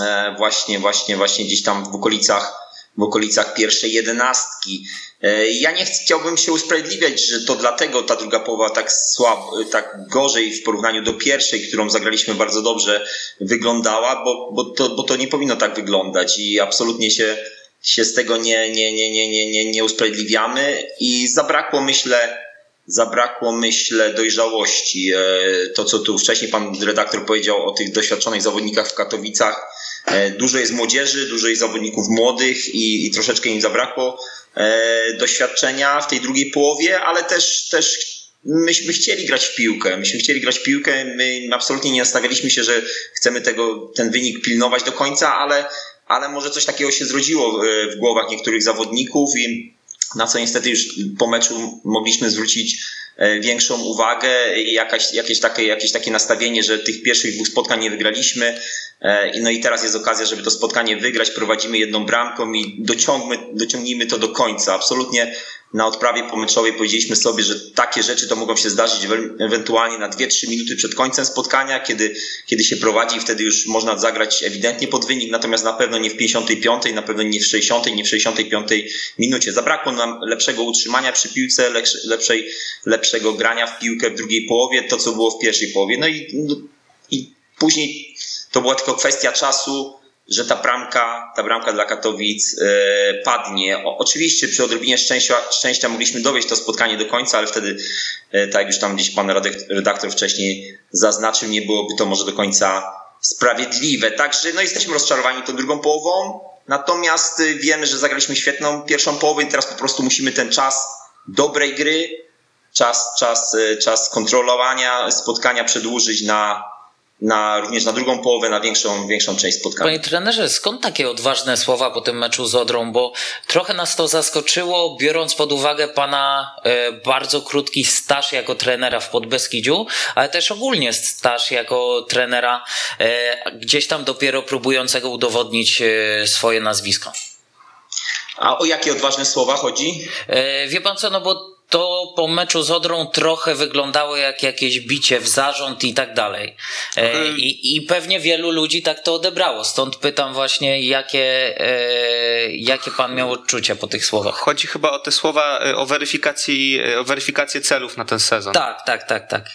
właśnie gdzieś tam w okolicach pierwszej 11. Ja nie chciałbym się usprawiedliwiać, że to dlatego ta druga połowa tak gorzej w porównaniu do pierwszej, którą zagraliśmy bardzo dobrze, wyglądała, bo to nie powinno tak wyglądać i absolutnie się z tego nie usprawiedliwiamy i zabrakło, myślę, dojrzałości. To, co tu wcześniej pan redaktor powiedział o tych doświadczonych zawodnikach w Katowicach. Dużo jest młodzieży, dużo jest zawodników młodych i troszeczkę im zabrakło doświadczenia w tej drugiej połowie, ale też myśmy chcieli grać w piłkę. My absolutnie nie nastawialiśmy się, że chcemy ten wynik pilnować do końca, ale może coś takiego się zrodziło w głowach niektórych zawodników i na co niestety już po meczu mogliśmy zwrócić większą uwagę i jakieś takie nastawienie, że tych pierwszych 2 spotkań nie wygraliśmy. No i teraz jest okazja, żeby to spotkanie wygrać. Prowadzimy 1 bramką i dociągnijmy to do końca. Absolutnie na odprawie pomeczowej powiedzieliśmy sobie, że takie rzeczy to mogą się zdarzyć ewentualnie na 2-3 minuty przed końcem spotkania, kiedy się prowadzi i wtedy już można zagrać ewidentnie pod wynik, natomiast na pewno nie w 55, na pewno nie w 60, nie w 65 minucie. Zabrakło nam lepszego utrzymania przy piłce, lepszego grania w piłkę w drugiej połowie, to co było w pierwszej połowie. No i później to była tylko kwestia czasu, że ta bramka dla Katowic padnie. Oczywiście przy odrobinie szczęścia mogliśmy dowieść to spotkanie do końca, ale wtedy, tak jak już tam gdzieś pan redaktor wcześniej zaznaczył, nie byłoby to może do końca sprawiedliwe. Także jesteśmy rozczarowani tą drugą połową, natomiast wiemy, że zagraliśmy świetną pierwszą połowę i teraz po prostu musimy ten czas dobrej gry, czas kontrolowania spotkania przedłużyć również na drugą połowę, na większą część spotkania. Panie trenerze, skąd takie odważne słowa po tym meczu z Odrą? Bo trochę nas to zaskoczyło, biorąc pod uwagę pana bardzo krótki staż jako trenera w Podbeskidziu, ale też ogólnie staż jako trenera gdzieś tam dopiero próbującego udowodnić swoje nazwisko. A o jakie odważne słowa chodzi? Wie pan co, bo to po meczu z Odrą trochę wyglądało jak jakieś bicie w zarząd i tak dalej. I pewnie wielu ludzi tak to odebrało. Stąd pytam właśnie, jakie pan miał odczucia po tych słowach? Chodzi chyba o te słowa o weryfikację celów na ten sezon. Tak.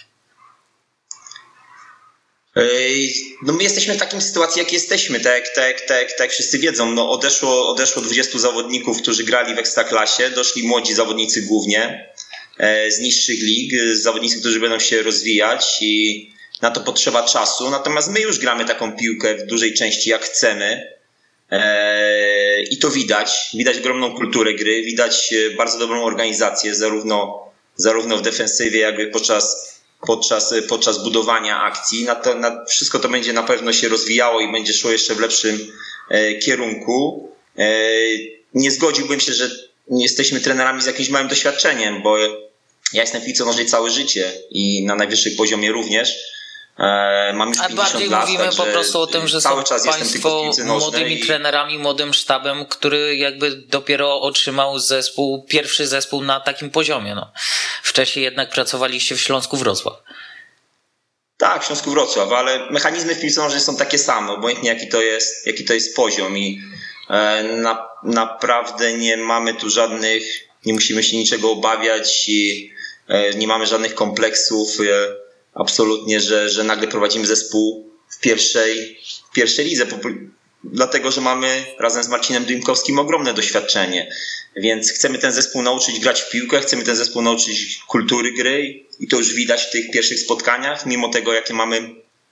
No my jesteśmy w takiej sytuacji, jak jesteśmy, tak wszyscy wiedzą. No odeszło 20 zawodników, którzy grali w Ekstraklasie, doszli młodzi zawodnicy głównie z niższych lig, zawodnicy, którzy będą się rozwijać i na to potrzeba czasu. Natomiast my już gramy taką piłkę w dużej części jak chcemy i to widać ogromną kulturę gry, widać bardzo dobrą organizację zarówno w defensywie, jakby podczas budowania akcji. Wszystko to będzie na pewno się rozwijało i będzie szło jeszcze w lepszym kierunku. Nie zgodziłbym się, że nie jesteśmy trenerami z jakimś małym doświadczeniem, bo ja jestem w piłce nożnej całe życie i na najwyższym poziomie również. Mam już 50 bardziej lat, mówimy po prostu o tym, że są państwo młodymi trenerami, młodym sztabem, który jakby dopiero otrzymał pierwszy zespół na takim poziomie. No. Wcześniej jednak pracowaliście w Śląsku Wrocław. Tak, w Śląsku Wrocław, ale mechanizmy w piłce nożnej są takie same, obojętnie jaki to jest poziom i naprawdę nie mamy tu nie musimy się niczego obawiać i nie mamy żadnych kompleksów. Absolutnie, że nagle prowadzimy zespół w pierwszej lidze, dlatego że mamy razem z Marcinem Dymkowskim ogromne doświadczenie, więc chcemy ten zespół nauczyć grać w piłkę, chcemy ten zespół nauczyć kultury gry i to już widać w tych pierwszych spotkaniach, mimo tego jakie mamy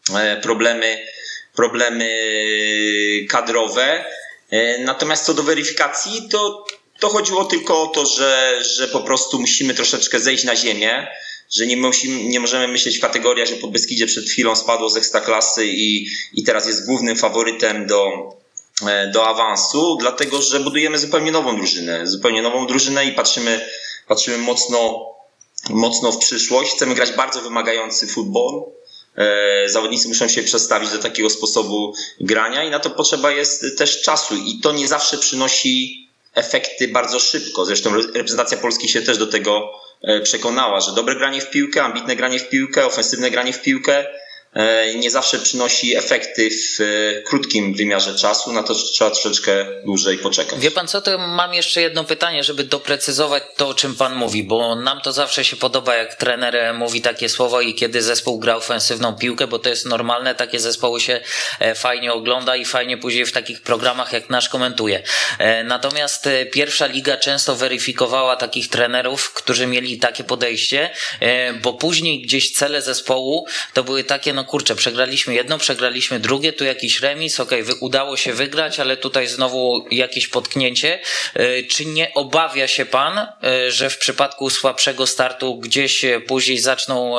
problemy kadrowe. Natomiast co do weryfikacji, to chodziło tylko o to, że po prostu musimy troszeczkę zejść na ziemię, że nie możemy myśleć w kategoriach, że Podbeskidzie przed chwilą spadło z Ekstraklasy i teraz jest głównym faworytem do awansu, dlatego że budujemy zupełnie nową drużynę i patrzymy mocno w przyszłość. Chcemy grać bardzo wymagający futbol. Zawodnicy muszą się przestawić do takiego sposobu grania i na to potrzeba jest też czasu i to nie zawsze przynosi efekty bardzo szybko. Zresztą reprezentacja Polski się też do tego przekonała, że dobre granie w piłkę, ambitne granie w piłkę, ofensywne granie w piłkę nie zawsze przynosi efekty w krótkim wymiarze czasu, na to trzeba troszeczkę dłużej poczekać. Wie pan co, to mam jeszcze jedno pytanie, żeby doprecyzować to, o czym pan mówi, bo nam to zawsze się podoba, jak trener mówi takie słowa i kiedy zespół gra ofensywną piłkę, bo to jest normalne, takie zespoły się fajnie ogląda i fajnie później w takich programach jak nasz komentuje. Natomiast pierwsza liga często weryfikowała takich trenerów, którzy mieli takie podejście, bo później gdzieś cele zespołu to były takie, no kurczę, przegraliśmy jedno, przegraliśmy drugie, tu jakiś remis, udało się wygrać, ale tutaj znowu jakieś potknięcie. Czy nie obawia się pan, że w przypadku słabszego startu gdzieś później zaczną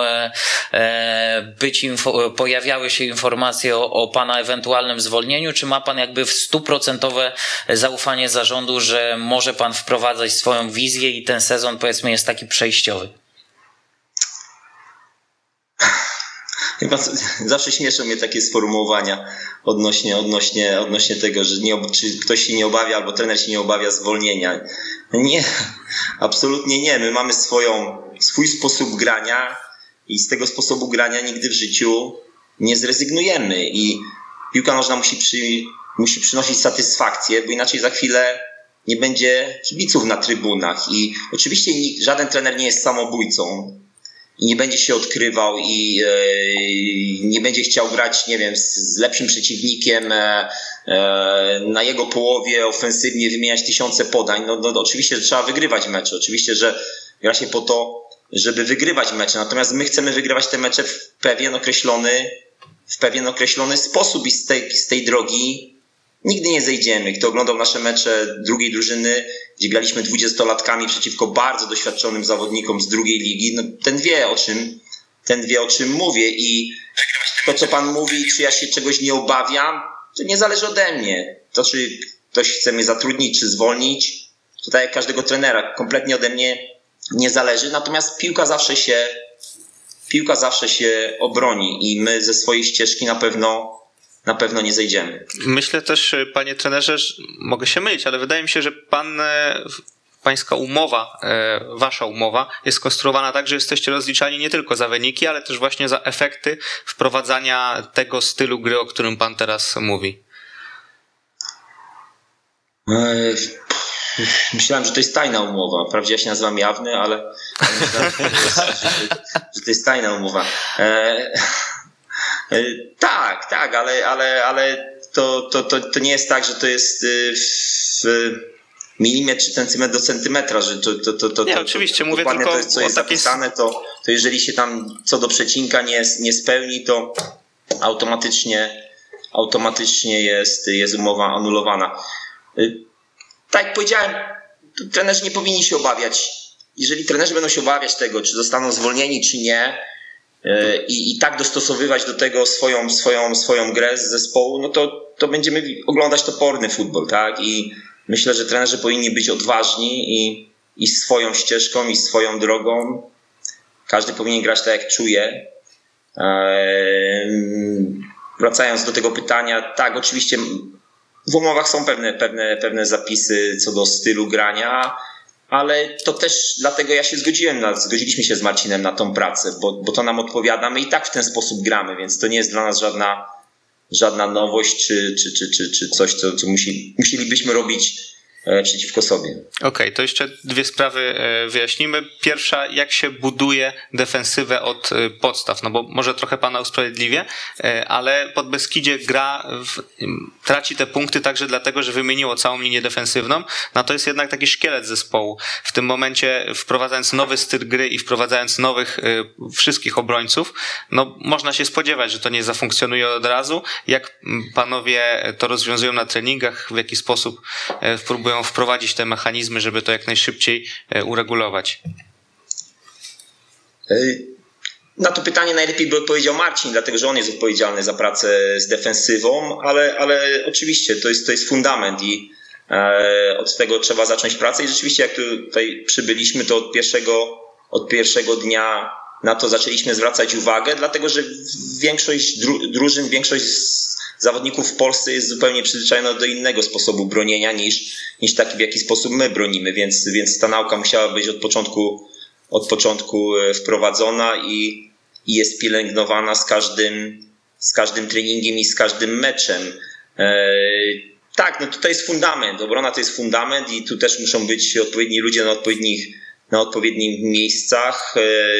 pojawiały się informacje o pana ewentualnym zwolnieniu? Czy ma pan jakby w 100% zaufanie zarządu, że może pan wprowadzać swoją wizję i ten sezon, powiedzmy, jest taki przejściowy? Chyba zawsze śmieszą mnie takie sformułowania odnośnie tego, że czy ktoś się nie obawia albo trener się nie obawia zwolnienia. Nie, absolutnie nie. My mamy swój sposób grania i z tego sposobu grania nigdy w życiu nie zrezygnujemy i piłka nożna musi przynosić satysfakcję, bo inaczej za chwilę nie będzie kibiców na trybunach i oczywiście żaden trener nie jest samobójcą i nie będzie się odkrywał i nie będzie chciał grać, nie wiem, z lepszym przeciwnikiem na jego połowie, ofensywnie wymieniać tysiące podań. No oczywiście, że trzeba wygrywać mecze. Oczywiście, że gra się po to, żeby wygrywać mecze. Natomiast my chcemy wygrywać te mecze w pewien określony sposób i z tej drogi nigdy nie zejdziemy. Kto oglądał nasze mecze drugiej drużyny, gdzie graliśmy 20-latkami przeciwko bardzo doświadczonym zawodnikom z drugiej ligi, no ten wie o czym mówię i to, co pan mówi, czy ja się czegoś nie obawiam, to nie zależy ode mnie. To, czy ktoś chce mnie zatrudnić, czy zwolnić, to tak jak każdego trenera, kompletnie ode mnie nie zależy, natomiast piłka zawsze się obroni i my ze swojej ścieżki na pewno nie zejdziemy. Myślę też, panie trenerze, że mogę się mylić, ale wydaje mi się, że pan pańska umowa, wasza umowa jest konstruowana tak, że jesteście rozliczani nie tylko za wyniki, ale też właśnie za efekty wprowadzania tego stylu gry, o którym pan teraz mówi. Myślałem, że to jest tajna umowa. Wprawdzie ja się nazywam Jawny, ale myślałem, że to jest tajna umowa. Tak, ale to nie jest tak, że to jest w milimetr czy centymetr do centymetra, że to nie, oczywiście, mówię tylko to jest, co jest zapisane, to jeżeli się tam co do przecinka nie spełni, to automatycznie jest umowa anulowana. Tak jak powiedziałem, trenerzy nie powinni się obawiać. Jeżeli trenerzy będą się obawiać tego, czy zostaną zwolnieni, czy nie, i tak dostosowywać do tego swoją grę z zespołu, no to będziemy oglądać toporny futbol, tak? I myślę, że trenerzy powinni być odważni i swoją ścieżką, i swoją drogą. Każdy powinien grać tak, jak czuje. Wracając do tego pytania, tak, oczywiście w umowach są pewne zapisy co do stylu grania, ale to też dlatego ja się zgodziliśmy się z Marcinem na tą pracę, bo to nam odpowiada, my i tak w ten sposób gramy, więc to nie jest dla nas żadna nowość czy coś, co musielibyśmy robić przeciwko sobie. Okej, to jeszcze dwie sprawy wyjaśnimy. Pierwsza, jak się buduje defensywę od podstaw, no bo może trochę pana usprawiedliwię, ale Podbeskidzie traci te punkty także dlatego, że wymieniło całą linię defensywną, no to jest jednak taki szkielet zespołu. W tym momencie wprowadzając nowy styl gry i wprowadzając nowych wszystkich obrońców, no można się spodziewać, że to nie zafunkcjonuje od razu. Jak panowie to rozwiązują na treningach, w jaki sposób próbują wprowadzić te mechanizmy, żeby to jak najszybciej uregulować? Na to pytanie najlepiej by odpowiedział Marcin, dlatego że on jest odpowiedzialny za pracę z defensywą, ale oczywiście to jest fundament i od tego trzeba zacząć pracę i rzeczywiście jak tutaj przybyliśmy, to od pierwszego dnia na to zaczęliśmy zwracać uwagę, dlatego że większość drużyn, większość zawodników w Polsce jest zupełnie przyzwyczajona do innego sposobu bronienia niż taki, w jaki sposób my bronimy, więc ta nauka musiała być od początku wprowadzona i jest pielęgnowana z każdym treningiem i z każdym meczem. Tak, no to jest fundament, obrona to jest fundament i tu też muszą być odpowiedni ludzie na odpowiednich miejscach.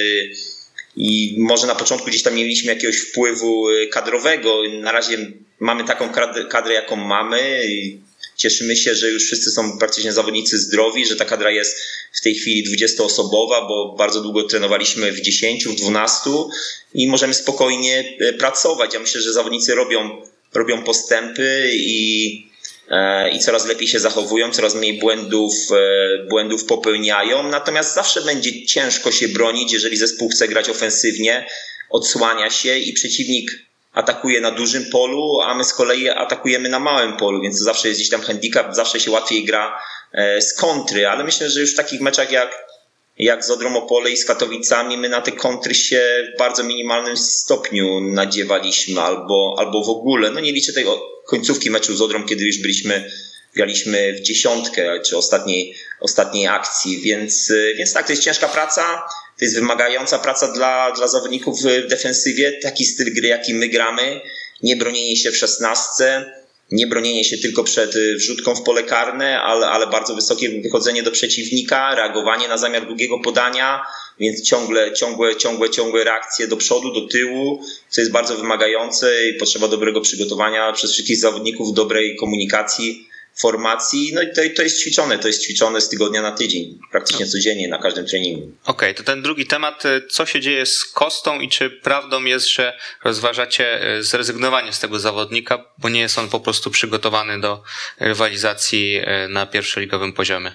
I może na początku gdzieś tam nie mieliśmy jakiegoś wpływu kadrowego. Na razie mamy taką kadrę, jaką mamy. I cieszymy się, że już wszyscy są praktycznie zawodnicy zdrowi, że ta kadra jest w tej chwili 20-osobowa, bo bardzo długo trenowaliśmy w 10, w 12 i możemy spokojnie pracować. Ja myślę, że zawodnicy robią postępy i coraz lepiej się zachowują, coraz mniej błędów popełniają. Natomiast zawsze będzie ciężko się bronić, jeżeli zespół chce grać ofensywnie, odsłania się i przeciwnik atakuje na dużym polu, a my z kolei atakujemy na małym polu, więc to zawsze jest gdzieś tam handicap, zawsze się łatwiej gra z kontry, ale myślę, że już w takich meczach jak z Odrą Opole i z Katowicami my na te kontry się w bardzo minimalnym stopniu nadziewaliśmy albo w ogóle. No nie liczę tej końcówki meczu z Odrą, kiedy już graliśmy w 10 czy ostatniej akcji, więc tak, to jest ciężka praca, to jest wymagająca praca dla zawodników w defensywie, taki styl gry, jaki my gramy, nie bronienie się w 16, nie bronienie się tylko przed wrzutką w pole karne, ale bardzo wysokie wychodzenie do przeciwnika, reagowanie na zamiar długiego podania, więc ciągłe reakcje do przodu, do tyłu, co jest bardzo wymagające i potrzeba dobrego przygotowania przez wszystkich zawodników, dobrej komunikacji, formacji, no i to jest ćwiczone z tygodnia na tydzień, praktycznie codziennie na każdym treningu. Okej, to ten drugi temat, co się dzieje z Kostą i czy prawdą jest, że rozważacie zrezygnowanie z tego zawodnika, bo nie jest on po prostu przygotowany do rywalizacji na pierwszoligowym poziomie?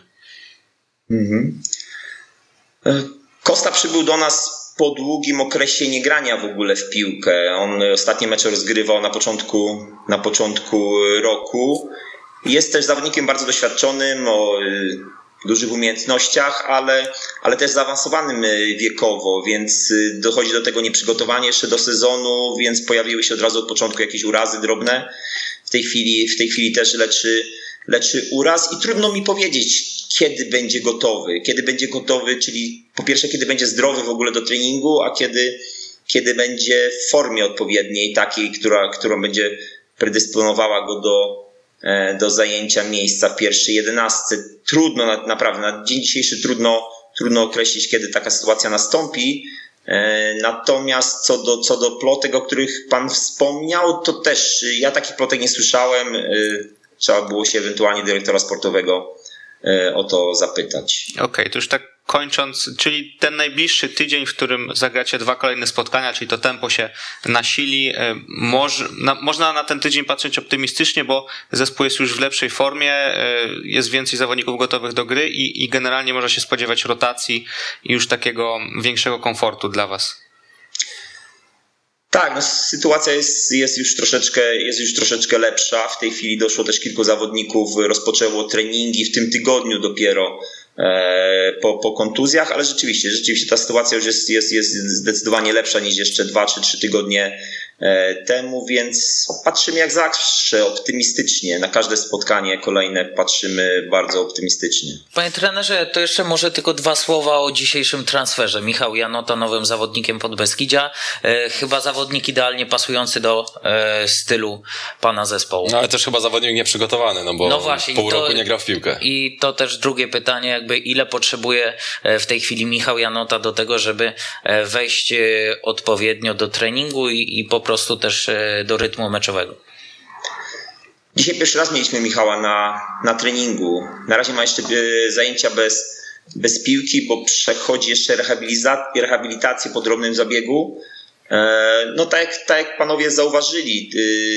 Kosta przybył do nas po długim okresie niegrania w ogóle w piłkę. On ostatnie mecze rozgrywał na początku roku. Jest też zawodnikiem bardzo doświadczonym, o dużych umiejętnościach, ale też zaawansowanym wiekowo, więc dochodzi do tego nieprzygotowanie jeszcze do sezonu, więc pojawiły się od razu od początku jakieś urazy drobne. W tej chwili też leczy uraz i trudno mi powiedzieć, kiedy będzie gotowy, czyli po pierwsze, kiedy będzie zdrowy w ogóle do treningu, a kiedy będzie w formie odpowiedniej, takiej, którą będzie predysponowała go do zajęcia miejsca w pierwszej 11. Trudno, naprawdę, na dzień dzisiejszy trudno określić, kiedy taka sytuacja nastąpi. Natomiast co do plotek, o których pan wspomniał, to też ja takich plotek nie słyszałem. Trzeba było się ewentualnie dyrektora sportowego o to zapytać. Okej, to już tak kończąc, czyli ten najbliższy tydzień, w którym zagracie 2 kolejne spotkania, czyli to tempo się nasili, można na ten tydzień patrzeć optymistycznie, bo zespół jest już w lepszej formie, jest więcej zawodników gotowych do gry i generalnie można się spodziewać rotacji i już takiego większego komfortu dla was. Tak, no sytuacja jest już troszeczkę lepsza. W tej chwili doszło też kilku zawodników, rozpoczęło treningi w tym tygodniu dopiero po kontuzjach, ale rzeczywiście ta sytuacja już jest zdecydowanie lepsza niż jeszcze 2 czy 3 tygodnie temu, więc patrzymy jak zawsze optymistycznie. Na każde spotkanie kolejne patrzymy bardzo optymistycznie. Panie trenerze, to jeszcze może tylko 2 słowa o dzisiejszym transferze. Michał Janota nowym zawodnikiem Podbeskidzia. Chyba zawodnik idealnie pasujący do stylu pana zespołu. No ale też chyba zawodnik nieprzygotowany, no bo właśnie, pół roku nie grał w piłkę. I to też drugie pytanie, jakby ile potrzebuje w tej chwili Michał Janota do tego, żeby wejść odpowiednio do treningu i po prostu też do rytmu meczowego. Dzisiaj pierwszy raz mieliśmy Michała na treningu. Na razie ma jeszcze zajęcia bez piłki, bo przechodzi jeszcze rehabilitację po drobnym zabiegu. No tak jak panowie zauważyli,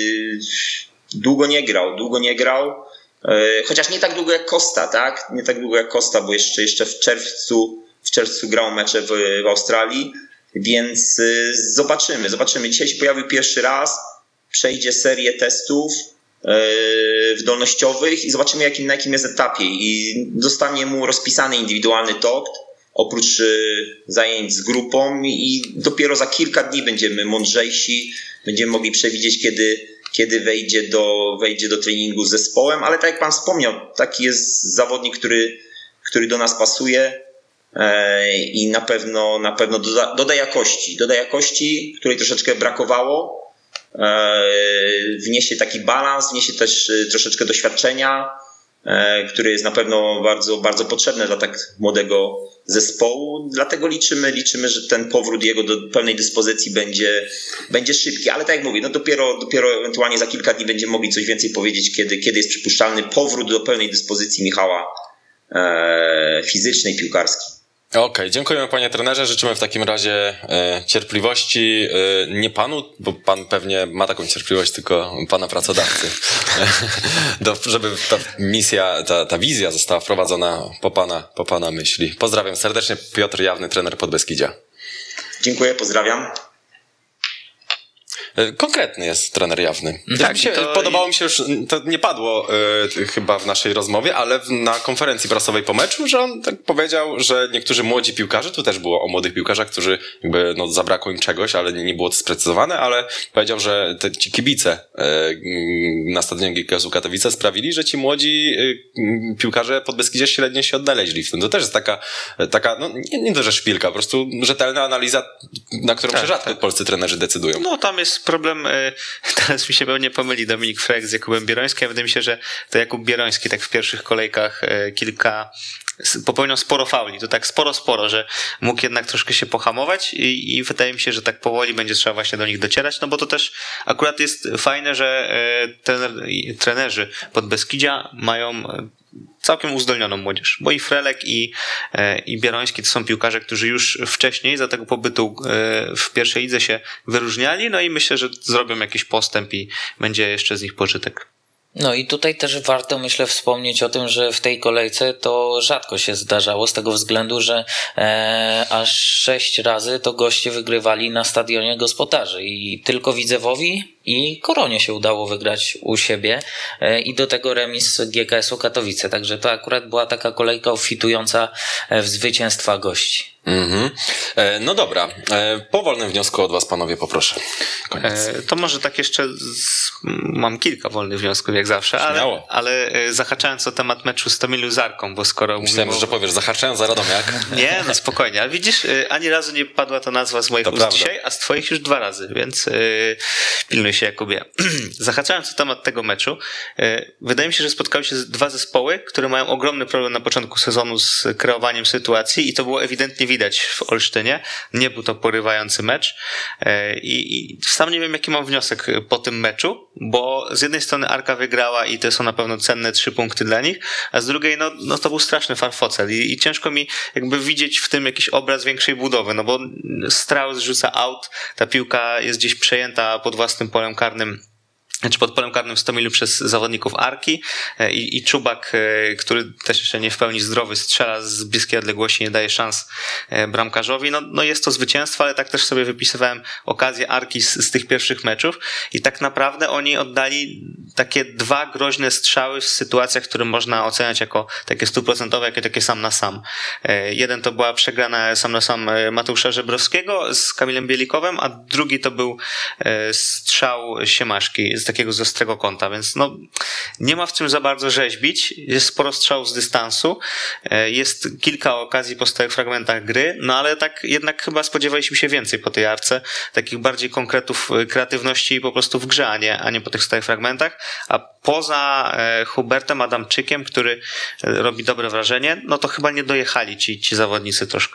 długo nie grał. Chociaż nie tak długo jak Costa, tak? Nie tak długo jak Costa, bo jeszcze w czerwcu grał mecze w Australii. Więc zobaczymy. Dzisiaj się pojawił pierwszy raz, przejdzie serię testów wydolnościowych i zobaczymy na jakim jest etapie. I zostanie mu rozpisany indywidualny TOG, oprócz zajęć z grupą i dopiero za kilka dni będziemy mądrzejsi, będziemy mogli przewidzieć, kiedy wejdzie do treningu z zespołem, ale tak jak pan wspomniał, taki jest zawodnik, który do nas pasuje. I na pewno doda jakości, której troszeczkę brakowało, wniesie taki balans, wniesie też troszeczkę doświadczenia, które jest na pewno bardzo, bardzo potrzebne dla tak młodego zespołu, dlatego liczymy, że ten powrót jego do pełnej dyspozycji będzie szybki, ale tak jak mówię, no dopiero ewentualnie za kilka dni będziemy mogli coś więcej powiedzieć, kiedy jest przypuszczalny powrót do pełnej dyspozycji Michała fizycznej, piłkarskiej. Okej, dziękujemy panie trenerze, życzymy w takim razie cierpliwości, nie panu, bo pan pewnie ma taką cierpliwość, tylko pana pracodawcy, żeby ta misja, ta wizja została wprowadzona po pana myśli. Pozdrawiam serdecznie, Piotr Jawny, trener Podbeskidzia. Dziękuję, pozdrawiam. Konkretny jest trener Jawny. Tak, podobało mi się już, to nie padło chyba w naszej rozmowie, ale na konferencji prasowej po meczu, że on tak powiedział, że niektórzy młodzi piłkarze, tu też było o młodych piłkarzach, którzy jakby zabrakło im czegoś, ale nie było to sprecyzowane, ale powiedział, że ci kibice na stadionie GKS-u Katowice sprawili, że ci młodzi piłkarze Podbeskidzia średnio się odnaleźli w tym. To też jest taka no nie to, że szpilka, po prostu rzetelna analiza, na którą się rzadko polscy trenerzy decydują. No tam jest problem, teraz mi się pewnie pomyli Dominik Frek z Jakubem Bierońskim, wydaje mi się, że to Jakub Bieroński tak w pierwszych kolejkach popełniał sporo fauli, to tak sporo, że mógł jednak troszkę się pohamować i wydaje mi się, że tak powoli będzie trzeba właśnie do nich docierać, no bo to też akurat jest fajne, że trenerzy Podbeskidzia mają całkiem uzdolnioną młodzież, bo i Frelek i Bieroński to są piłkarze, którzy już wcześniej za tego pobytu w pierwszej lidze się wyróżniali, no i myślę, że zrobią jakiś postęp i będzie jeszcze z nich pożytek. No i tutaj też warto, myślę, wspomnieć o tym, że w tej kolejce to rzadko się zdarzało z tego względu, że aż 6 razy to goście wygrywali na stadionie gospodarzy i tylko Widzewowi i Koronie się udało wygrać u siebie i do tego remis GKS-u Katowice. Także to akurat była taka kolejka obfitująca w zwycięstwa gości. No dobra, po wolnym wniosku od was, panowie, poproszę. Koniec. To może tak jeszcze mam kilka wolnych wniosków jak zawsze, ale zahaczając o temat meczu z Tomilu z Arką, bo skoro myślałem, że powiesz zahaczając za Radomiak. Nie, no spokojnie, ale widzisz, ani razu nie padła ta nazwa z moich ust dzisiaj, a z twoich już 2 razy, więc pilnuj się, Jakubie. Zahaczając o temat tego meczu, wydaje mi się, że spotkały się 2 zespoły, które mają ogromny problem na początku sezonu z kreowaniem sytuacji i to było ewidentnie widać w Olsztynie. Nie był to porywający mecz i sam nie wiem, jaki mam wniosek po tym meczu, bo z jednej strony Arka wygrała i to są na pewno cenne 3 punkty dla nich, a z drugiej no to był straszny farfocel i ciężko mi jakby widzieć w tym jakiś obraz większej budowy, no bo Strauss rzuca out, ta piłka jest gdzieś przejęta pod własnym polem karnym, czy pod polem karnym w Stomilu przez zawodników Arki i Czubak, który też jeszcze nie w pełni zdrowy, strzela z bliskiej odległości, nie daje szans bramkarzowi. No jest to zwycięstwo, ale tak też sobie wypisywałem okazję Arki z tych pierwszych meczów i tak naprawdę oni oddali takie 2 groźne strzały w sytuacjach, które można oceniać jako takie 100%, jako takie sam na sam. Jeden to była przegrana sam na sam Mateusza Żebrowskiego z Kamilem Bielikowem, a drugi to był strzał Siemaszki z takiego z ostrego kąta, więc no nie ma w czym za bardzo rzeźbić. Jest sporo strzałów z dystansu, jest kilka okazji po stałych fragmentach gry, no ale tak jednak chyba spodziewaliśmy się więcej po tej Arce, takich bardziej konkretów kreatywności po prostu w grze, a nie po tych stałych fragmentach, a poza Hubertem Adamczykiem, który robi dobre wrażenie, no to chyba nie dojechali ci zawodnicy troszkę.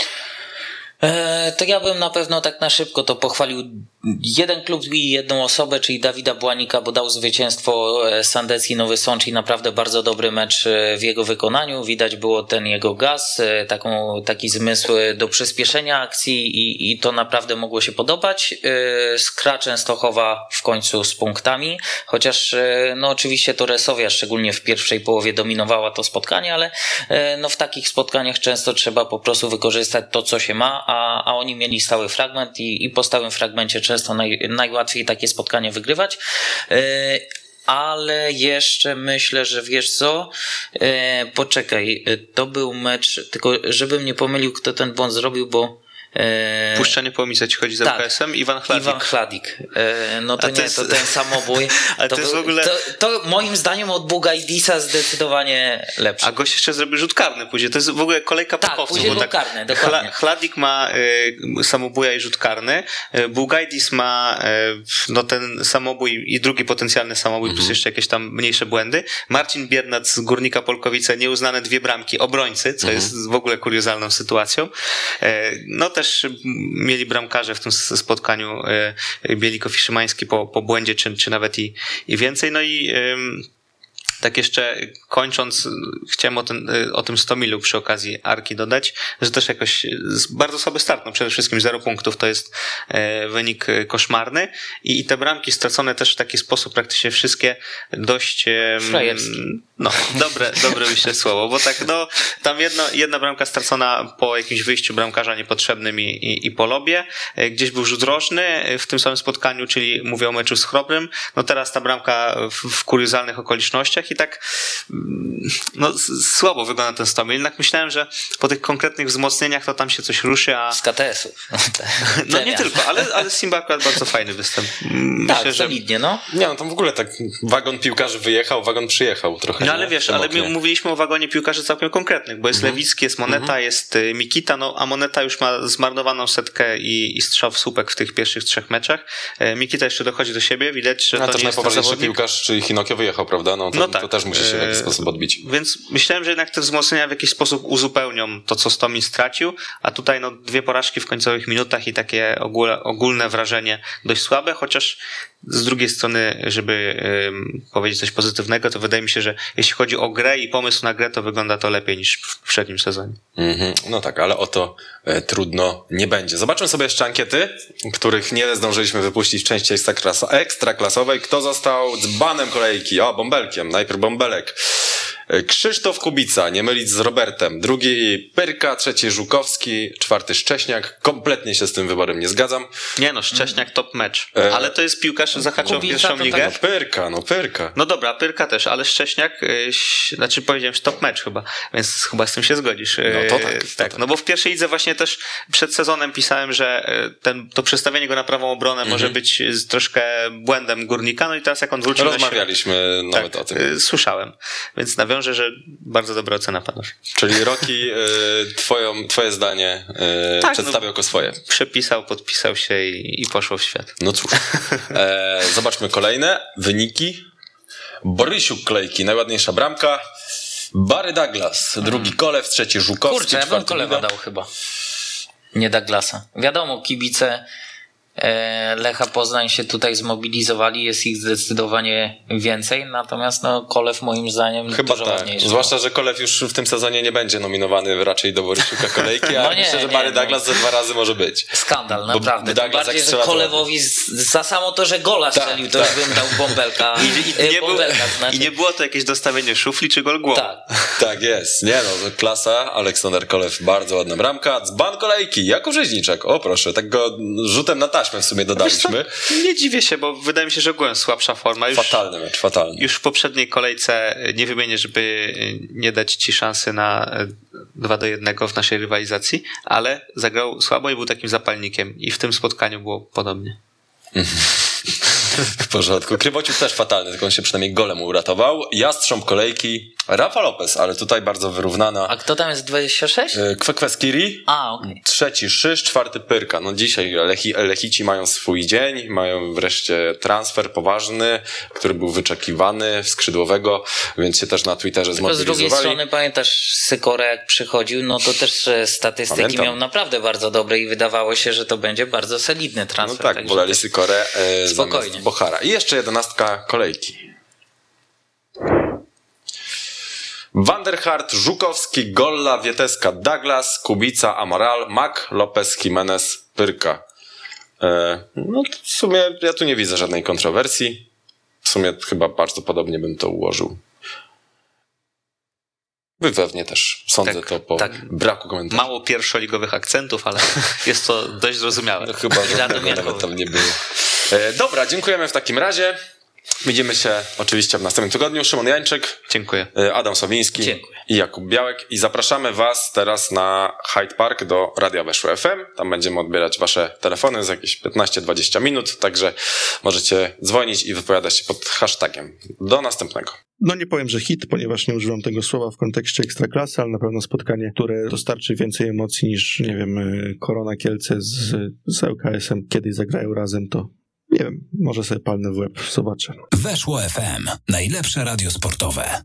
To ja bym na pewno tak na szybko to pochwalił jeden klub i jedną osobę, czyli Dawida Błanika, bo dał zwycięstwo Sandecji Nowy Sącz i naprawdę bardzo dobry mecz w jego wykonaniu. Widać było ten jego gaz, taki zmysł do przyspieszenia akcji i to naprawdę mogło się podobać. Skra Częstochowa w końcu z punktami, chociaż no oczywiście to Resowia szczególnie w pierwszej połowie dominowała to spotkanie, ale no w takich spotkaniach często trzeba po prostu wykorzystać to, co się ma, a oni mieli stały fragment i po stałym fragmencie często najłatwiej takie spotkanie wygrywać. Ale jeszcze myślę, że wiesz co, poczekaj, to był mecz, tylko żebym nie pomylił, kto ten błąd zrobił, bo Puszczanie pomice ci chodzi z LKS-em? Iwan Chladik. No to nie, to ten samobój. Ale to jest w ogóle... To moim zdaniem od Bugajdisa zdecydowanie lepsze. A gość jeszcze zrobił rzut karny później. To jest w ogóle kolejka pokowców. Tak, później był karny, dokładnie. Chladik ma samobuja i rzut karny. Bugajdis ma no ten samobój i drugi potencjalny samobój, plus jeszcze jakieś tam mniejsze błędy. Marcin Biernat z Górnika Polkowice, nieuznane 2 bramki obrońcy, co jest w ogóle kuriozalną sytuacją. No też mieli bramkarze w tym spotkaniu Bielikow i Szymański po błędzie, czy nawet i więcej. No i tak jeszcze kończąc, chciałem o tym Stomilu przy okazji Arki dodać, że też jakoś bardzo słaby start, no przede wszystkim 0 punktów to jest wynik koszmarny i te bramki stracone też w taki sposób praktycznie wszystkie dość no dobre myślę słowo, bo tak no tam jedna bramka stracona po jakimś wyjściu bramkarza niepotrzebnym i po lobie, gdzieś był rzut rożny w tym samym spotkaniu, czyli mówię o meczu z Chrobrym, no teraz ta bramka w kuriozalnych okolicznościach i tak no słabo wygląda ten Stomil. Jednak myślałem, że po tych konkretnych wzmocnieniach to tam się coś ruszy, a... Z KTS-ów. No nie tylko, ale Simba akurat bardzo fajny występ. Myślę, tak, solidnie, no. Nie, no tam w ogóle tak wagon piłkarzy wyjechał, wagon przyjechał trochę. No ale wiesz, ale my mówiliśmy o wagonie piłkarzy całkiem konkretnych, bo jest Lewicki, jest Moneta, jest Mikita, no a Moneta już ma zmarnowaną setkę i strzał w słupek w tych pierwszych 3 meczach. Mikita jeszcze dochodzi do siebie, widać, że to też nie jest najpoważniejszy piłkarz, czyli Hinokio wyjechał, prawda? No tak. To też musi się w jakiś sposób odbić. Więc myślałem, że jednak te wzmocnienia w jakiś sposób uzupełnią to, co Stomil stracił, a tutaj 2 porażki w końcowych minutach i takie ogólne wrażenie dość słabe, chociaż z drugiej strony, żeby powiedzieć coś pozytywnego, to wydaje mi się, że jeśli chodzi o grę i pomysł na grę, to wygląda to lepiej niż w poprzednim sezonie. No tak, ale o to trudno nie będzie. Zobaczmy sobie jeszcze ankiety, których nie zdążyliśmy wypuścić w części ekstraklasowej. Kto został dzbanem kolejki? Bąbelkiem. Najpierw Bąbelek. Krzysztof Kubica, nie mylić z Robertem. Drugi Pyrka, trzeci Żukowski, czwarty Szcześniak. Kompletnie się z tym wyborem nie zgadzam. Nie no, Szcześniak top mecz. Ale to jest piłkarz zahaczył w pierwszą ligę. Pyrka. No dobra, Pyrka też, ale Szcześniak, znaczy powiedziałem, że top mecz chyba, więc chyba z tym się zgodzisz. No to tak. No bo w pierwszej lidze właśnie też przed sezonem pisałem, że to przestawienie go na prawą obronę może być troszkę błędem Górnika, no i teraz jak on wrócił Rozmawialiśmy nawet o tym. Słyszałem, więc nawiążę, że bardzo dobra ocena panowie. Czyli Roki, twoje zdanie przedstawiał jako swoje. Przepisał, podpisał się i poszło w świat. No cóż, zobaczmy kolejne wyniki. Borysiuk Klejki, najładniejsza bramka. Barry Douglas, drugi Kolew, trzeci Żukowski, Kurczę, ja bym Kolewa dał chyba. Nie Douglasa. Wiadomo, kibice Lecha Poznań się tutaj zmobilizowali, jest ich zdecydowanie więcej, natomiast Kolew moim zdaniem chyba dużo tak. ładniejszy. Zwłaszcza, że Kolew już w tym sezonie nie będzie nominowany raczej do Borysiuka Kolejki, a myślę, że Barry Douglas ze 2 razy może być. Skandal, naprawdę. Tym bardziej, że strzela, Kolewowi za samo to, że gola strzelił, to już bym dał bąbelka. I nie było to jakieś dostawienie szufli czy gol głową. Tak jest. Nie no, klasa. Aleksander Kolew, bardzo ładna bramka. Dzban Kolejki, Jakub Rzeźniczak. O proszę, tak go rzutem na taśmę w sumie dodaliśmy. Nie dziwię się, bo wydaje mi się, że ogółem słabsza forma. Fatalny mecz, fatalny. Już w poprzedniej kolejce nie wymienię, żeby nie dać ci szansy na 2-1 w naszej rywalizacji, ale zagrał słabo i był takim zapalnikiem i w tym spotkaniu było podobnie. W porządku. Krywociuk też fatalny, tylko on się przynajmniej golem uratował. Jastrząb Kolejki, Rafa Lopez, ale tutaj bardzo wyrównana. A kto tam jest 26? Kweskiri. Okej. Trzeci Szysz, czwarty Pyrka. No dzisiaj Lechici mają swój dzień, mają wreszcie transfer poważny, który był wyczekiwany w skrzydłowego, więc się też na Twitterze zmobilizowali. Z drugiej strony pamiętasz Sykora jak przychodził, no to też statystyki miał naprawdę bardzo dobre i wydawało się, że to będzie bardzo solidny transfer. No tak, woleli Sykorę zamiast Bochara. I jeszcze 11 Kolejki. Vanderhart, Żukowski, Golla, Wieteska, Douglas, Kubica, Amaral, Mak, Lopez, Jimenez, Pyrka. No w sumie ja tu nie widzę żadnej kontrowersji. W sumie chyba bardzo podobnie bym to ułożył. Wy pewnie też sądzę to po braku komentarzy. Mało pierwszoligowych akcentów, ale jest to dość zrozumiałe. No chyba nawet tam nie było. Dobra, dziękujemy w takim razie. Widzimy się oczywiście w następnym tygodniu. Szymon Jańczyk. Dziękuję. Adam Sowiński. Dziękuję. I Jakub Białek. I zapraszamy was teraz na Hyde Park do Radia Weszło FM. Tam będziemy odbierać wasze telefony za jakieś 15-20 minut. Także możecie dzwonić i wypowiadać się pod hashtagiem. Do następnego. No nie powiem, że hit, ponieważ nie używam tego słowa w kontekście Ekstraklasy, ale na pewno spotkanie, które dostarczy więcej emocji niż, nie wiem, Korona Kielce z ŁKS-em. Kiedyś zagrają razem, to nie wiem, może sobie palnę w łeb, zobaczę. Weszło FM. Najlepsze radio sportowe.